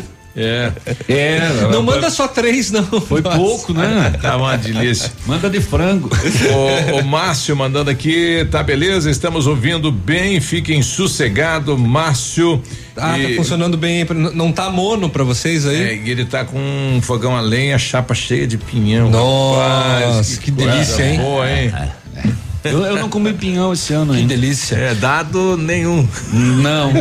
Não manda só 3, não. Foi pouco, né? Tá uma delícia. Manda de frango. O Márcio mandando aqui, tá beleza, estamos ouvindo bem, fiquem sossegados, Márcio. Tá funcionando bem, não tá mono pra vocês aí? Ele tá com um fogão a lenha, chapa cheia de pinhão. Nossa, rapaz, que delícia, hein? Boa, hein? Eu não comi pinhão esse ano, hein? Que delícia. Dado nenhum. Não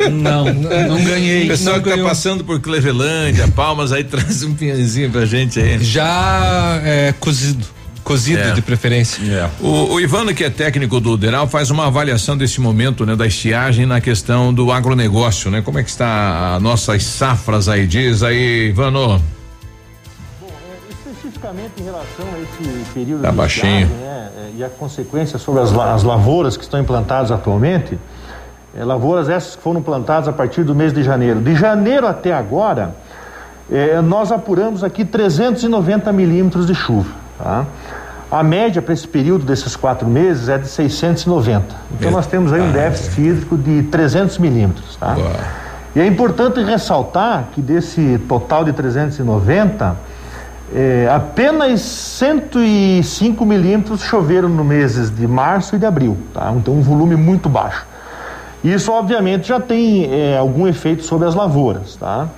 ganhei. O pessoal que tá passando por Clevelândia, Palmas, aí traz um pinhãozinho pra gente aí. Já cozido de preferência. O Ivano, que é técnico do Uderal, faz uma avaliação desse momento, né, da estiagem na questão do agronegócio, né? Como é que está as nossas safras aí? Diz aí, Ivano. Bom, especificamente em relação a esse período de estiagem, né, e a consequência sobre as lavouras que estão implantadas atualmente, lavouras essas que foram plantadas a partir do mês de janeiro. De janeiro até agora, nós apuramos aqui 390 milímetros de chuva, tá? A média para esse período desses 4 meses é de 690. Então nós temos aí um déficit hídrico de 300 milímetros, tá? E é importante ressaltar que desse total de 390, apenas 105 milímetros choveram no meses de março e de abril, tá? Então um volume muito baixo. Isso obviamente já tem algum efeito sobre as lavouras, tá?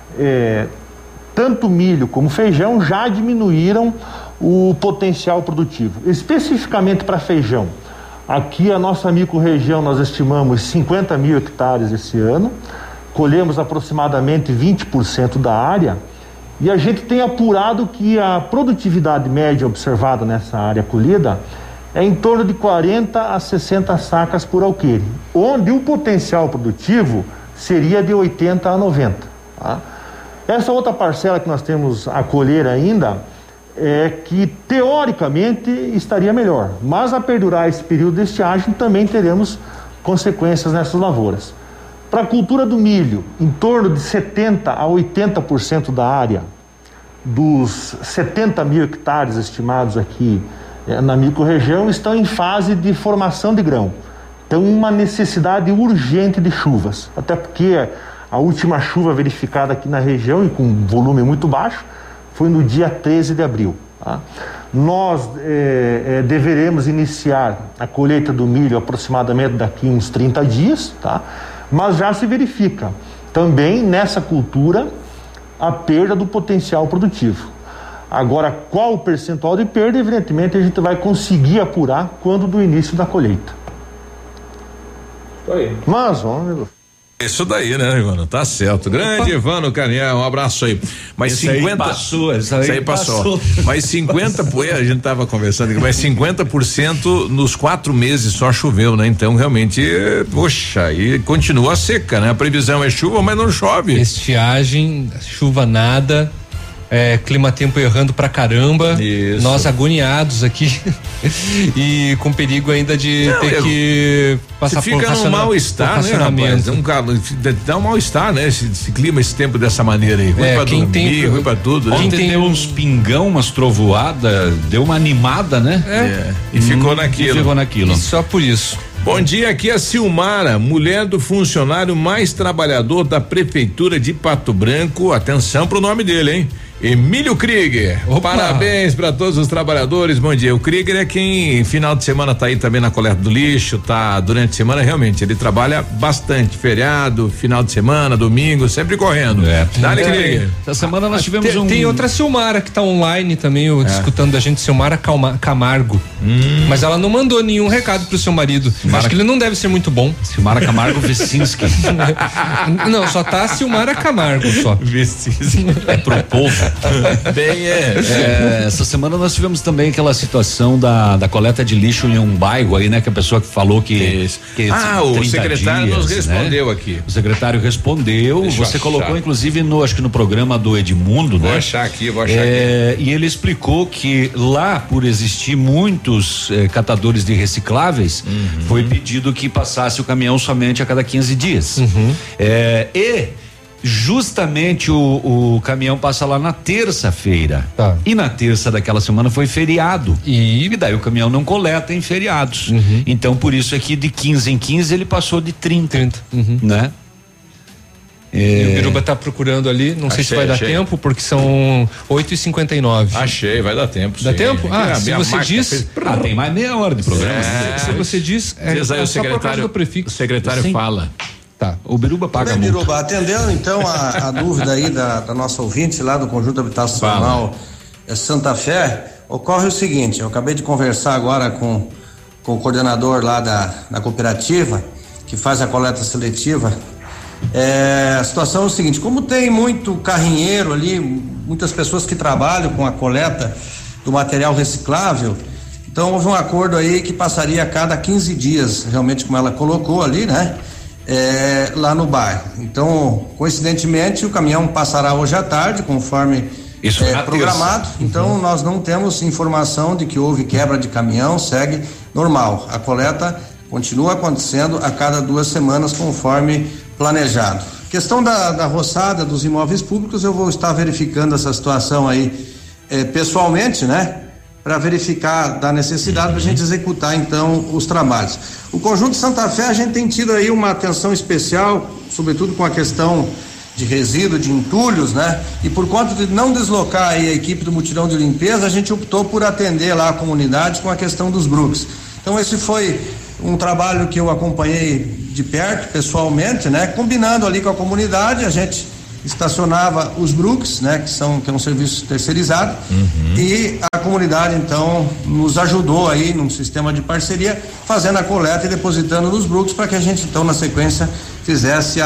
Tanto milho como feijão já diminuíram o potencial produtivo. Especificamente para feijão, aqui a nossa microrregião nós estimamos 50 mil hectares esse ano, colhemos aproximadamente 20% da área e a gente tem apurado que a produtividade média observada nessa área colhida é em torno de 40 a 60 sacas por alqueire, onde o potencial produtivo seria de 80 a 90. Tá? Essa outra parcela que nós temos a colher ainda é que teoricamente estaria melhor, mas a perdurar esse período de estiagem também teremos consequências nessas lavouras. Para a cultura do milho, em torno de 70 a 80% da área dos 70 mil hectares estimados aqui na microrregião estão em fase de formação de grão. Então uma necessidade urgente de chuvas, até porque a última chuva verificada aqui na região e com volume muito baixo foi no dia 13 de abril. Tá? Nós deveremos iniciar a colheita do milho aproximadamente daqui uns 30 dias, tá? Mas já se verifica também nessa cultura a perda do potencial produtivo. Agora, qual o percentual de perda, evidentemente a gente vai conseguir apurar quando do início da colheita. Foi. Mas, vamos Isso daí, né, Ivano? Tá certo. Grande Ivano Caniel, um abraço aí. Mas Esse 50. aí passou, isso aí passou. Mas 50, a gente tava conversando aqui, mas 50% nos 4 meses só choveu, né? Então, realmente, poxa, e continua seca, né? A previsão é chuva, mas não chove. Estiagem, chuva nada. Clima-tempo errando pra caramba. Isso. Nós agoniados aqui e com perigo ainda de ter que passar por fica um mal-estar, né, rapaz? Dá um mal-estar, né? Esse clima, esse tempo dessa maneira aí. Ruim pra dormir, ruim pra tudo. Ontem deu uns pingão, umas trovoadas, deu uma animada, né? E ficou naquilo. E só por isso. Bom dia, aqui é a Silmara, mulher do funcionário mais trabalhador da prefeitura de Pato Branco. Atenção pro nome dele, hein? Emílio Krieger. Opa. Parabéns para todos os trabalhadores. Bom dia. O Krieger é quem final de semana tá aí também na coleta do lixo, tá durante a semana, realmente, ele trabalha bastante, feriado, final de semana, domingo, sempre correndo. Dá-lhe, Krieger. Essa semana nós tivemos Tem outra Silmara que tá online também, escutando a gente, Silmara Camargo. Mas ela não mandou nenhum recado pro seu marido. Acho que ele não deve ser muito bom. Silmara Camargo Vecinski. Não, só tá a Silmara Camargo só. Vecinski. É pro povo. Bem, essa semana nós tivemos também aquela situação da coleta de lixo em um bairro aí, né? Que a pessoa que falou que o secretário nos respondeu aqui. O secretário respondeu, você colocou inclusive acho que no programa do Edmundo, né? Vou achar aqui. E ele explicou que lá, por existir muitos catadores de recicláveis, foi pedido que passasse o caminhão somente a cada 15 dias. Justamente o caminhão passa lá na terça-feira. E na terça daquela semana foi feriado. E daí o caminhão não coleta em feriados. Então por isso aqui de 15 em 15 ele passou de 30. Né? E o Biruba tá procurando ali, não sei se vai dar tempo, porque são 8h59. Achei, vai dar tempo. Dá tempo? Se você diz. Tem mais meia hora de programa. Se você diz. Diz aí o secretário fala. Tá. O Biruba paga a multa. Biruba, atendendo então a dúvida aí da nossa ouvinte lá do Conjunto Habitacional Santa Fé, ocorre o seguinte: eu acabei de conversar agora com o coordenador lá da cooperativa que faz a coleta seletiva. A situação é o seguinte: como tem muito carrinheiro ali, muitas pessoas que trabalham com a coleta do material reciclável, então houve um acordo aí que passaria a cada 15 dias, realmente como ela colocou ali, né? Lá no bairro. Então, coincidentemente, o caminhão passará hoje à tarde, conforme programado. Então, nós não temos informação de que houve quebra de caminhão, segue normal. A coleta continua acontecendo a cada 2 semanas, conforme planejado. Questão da roçada dos imóveis públicos, eu vou estar verificando essa situação aí pessoalmente, né? Para verificar da necessidade para a gente executar então os trabalhos. O Conjunto Santa Fé, a gente tem tido aí uma atenção especial, sobretudo com a questão de resíduo, de entulhos, né? E por conta de não deslocar aí a equipe do mutirão de limpeza, a gente optou por atender lá a comunidade com a questão dos brooks. Então esse foi um trabalho que eu acompanhei de perto, pessoalmente, né? Combinando ali com a comunidade, a gente estacionava os brooks, né? Que é um serviço terceirizado, e a comunidade então nos ajudou aí num sistema de parceria, fazendo a coleta e depositando nos brooks para que a gente então na sequência fizesse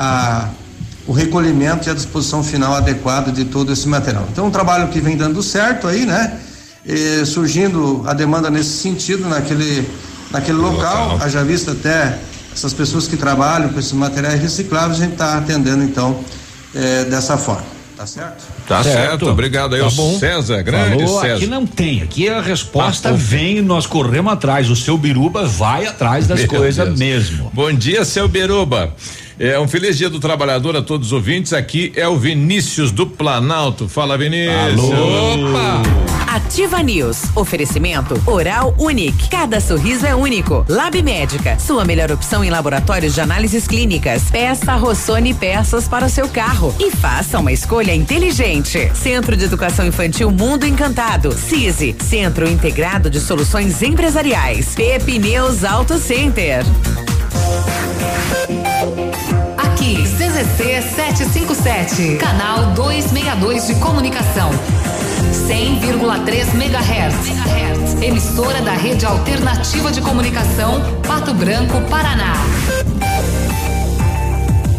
o recolhimento e a disposição final adequada de todo esse material. Então um trabalho que vem dando certo aí, né? Surgindo a demanda nesse sentido naquele local, haja vista até essas pessoas que trabalham com esses materiais recicláveis, a gente está atendendo então dessa forma, tá certo? Tá certo, obrigado aí, tá bom. César, grande Falou, César. Aqui não tem, aqui a resposta vem, nós corremos atrás, o seu Biruba vai atrás das coisas mesmo. Bom dia, seu Biruba. Um feliz dia do trabalhador a todos os ouvintes. Aqui é o Vinícius do Planalto. Fala, Vinícius. Alô. Opa! Ativa News. Oferecimento Oral Unique. Cada sorriso é único. Lab Médica. Sua melhor opção em laboratórios de análises clínicas. Peça Rossoni peças para o seu carro e faça uma escolha inteligente. Centro de Educação Infantil Mundo Encantado. CISI. Centro Integrado de Soluções Empresariais. Pepineus Auto Center. Aqui, CZC 757, canal 262 de comunicação. 100,3 MHz. Emissora da Rede Alternativa de Comunicação, Pato Branco, Paraná.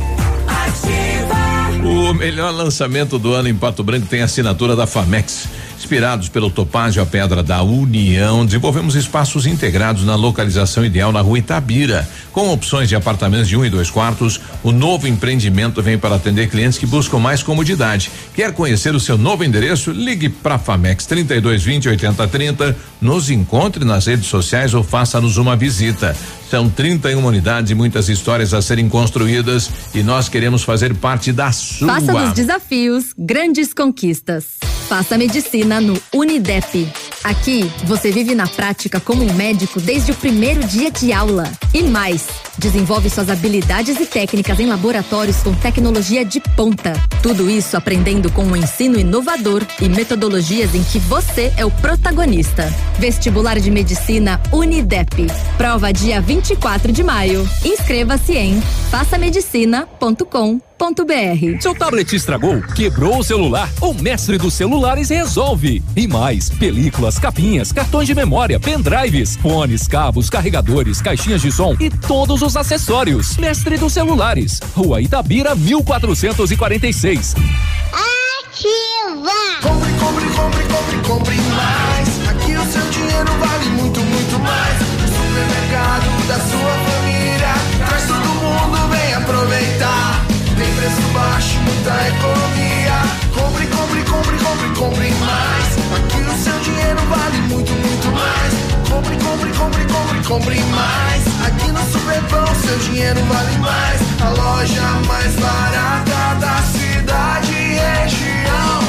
O melhor lançamento do ano em Pato Branco tem a assinatura da Famex. Inspirados pelo Topázio, a Pedra da União, desenvolvemos espaços integrados na localização ideal na Rua Itabira. Com opções de apartamentos de 1 e 2 quartos, o novo empreendimento vem para atender clientes que buscam mais comodidade. Quer conhecer o seu novo endereço? Ligue para Famex 3220-8030, nos encontre nas redes sociais ou faça-nos uma visita. São 31 unidades e muitas histórias a serem construídas e nós queremos fazer parte da sua. Faça dos desafios grandes conquistas. Faça medicina no Unidep. Aqui, você vive na prática como um médico desde o primeiro dia de aula. E mais, desenvolve suas habilidades e técnicas em laboratórios com tecnologia de ponta. Tudo isso aprendendo com um ensino inovador e metodologias em que você é o protagonista. Vestibular de Medicina Unidep. Prova dia 24 de maio. Inscreva-se em façamedicina.com.br. Seu tablet estragou? Quebrou o celular? O mestre dos celulares resolve. E mais, películas, capinhas, cartões de memória, pendrives, fones, cabos, carregadores, caixinhas de som e todos os acessórios. Mestre dos celulares, Rua Itabira 1446. Ativa! Compre, compre, compre, compre, compre mais. Aqui o seu dinheiro vale muito, muito mais. O supermercado da sua família. Traz todo mundo, vem aproveitar. Tem preço baixo, muita economia. Compre, compre, compre, compre, compre mais. Aqui o seu dinheiro vale muito, muito mais. Compre, compre, compre, compre, compre mais. Aqui no Superpão seu dinheiro vale mais. A loja mais barata da cidade e região.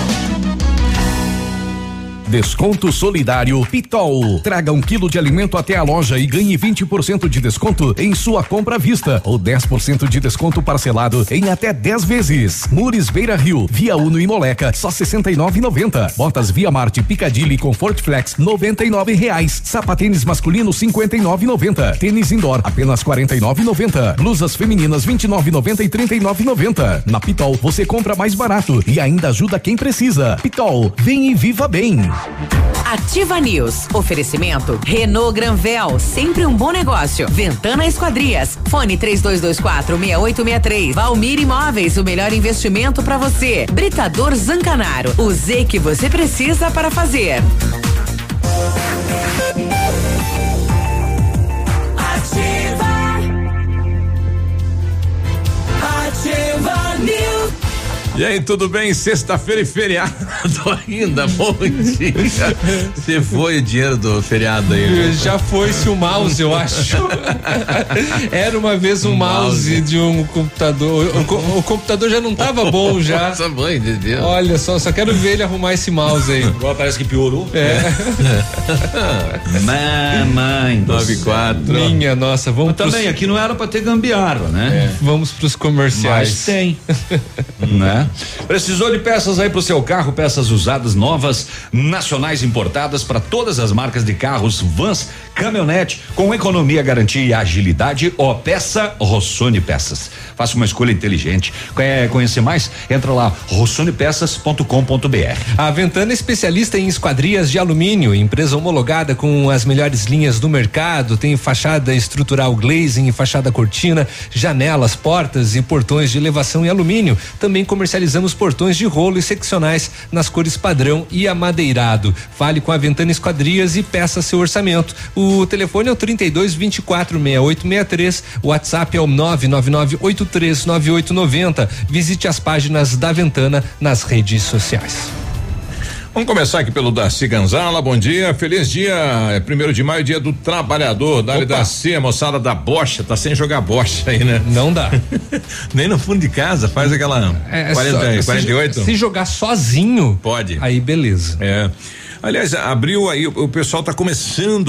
Desconto solidário Pitol. Traga 1 quilo de alimento até a loja e ganhe 20% de desconto em sua compra à vista ou 10% de desconto parcelado em até 10 vezes. Mures Beira Rio, Via Uno e Moleca, só R$69,90. Botas Via Marte Piccadilly Comfort Flex, R$99. Sapatênis masculino R$59,90. Tênis indoor apenas R$49,90. Blusas femininas R$29,90 e R$39,90. Na Pitol você compra mais barato e ainda ajuda quem precisa. Pitol, vem e viva bem. Ativa News. Oferecimento Renault Granvel, sempre um bom negócio. Ventana Esquadrias. Fone 3224-6863. Valmir Imóveis, o melhor investimento para você. Britador Zancanaro. O Z que você precisa para fazer. Ativa. Ativa News. E aí, tudo bem? Sexta-feira e feriado ainda, bom dia. Você foi o dinheiro do feriado aí? Né? Já foi-se o mouse, eu acho. Era uma vez um mouse de um computador. O computador já não tava bom já. Nossa, mãe de Deus. Olha só quero ver ele arrumar esse mouse aí. Agora parece que piorou. É. Mamãe. 94. Minha nossa, vamos também aqui não era pra ter gambiarra, né? Vamos pros comerciais. Mas tem. Né? Precisou de peças aí pro seu carro, peças usadas, novas, nacionais importadas para todas as marcas de carros, vans, caminhonete, com economia, garantia e agilidade. Peça Rossoni Peças. Faça uma escolha inteligente. Quer conhecer mais? Entra lá, rossonepeças.com.br. A Ventana é especialista em esquadrias de alumínio, empresa homologada com as melhores linhas do mercado, tem fachada estrutural glazing, fachada cortina, janelas, portas e portões de elevação em alumínio. Também comercializamos portões de rolo e seccionais nas cores padrão e amadeirado. Fale com a Ventana Esquadrias e peça seu orçamento. O telefone é o 3224-6863, o WhatsApp é o 999839890. Visite as páginas da Ventana nas redes sociais. Vamos começar aqui pelo Darcy Ganzala, bom dia, feliz dia, 1º de maio, dia do trabalhador, Dali Darcy, a moçada da bocha, tá sem jogar bocha aí, né? Não dá. Nem no fundo de casa, faz aquela 48? Se jogar sozinho, pode. Aí beleza. Aliás, abriu aí, o pessoal tá começando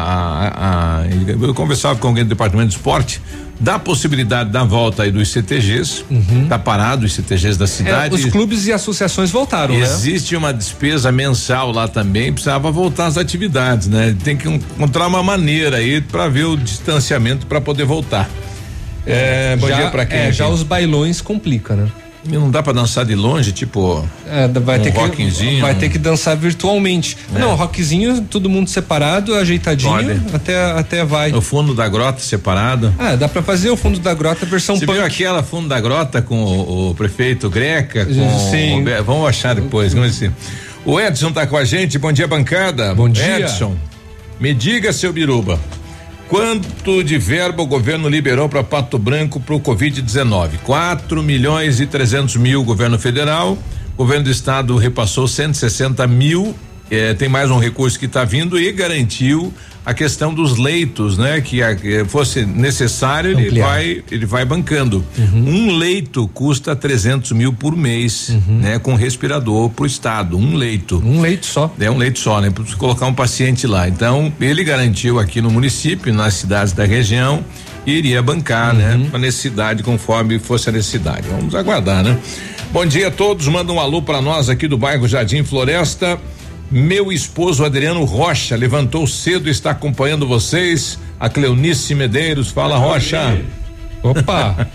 eu conversava com alguém do departamento de esporte, dá possibilidade da volta aí dos CTGs, tá parado os CTGs da cidade. Os clubes e associações voltaram, Existe uma despesa mensal lá também, precisava voltar às atividades, né? Tem que encontrar uma maneira aí para ver o distanciamento para poder voltar. Bom dia para quem? Já os bailões complica, né? Não dá pra dançar de longe, tipo. Vai ter que dançar virtualmente. Não, rockzinho, todo mundo separado, ajeitadinho, até vai. O fundo da grota separado. Dá pra fazer o fundo da grota versão punk. Você viu aquela fundo da grota com o prefeito Greca? Sim. Vamos achar depois, vamos dizer. O Edson tá com a gente, bom dia, bancada. Bom dia. Edson, me diga, seu Biruba, quanto de verba o governo liberou para Pato Branco pro Covid-19? 4.300.000 governo federal, governo do estado repassou 160 mil, tem mais um recurso que está vindo e garantiu a questão dos leitos, né? Que fosse necessário, ele vai bancando. Um leito custa 300 mil por mês, né? Com respirador pro estado, um leito. Um leito só. É um leito só, né? Para colocar um paciente lá. Então, ele garantiu aqui no município, nas cidades da região, e iria bancar, né? A necessidade, conforme fosse a necessidade. Vamos aguardar, né? Bom dia a todos, manda um alô para nós aqui do bairro Jardim Floresta. Meu esposo Adriano Rocha levantou cedo e está acompanhando vocês. A Cleonice Medeiros, fala Rocha. Opa.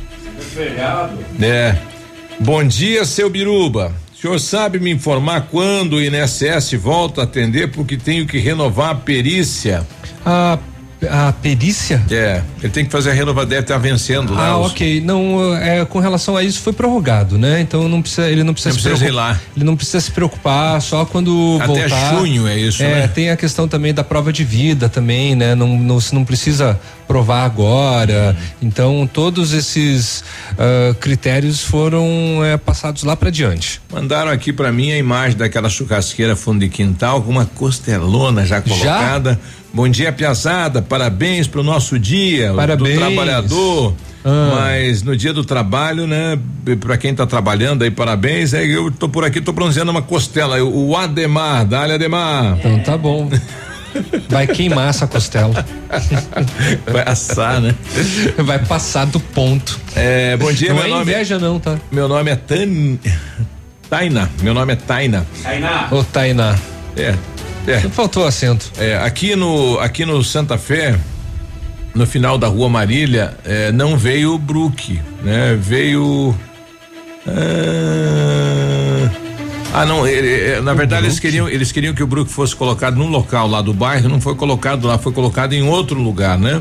Bom dia, seu Biruba. O senhor sabe me informar quando o INSS volta a atender, porque tenho que renovar a perícia. A perícia? Ele tem que fazer a renovação, deve estar vencendo lá. Ok, não, com relação a isso foi prorrogado, né? Então ele não precisa se preocupar só quando voltar. Até junho é isso, né? Tem a questão também da prova de vida também, né? Não precisa provar agora, então todos esses critérios foram passados lá pra diante. Mandaram aqui pra mim a imagem daquela churrasqueira fundo de quintal com uma costelona já colocada. Bom dia, piazada, parabéns pro nosso dia, parabéns. Do trabalhador, mas no dia do trabalho, né, pra quem tá trabalhando aí, parabéns, eu tô por aqui, tô bronzeando uma costela, o Ademar, dá-lhe Ademar. Então tá bom. Vai queimar essa costela. Vai assar, né? Vai passar do ponto. Bom dia, não inveja não, tá? Meu nome é Taina, Tainá. Ô Tainá. Faltou acento. Aqui no Santa Fé, no final da Rua Marília, não veio o Brook, né? Veio. Não, na verdade eles queriam que o Brook fosse colocado num local lá do bairro, não foi colocado lá, foi colocado em outro lugar, né?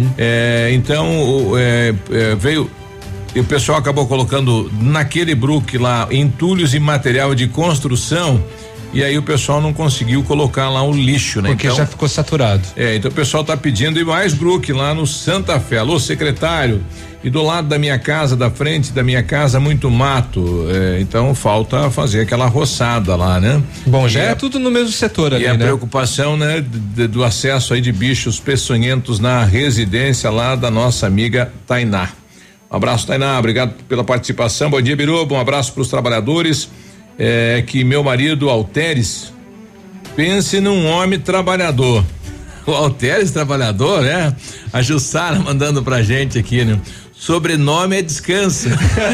Então veio. E o pessoal acabou colocando naquele Brook lá entulhos e material de construção. E aí o pessoal não conseguiu colocar lá o lixo, né? Porque então, já ficou saturado. Então o pessoal tá pedindo e mais Brook lá no Santa Fé. Alô, secretário, e do lado da minha casa, da frente da minha casa, muito mato, então falta fazer aquela roçada lá, né? Bom, já é tudo no mesmo setor ali, né? E a preocupação, né? Do acesso aí de bichos peçonhentos na residência lá da nossa amiga Tainá. Um abraço, Tainá, obrigado pela participação, bom dia, Biruba, um abraço pros trabalhadores. Que meu marido Alteres pense num homem trabalhador. O Alteres trabalhador, né? A Jussara mandando pra gente aqui, né? Sobrenome é Descansa.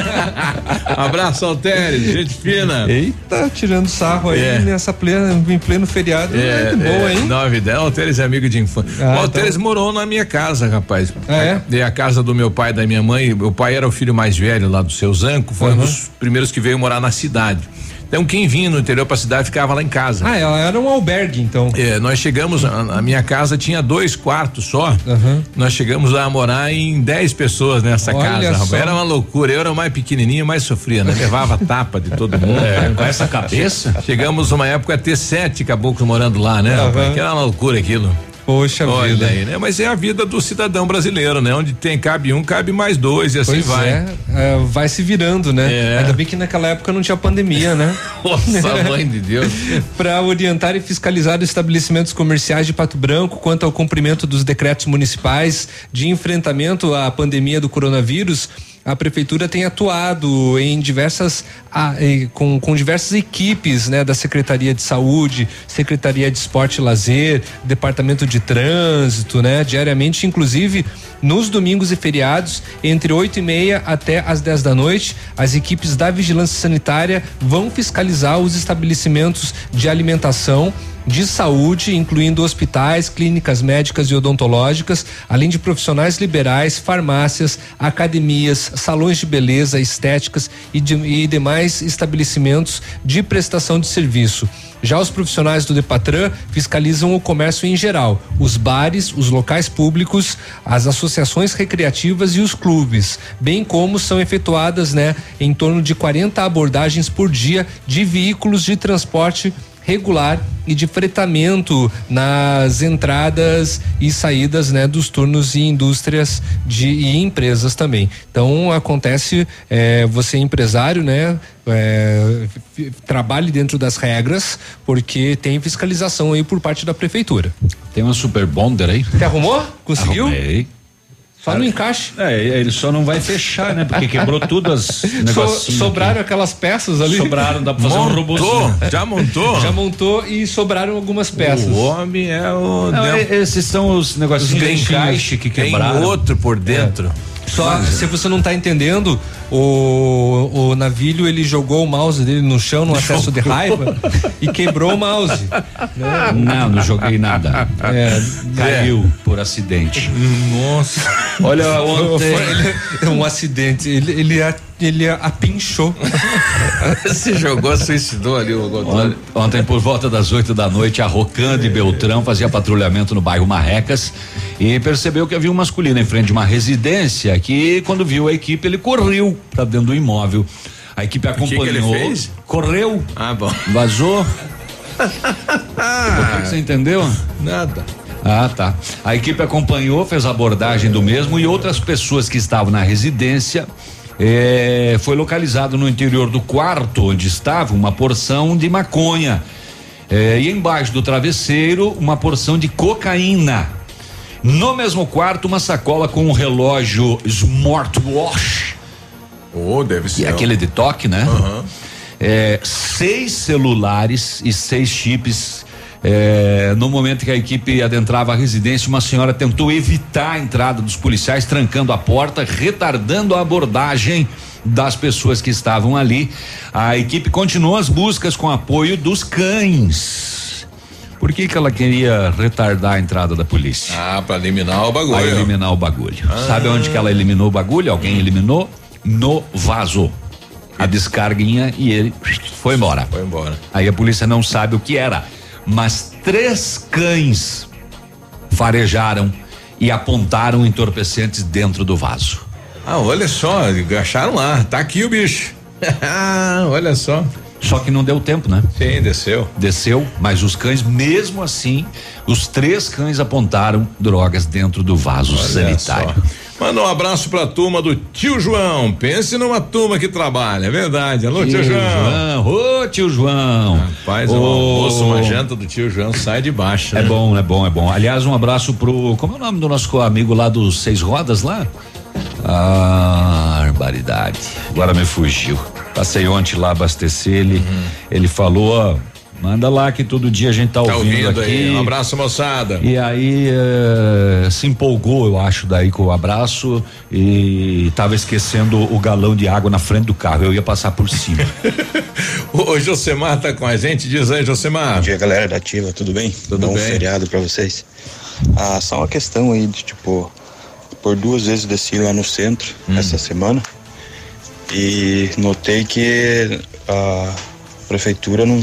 Abraço, Alteres, gente fina. Eita, tirando sarro aí em pleno feriado. Boa, hein? 9:10. O Alteres é amigo de infância. O Alteres morou na minha casa, rapaz. A casa do meu pai e da minha mãe. Meu pai era o filho mais velho lá do seu Zanco, foi um dos primeiros que veio morar na cidade. Então quem vinha no interior pra cidade ficava lá em casa. Ela era um albergue, então. Nós chegamos, a minha casa tinha 2 quartos só. Nós chegamos lá a morar em 10 pessoas nessa casa. Só. Era uma loucura. Eu era o mais pequenininho, mais sofria, né? Levava tapa de todo mundo. Com essa cabeça. Chegamos uma época a ter 7 caboclos morando lá, né? Que era uma loucura aquilo. Poxa vida. Aí, né? Mas é a vida do cidadão brasileiro, né? Onde cabe um, cabe mais 2 e assim vai. Vai se virando, né? Ainda bem que naquela época não tinha pandemia, né? Nossa, mãe de Deus. Para orientar e fiscalizar os estabelecimentos comerciais de Pato Branco quanto ao cumprimento dos decretos municipais de enfrentamento à pandemia do coronavírus, a prefeitura tem atuado em com diversas equipes, né, da Secretaria de Saúde, Secretaria de Esporte e Lazer, Departamento de Trânsito, né, diariamente, inclusive nos domingos e feriados, entre 8:30 até as 10 da noite, as equipes da Vigilância Sanitária vão fiscalizar os estabelecimentos de alimentação de saúde, incluindo hospitais, clínicas médicas e odontológicas, além de profissionais liberais, farmácias, academias, salões de beleza, estéticas e demais estabelecimentos de prestação de serviço. Já os profissionais do Depatran fiscalizam o comércio em geral, os bares, os locais públicos, as associações recreativas e os clubes, bem como são efetuadas, em torno de 40 abordagens por dia de veículos de transporte regular e de fretamento nas entradas e saídas, dos turnos e indústrias e empresas também. Então acontece, você é empresário, trabalhe dentro das regras, porque tem fiscalização aí por parte da prefeitura. Tem uma Super Bonder aí? Você arrumou? Conseguiu? Arrumei. Só no encaixe. Ele só não vai fechar, Porque quebrou tudo as negocinhos. Sobraram aquelas peças ali. Sobraram, dá pra fazer um robôzinho. Já montou? Já montou e sobraram algumas peças. O homem é o... Não, esses são os negocinhos de encaixe que quebraram. Tem outro por dentro. Só, se você não tá entendendo, o Navilho, ele jogou o mouse dele no chão no acesso de raiva e quebrou o mouse. Não joguei nada. Caiu por acidente. Nossa. Olha, ontem... Um acidente, ele apinchou. Se jogou, suicidou ali o Ontem, por volta das 8 da noite, a Rocan de Beltrão fazia patrulhamento no bairro Marrecas e percebeu que havia um masculino em frente de uma residência que, quando viu a equipe, ele correu pra dentro do imóvel. A equipe acompanhou. O que ele fez? Correu. Ah, bom. Vazou. O que você entendeu? Nada. Ah, tá. A equipe acompanhou, fez a abordagem do mesmo e outras pessoas que estavam na residência. Foi localizado no interior do quarto onde estava uma porção de maconha. E embaixo do travesseiro, uma porção de cocaína. No mesmo quarto, uma sacola com um relógio smartwatch. Deve ser. E aquele de toque, né? Uhum. 6 celulares e 6 chips. No momento que a equipe adentrava a residência, uma senhora tentou evitar a entrada dos policiais, trancando a porta, retardando a abordagem das pessoas que estavam ali. A equipe continuou as buscas com apoio dos cães. Por que ela queria retardar a entrada da polícia? Pra eliminar o bagulho. Pra eliminar o bagulho. Sabe onde que ela eliminou o bagulho? Alguém eliminou? No vaso. A descarguinha e ele foi embora. Aí a polícia não sabe o que era, mas 3 cães farejaram e apontaram entorpecentes dentro do vaso. Olha só, acharam lá, tá aqui o bicho. Olha só. Só que não deu tempo, né? Sim, desceu, mas os cães, mesmo assim, os 3 cães apontaram drogas dentro do vaso sanitário. Manda um abraço pra turma do Tio João. Pense numa turma que trabalha, é verdade. Alô, Tio João. Ô, Tio João. Rapaz, uma janta do Tio João sai de baixo. É bom. Aliás, um abraço pro, como é o nome do nosso amigo lá dos 6 rodas lá? Barbaridade. Agora me fugiu. Passei ontem lá abastecer ele falou, manda lá que todo dia a gente tá ouvindo aqui. Aí. Um abraço, moçada. E aí se empolgou, eu acho, daí com o abraço e tava esquecendo o galão de água na frente do carro, eu ia passar por cima. O Josemar tá com a gente, diz aí, Josemar. Bom dia, galera da Ativa, tudo bem? Tudo bem. Bom feriado pra vocês. Só uma questão aí de por 2 vezes desci lá no centro essa semana e notei que a prefeitura não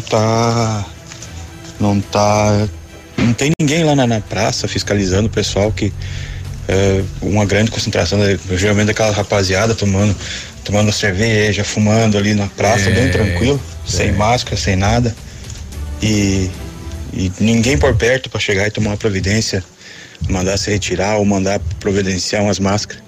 tem ninguém lá na praça fiscalizando o pessoal, que uma grande concentração, geralmente daquela rapaziada tomando cerveja, fumando ali na praça, bem tranquilo, sem máscara, sem nada, e ninguém por perto para chegar e tomar uma providência, mandar se retirar ou mandar providenciar umas máscaras.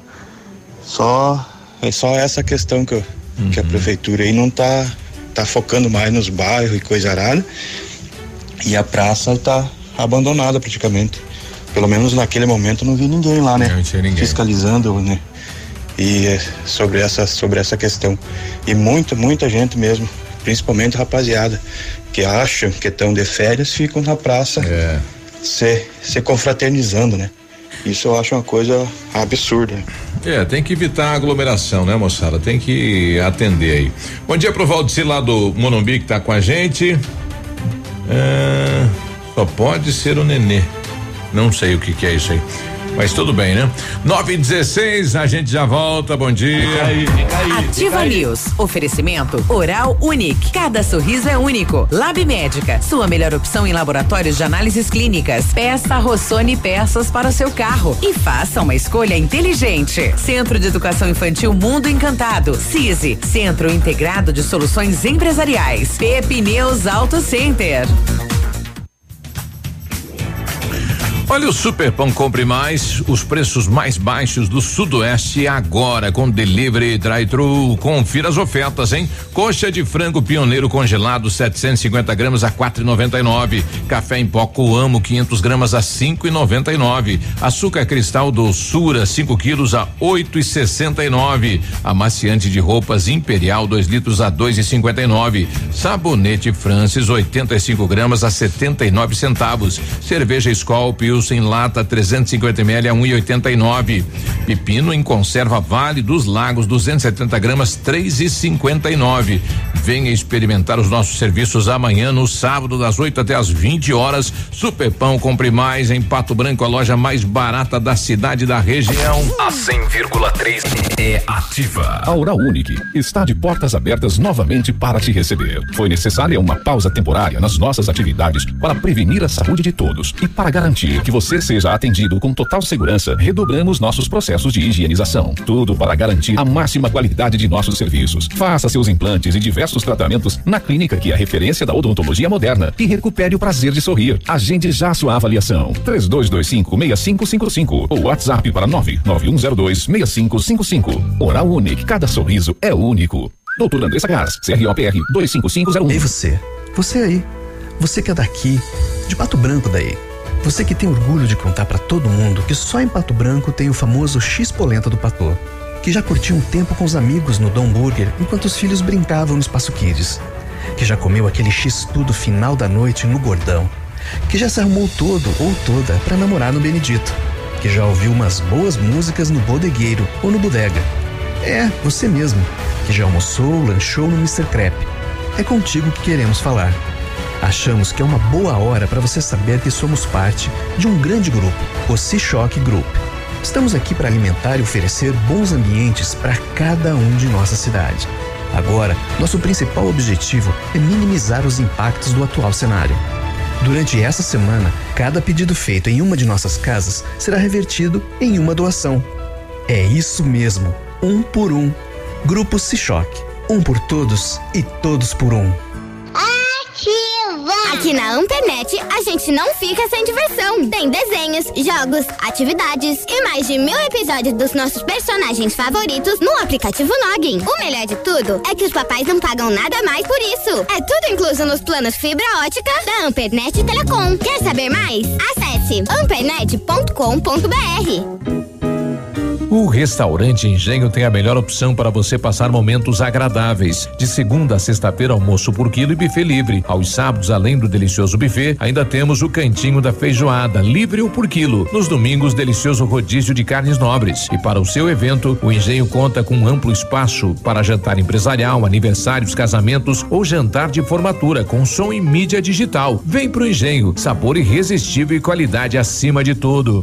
É só essa questão que a prefeitura aí não tá focando mais nos bairros e coisa arada, e a praça tá abandonada praticamente. Pelo menos naquele momento não vi ninguém lá, né? Não tinha ninguém. Fiscalizando, né? E sobre essa questão. E muita gente mesmo, principalmente rapaziada, que acham que estão de férias, ficam na praça se confraternizando, né? Isso eu acho uma coisa absurda. Tem que evitar a aglomeração, né, moçada? Tem que atender aí. Bom dia pro Valdeci lá do Morumbi que tá com a gente. Só pode ser o nenê. Não sei o que é isso aí. Mas tudo bem, né? 9h16, a gente já volta. Bom dia. Fica aí. Ativa News. Oferecimento Oral Unique. Cada sorriso é único. Lab Médica. Sua melhor opção em laboratórios de análises clínicas. Peça Rossoni peças para o seu carro. E faça uma escolha inteligente. Centro de Educação Infantil Mundo Encantado. CISI. Centro Integrado de Soluções Empresariais. Pepineus Auto Center. Olha o Superpão Compre Mais, os preços mais baixos do Sudoeste agora com delivery drive-thru. Confira as ofertas, hein? Coxa de frango pioneiro congelado 750 gramas a 4,99. Café em pó Coamo 500 gramas a 5,99. Açúcar cristal doçura 5 quilos a 8,69. Amaciante de roupas Imperial 2 litros a 2,59. Sabonete Francis 85 gramas a 79 centavos. Cerveja Skol Pilsen em lata 350 ml a 1,89. Pepino em conserva Vale dos Lagos 270 gramas 3,59. Venha experimentar os nossos serviços amanhã no sábado das 8 até as 20 horas. Superpão Compre Mais em Pato Branco, a loja mais barata da cidade e da região. A 100,3 é ativa. A Oral Unique está de portas abertas novamente para te receber. Foi necessária uma pausa temporária nas nossas atividades para prevenir a saúde de todos e para garantir que você seja atendido com total segurança. Redobramos nossos processos de higienização. Tudo para garantir a máxima qualidade de nossos serviços. Faça seus implantes e diversos tratamentos na clínica que é a referência da odontologia moderna e recupere o prazer de sorrir. Agende já sua avaliação. 3225-6555 ou WhatsApp para 99102-6555. Oral Unique, cada sorriso é único. Doutor Andressa Gás, CROPR 25501. E você? Você aí? Você que é daqui, de Pato Branco daí. Você que tem orgulho de contar pra todo mundo que só em Pato Branco tem o famoso X-Polenta do Patô. Que já curtiu um tempo com os amigos no Dom Burger enquanto os filhos brincavam no Espaço Kids. Que já comeu aquele X-Tudo final da noite no Gordão. Que já se arrumou todo ou toda pra namorar no Benedito. Que já ouviu umas boas músicas no Bodegueiro ou no Bodega. É, você mesmo. Que já almoçou, lanchou no Mr. Crepe. É contigo que queremos falar. Achamos que é uma boa hora para você saber que somos parte de um grande grupo, o C-Choque Group. Estamos aqui para alimentar e oferecer bons ambientes para cada um de nossa cidade. Agora, nosso principal objetivo é minimizar os impactos do atual cenário. Durante essa semana, cada pedido feito em uma de nossas casas será revertido em uma doação. É isso mesmo, 1 por 1. Grupo C-Choque, 1 por todos e todos por um. Aqui na Ampernet, a gente não fica sem diversão. Tem desenhos, jogos, atividades e mais de 1000 episódios dos nossos personagens favoritos no aplicativo Login. O melhor de tudo é que os papais não pagam nada mais por isso. É tudo incluso nos planos fibra ótica da Ampernet Telecom. Quer saber mais? Acesse ampernet.com.br. O restaurante Engenho tem a melhor opção para você passar momentos agradáveis. De segunda a sexta-feira, almoço por quilo e buffet livre. Aos sábados, além do delicioso buffet, ainda temos o cantinho da feijoada, livre ou por quilo. Nos domingos, delicioso rodízio de carnes nobres. E para o seu evento, o Engenho conta com um amplo espaço para jantar empresarial, aniversários, casamentos ou jantar de formatura com som e mídia digital. Vem pro Engenho, sabor irresistível e qualidade acima de tudo.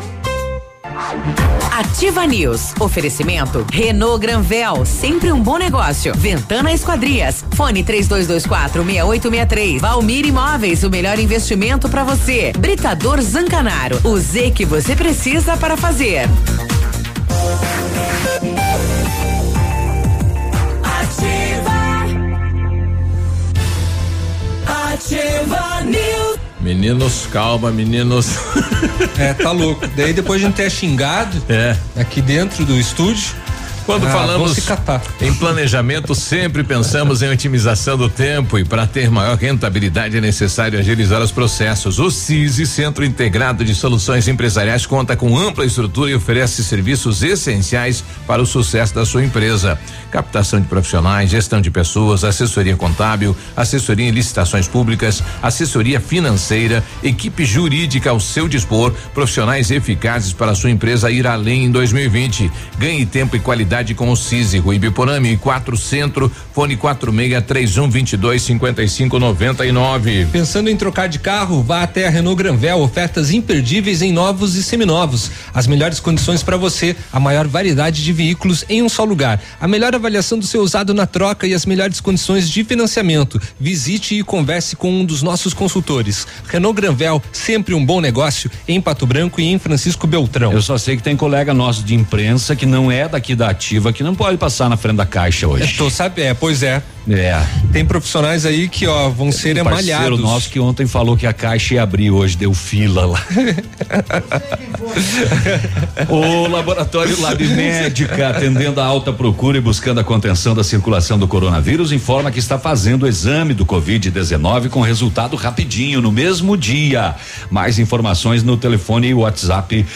Ativa News. Oferecimento Renault Granvel, sempre um bom negócio. Ventana Esquadrias. Fone 3224-6863. Valmir Imóveis, o melhor investimento para você. Britador Zancanaro. O Z que você precisa para fazer. Ativa News. Meninos, calma, meninos. Tá louco. Daí depois de a gente ter xingado aqui dentro do estúdio. Quando falamos em planejamento, sempre pensamos em otimização do tempo e para ter maior rentabilidade é necessário agilizar os processos. O CISI, Centro Integrado de Soluções Empresariais, conta com ampla estrutura e oferece serviços essenciais para o sucesso da sua empresa. Captação de profissionais, gestão de pessoas, assessoria contábil, assessoria em licitações públicas, assessoria financeira, equipe jurídica ao seu dispor, profissionais eficazes para a sua empresa ir além em 2020. Ganhe tempo e qualidade exclusividade com o CISI, Rui Biporã, 1004 Centro, fone 4631225599. Pensando em trocar de carro, vá até a Renault Granvel, ofertas imperdíveis em novos e seminovos. As melhores condições para você, a maior variedade de veículos em um só lugar. A melhor avaliação do seu usado na troca e as melhores condições de financiamento. Visite e converse com um dos nossos consultores. Renault Granvel, sempre um bom negócio em Pato Branco e em Francisco Beltrão. Eu só sei que tem colega nosso de imprensa que não é daqui da Ativa, que não pode passar na frente da Caixa hoje. Pois é. É. Tem profissionais aí que, vão ser emalhados. Parceiro nosso que ontem falou que a Caixa ia abrir hoje, deu fila lá. O Laboratório Lab Médica, atendendo a alta procura e buscando a contenção da circulação do coronavírus, informa que está fazendo o exame do Covid-19 com resultado rapidinho, no mesmo dia. Mais informações no telefone e WhatsApp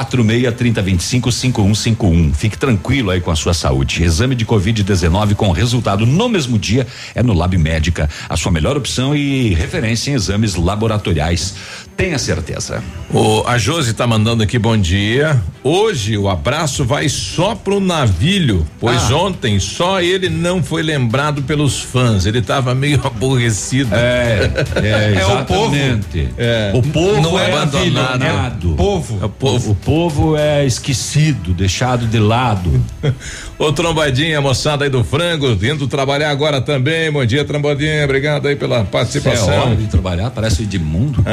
4630255151. Fique tranquilo aí com a sua saúde. Exame de Covid-19 com resultado no mesmo dia é no Lab Médica, a sua melhor opção e referência em exames laboratoriais. Tenha certeza. A Josi tá mandando aqui bom dia. Hoje o abraço vai só pro Navilho, pois ontem só ele não foi lembrado pelos fãs. Ele tava meio aborrecido. Exatamente. O povo não é abandonado. O povo é esquecido, deixado de lado. Ô Trombadinha, moçada aí do frango, indo trabalhar agora também. Bom dia, Trombadinha, obrigado aí pela participação. É hora de trabalhar, parece o Edmundo.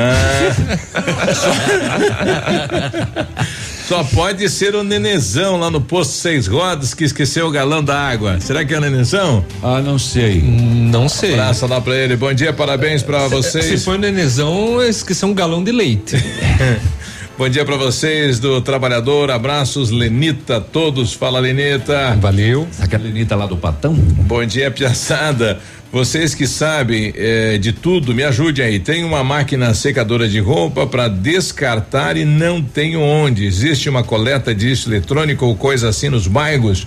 Só pode ser o Nenezão lá no posto 6 Rodas que esqueceu o galão da água. Será que é o Nenezão? Não sei. Não sei. Abraço lá pra ele. Bom dia, parabéns pra vocês. Se for o Nenezão, esqueceu um galão de leite. Bom dia pra vocês do Trabalhador, abraços Lenita, todos, fala Lenita. Valeu. Aquela Lenita lá do Patão? Bom dia, piaçada. Vocês que sabem de tudo, me ajudem aí. Tem uma máquina secadora de roupa para descartar e não tenho onde. Existe uma coleta de lixo eletrônico ou coisa assim nos bairros?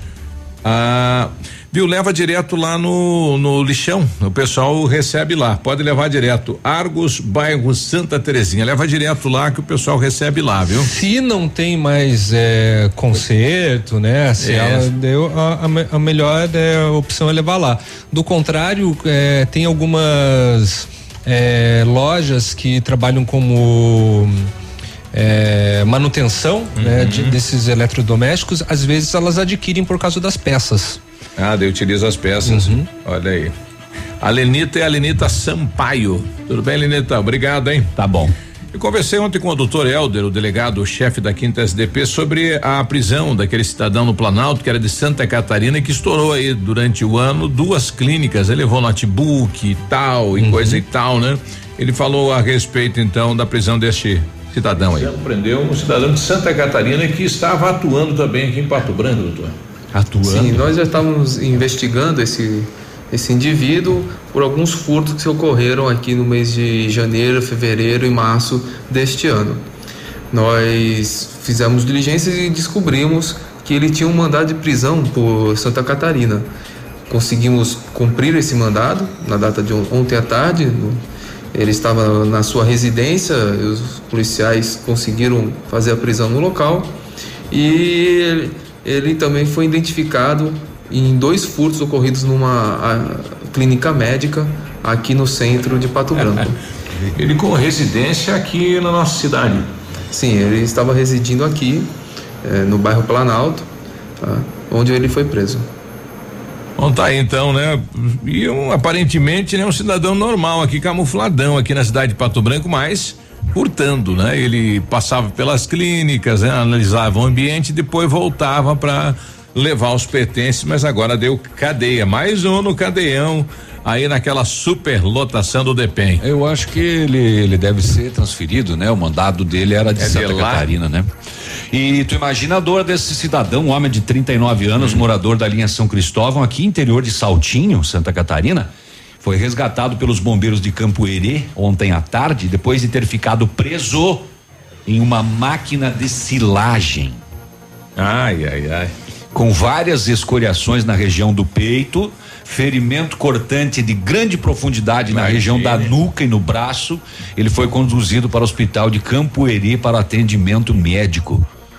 Viu? Leva direto lá no lixão. O pessoal recebe lá. Pode levar direto. Argos, bairro Santa Terezinha. Leva direto lá que o pessoal recebe lá, viu? Se não tem mais conserto, né? Se ela deu a melhor opção é levar lá. Do contrário, tem algumas lojas que trabalham como manutenção, né, desses eletrodomésticos. Às vezes elas adquirem por causa das peças. Daí utiliza as peças. Olha aí. A Lenita é a Lenita Sampaio. Tudo bem, Lenita? Obrigado, hein? Tá bom. Eu conversei ontem com o doutor Helder, o delegado, o chefe da 5ª SDP, sobre a prisão daquele cidadão no Planalto, que era de Santa Catarina, e que estourou aí durante o ano 2 clínicas. Ele levou notebook e tal, e coisa e tal, né? Ele falou a respeito, então, da prisão deste cidadão aí. Prendeu um cidadão de Santa Catarina que estava atuando também aqui em Pato Branco, doutor. Sim, nós já estávamos investigando esse indivíduo por alguns furtos que ocorreram aqui no mês de janeiro, fevereiro e março deste ano. Nós fizemos diligências e descobrimos que ele tinha um mandado de prisão por Santa Catarina. Conseguimos cumprir esse mandado na data de ontem à tarde. Ele estava na sua residência, os policiais conseguiram fazer a prisão no local e ele também foi identificado em 2 furtos ocorridos numa clínica médica aqui no centro de Pato Branco. Ele com residência aqui na nossa cidade? Sim, ele estava residindo aqui no bairro Planalto, onde ele foi preso. Bom, tá aí então, né? E aparentemente, né, um cidadão normal aqui, camufladão aqui na cidade de Pato Branco, mas furtando, né? Ele passava pelas clínicas, né? Analisava o ambiente e depois voltava para levar os pertences, mas agora deu cadeia, mais um no cadeião aí naquela superlotação do DEPEN. Eu acho que ele deve ser transferido, né? O mandado dele era de Santa Catarina, né? E tu imagina a dor desse cidadão, um homem de 39 anos, morador da linha São Cristóvão, aqui interior de Saltinho, Santa Catarina. Foi resgatado pelos bombeiros de Campo Herê ontem à tarde, depois de ter ficado preso em uma máquina de silagem. Ai, ai, ai. Com várias escoriações na região do peito, ferimento cortante de grande profundidade na região da nuca e no braço. Ele foi conduzido para o hospital de Campo Herê para atendimento médico.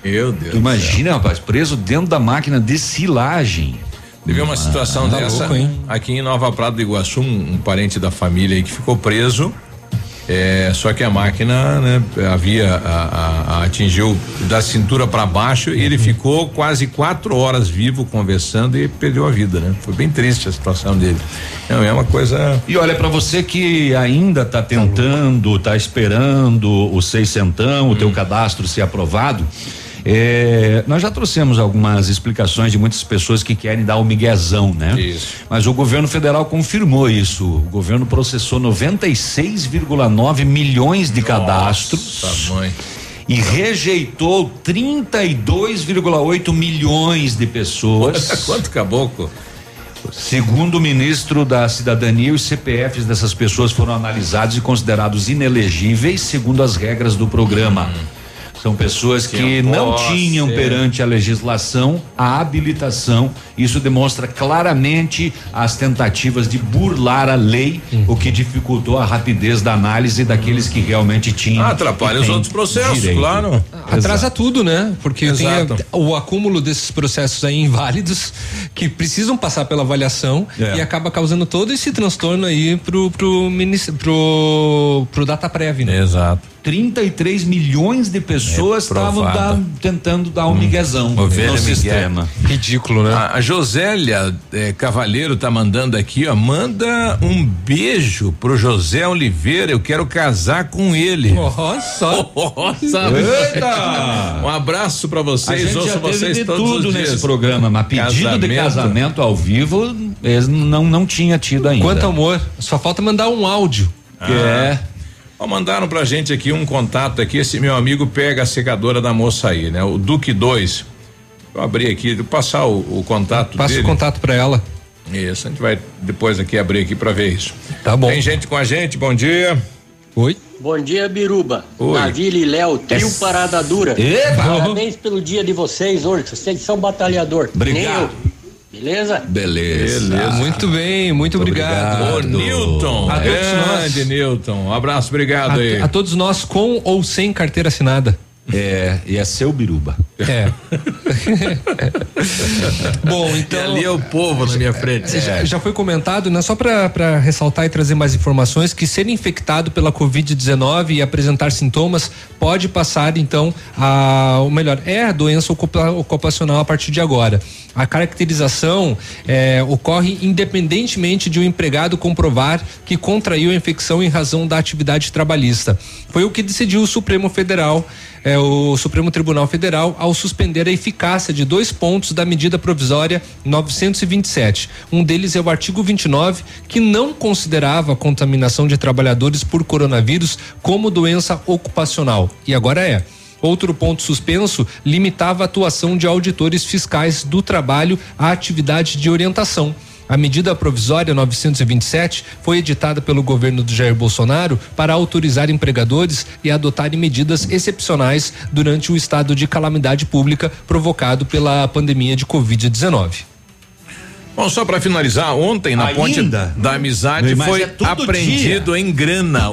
Meu Deus. Imagina, rapaz, preso dentro da máquina de silagem. Teve uma situação dessa louco, aqui em Nova Prata do Iguaçu, um parente da família aí que ficou preso. Só que a máquina, né, atingiu da cintura para baixo e ele ficou quase 4 horas vivo conversando e perdeu a vida, né? Foi bem triste a situação dele. É uma coisa. E olha, para você que ainda tá tentando, tá esperando o 600, o teu cadastro ser aprovado, nós já trouxemos algumas explicações de muitas pessoas que querem dar o miguezão, né? Isso. Mas o governo federal confirmou isso. O governo processou 96,9 milhões de cadastros. Mãe. E rejeitou 32,8 milhões de pessoas. Quanto caboclo? Segundo o ministro da Cidadania, os CPFs dessas pessoas foram analisados e considerados inelegíveis segundo as regras do programa. São pessoas que não tinham perante a legislação a habilitação. Isso demonstra claramente as tentativas de burlar a lei, o que dificultou a rapidez da análise daqueles que realmente tinham. Atrapalha os outros processos, direito. Claro. Atrasa tudo, né? Porque tem o acúmulo desses processos aí inválidos que precisam passar pela avaliação e acaba causando todo esse transtorno aí pro DataPrev, né? Exato. 33 milhões de pessoas estavam tentando dar um miguezão no sistema. Ridículo, né? A Josélia Cavalheiro tá mandando aqui, ó, manda um beijo pro José Oliveira, eu quero casar com ele. Nossa! Eita! Um abraço pra vocês, ouço vocês todos tudo os dias. Nesse programa, mas pedido de casamento ao vivo, eles não tinha tido ainda. Quanto amor, só falta mandar um áudio. Mandaram pra gente aqui um contato aqui, esse meu amigo pega a secadora da moça aí, né? O Duque 2. Eu abri aqui, vou passar o contato dele. Passa o contato pra ela. Isso, a gente vai depois aqui abrir aqui pra ver isso. Tá bom. Tem gente com a gente, bom dia. Oi. Bom dia, Biruba. Oi. Navilha e Léo, trio Parada Dura. Parabéns pelo dia de vocês hoje, vocês são batalhador. Obrigado. Beleza? Beleza. Muito bem, muito obrigado. Ô, Newton, grande Newton, um abraço, obrigado aí. A todos nós com ou sem carteira assinada. E é seu Biruba. Bom, então. E ali é o povo na minha frente. Já foi comentado, né? Só para ressaltar e trazer mais informações, que ser infectado pela Covid-19 e apresentar sintomas pode passar, então, a doença ocupacional a partir de agora. A caracterização ocorre independentemente de um empregado comprovar que contraiu a infecção em razão da atividade trabalhista. Foi o que decidiu o Supremo Tribunal Federal ao suspender a eficácia de 2 pontos da medida provisória 927. Um deles é o artigo 29, que não considerava a contaminação de trabalhadores por coronavírus como doença ocupacional. E agora Outro ponto suspenso limitava a atuação de auditores fiscais do trabalho à atividade de orientação. A medida provisória 927 foi editada pelo governo do Jair Bolsonaro para autorizar empregadores e adotarem medidas excepcionais durante o estado de calamidade pública provocado pela pandemia de Covid-19. Bom, só para finalizar, ontem na Ponte da Amizade foi apreendido em grana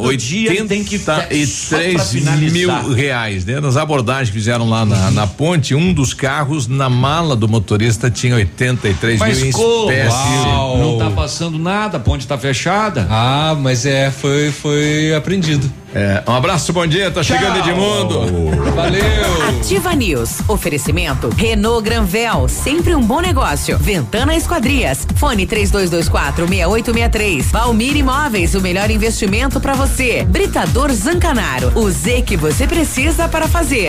83 mil reais, né? Nas abordagens que fizeram lá na ponte, um dos carros na mala do motorista tinha 83 mil em espécie. Não tá passando nada, a ponte tá fechada. Mas foi apreendido. Um abraço, bom dia, tá chegando Edmundo. Valeu. Ativa News, oferecimento Renault Granvel, sempre um bom negócio. Ventana Esquadrias, fone 3224-6863. Valmir Imóveis, o melhor investimento para você. Britador Zancanaro, o Z que você precisa para fazer.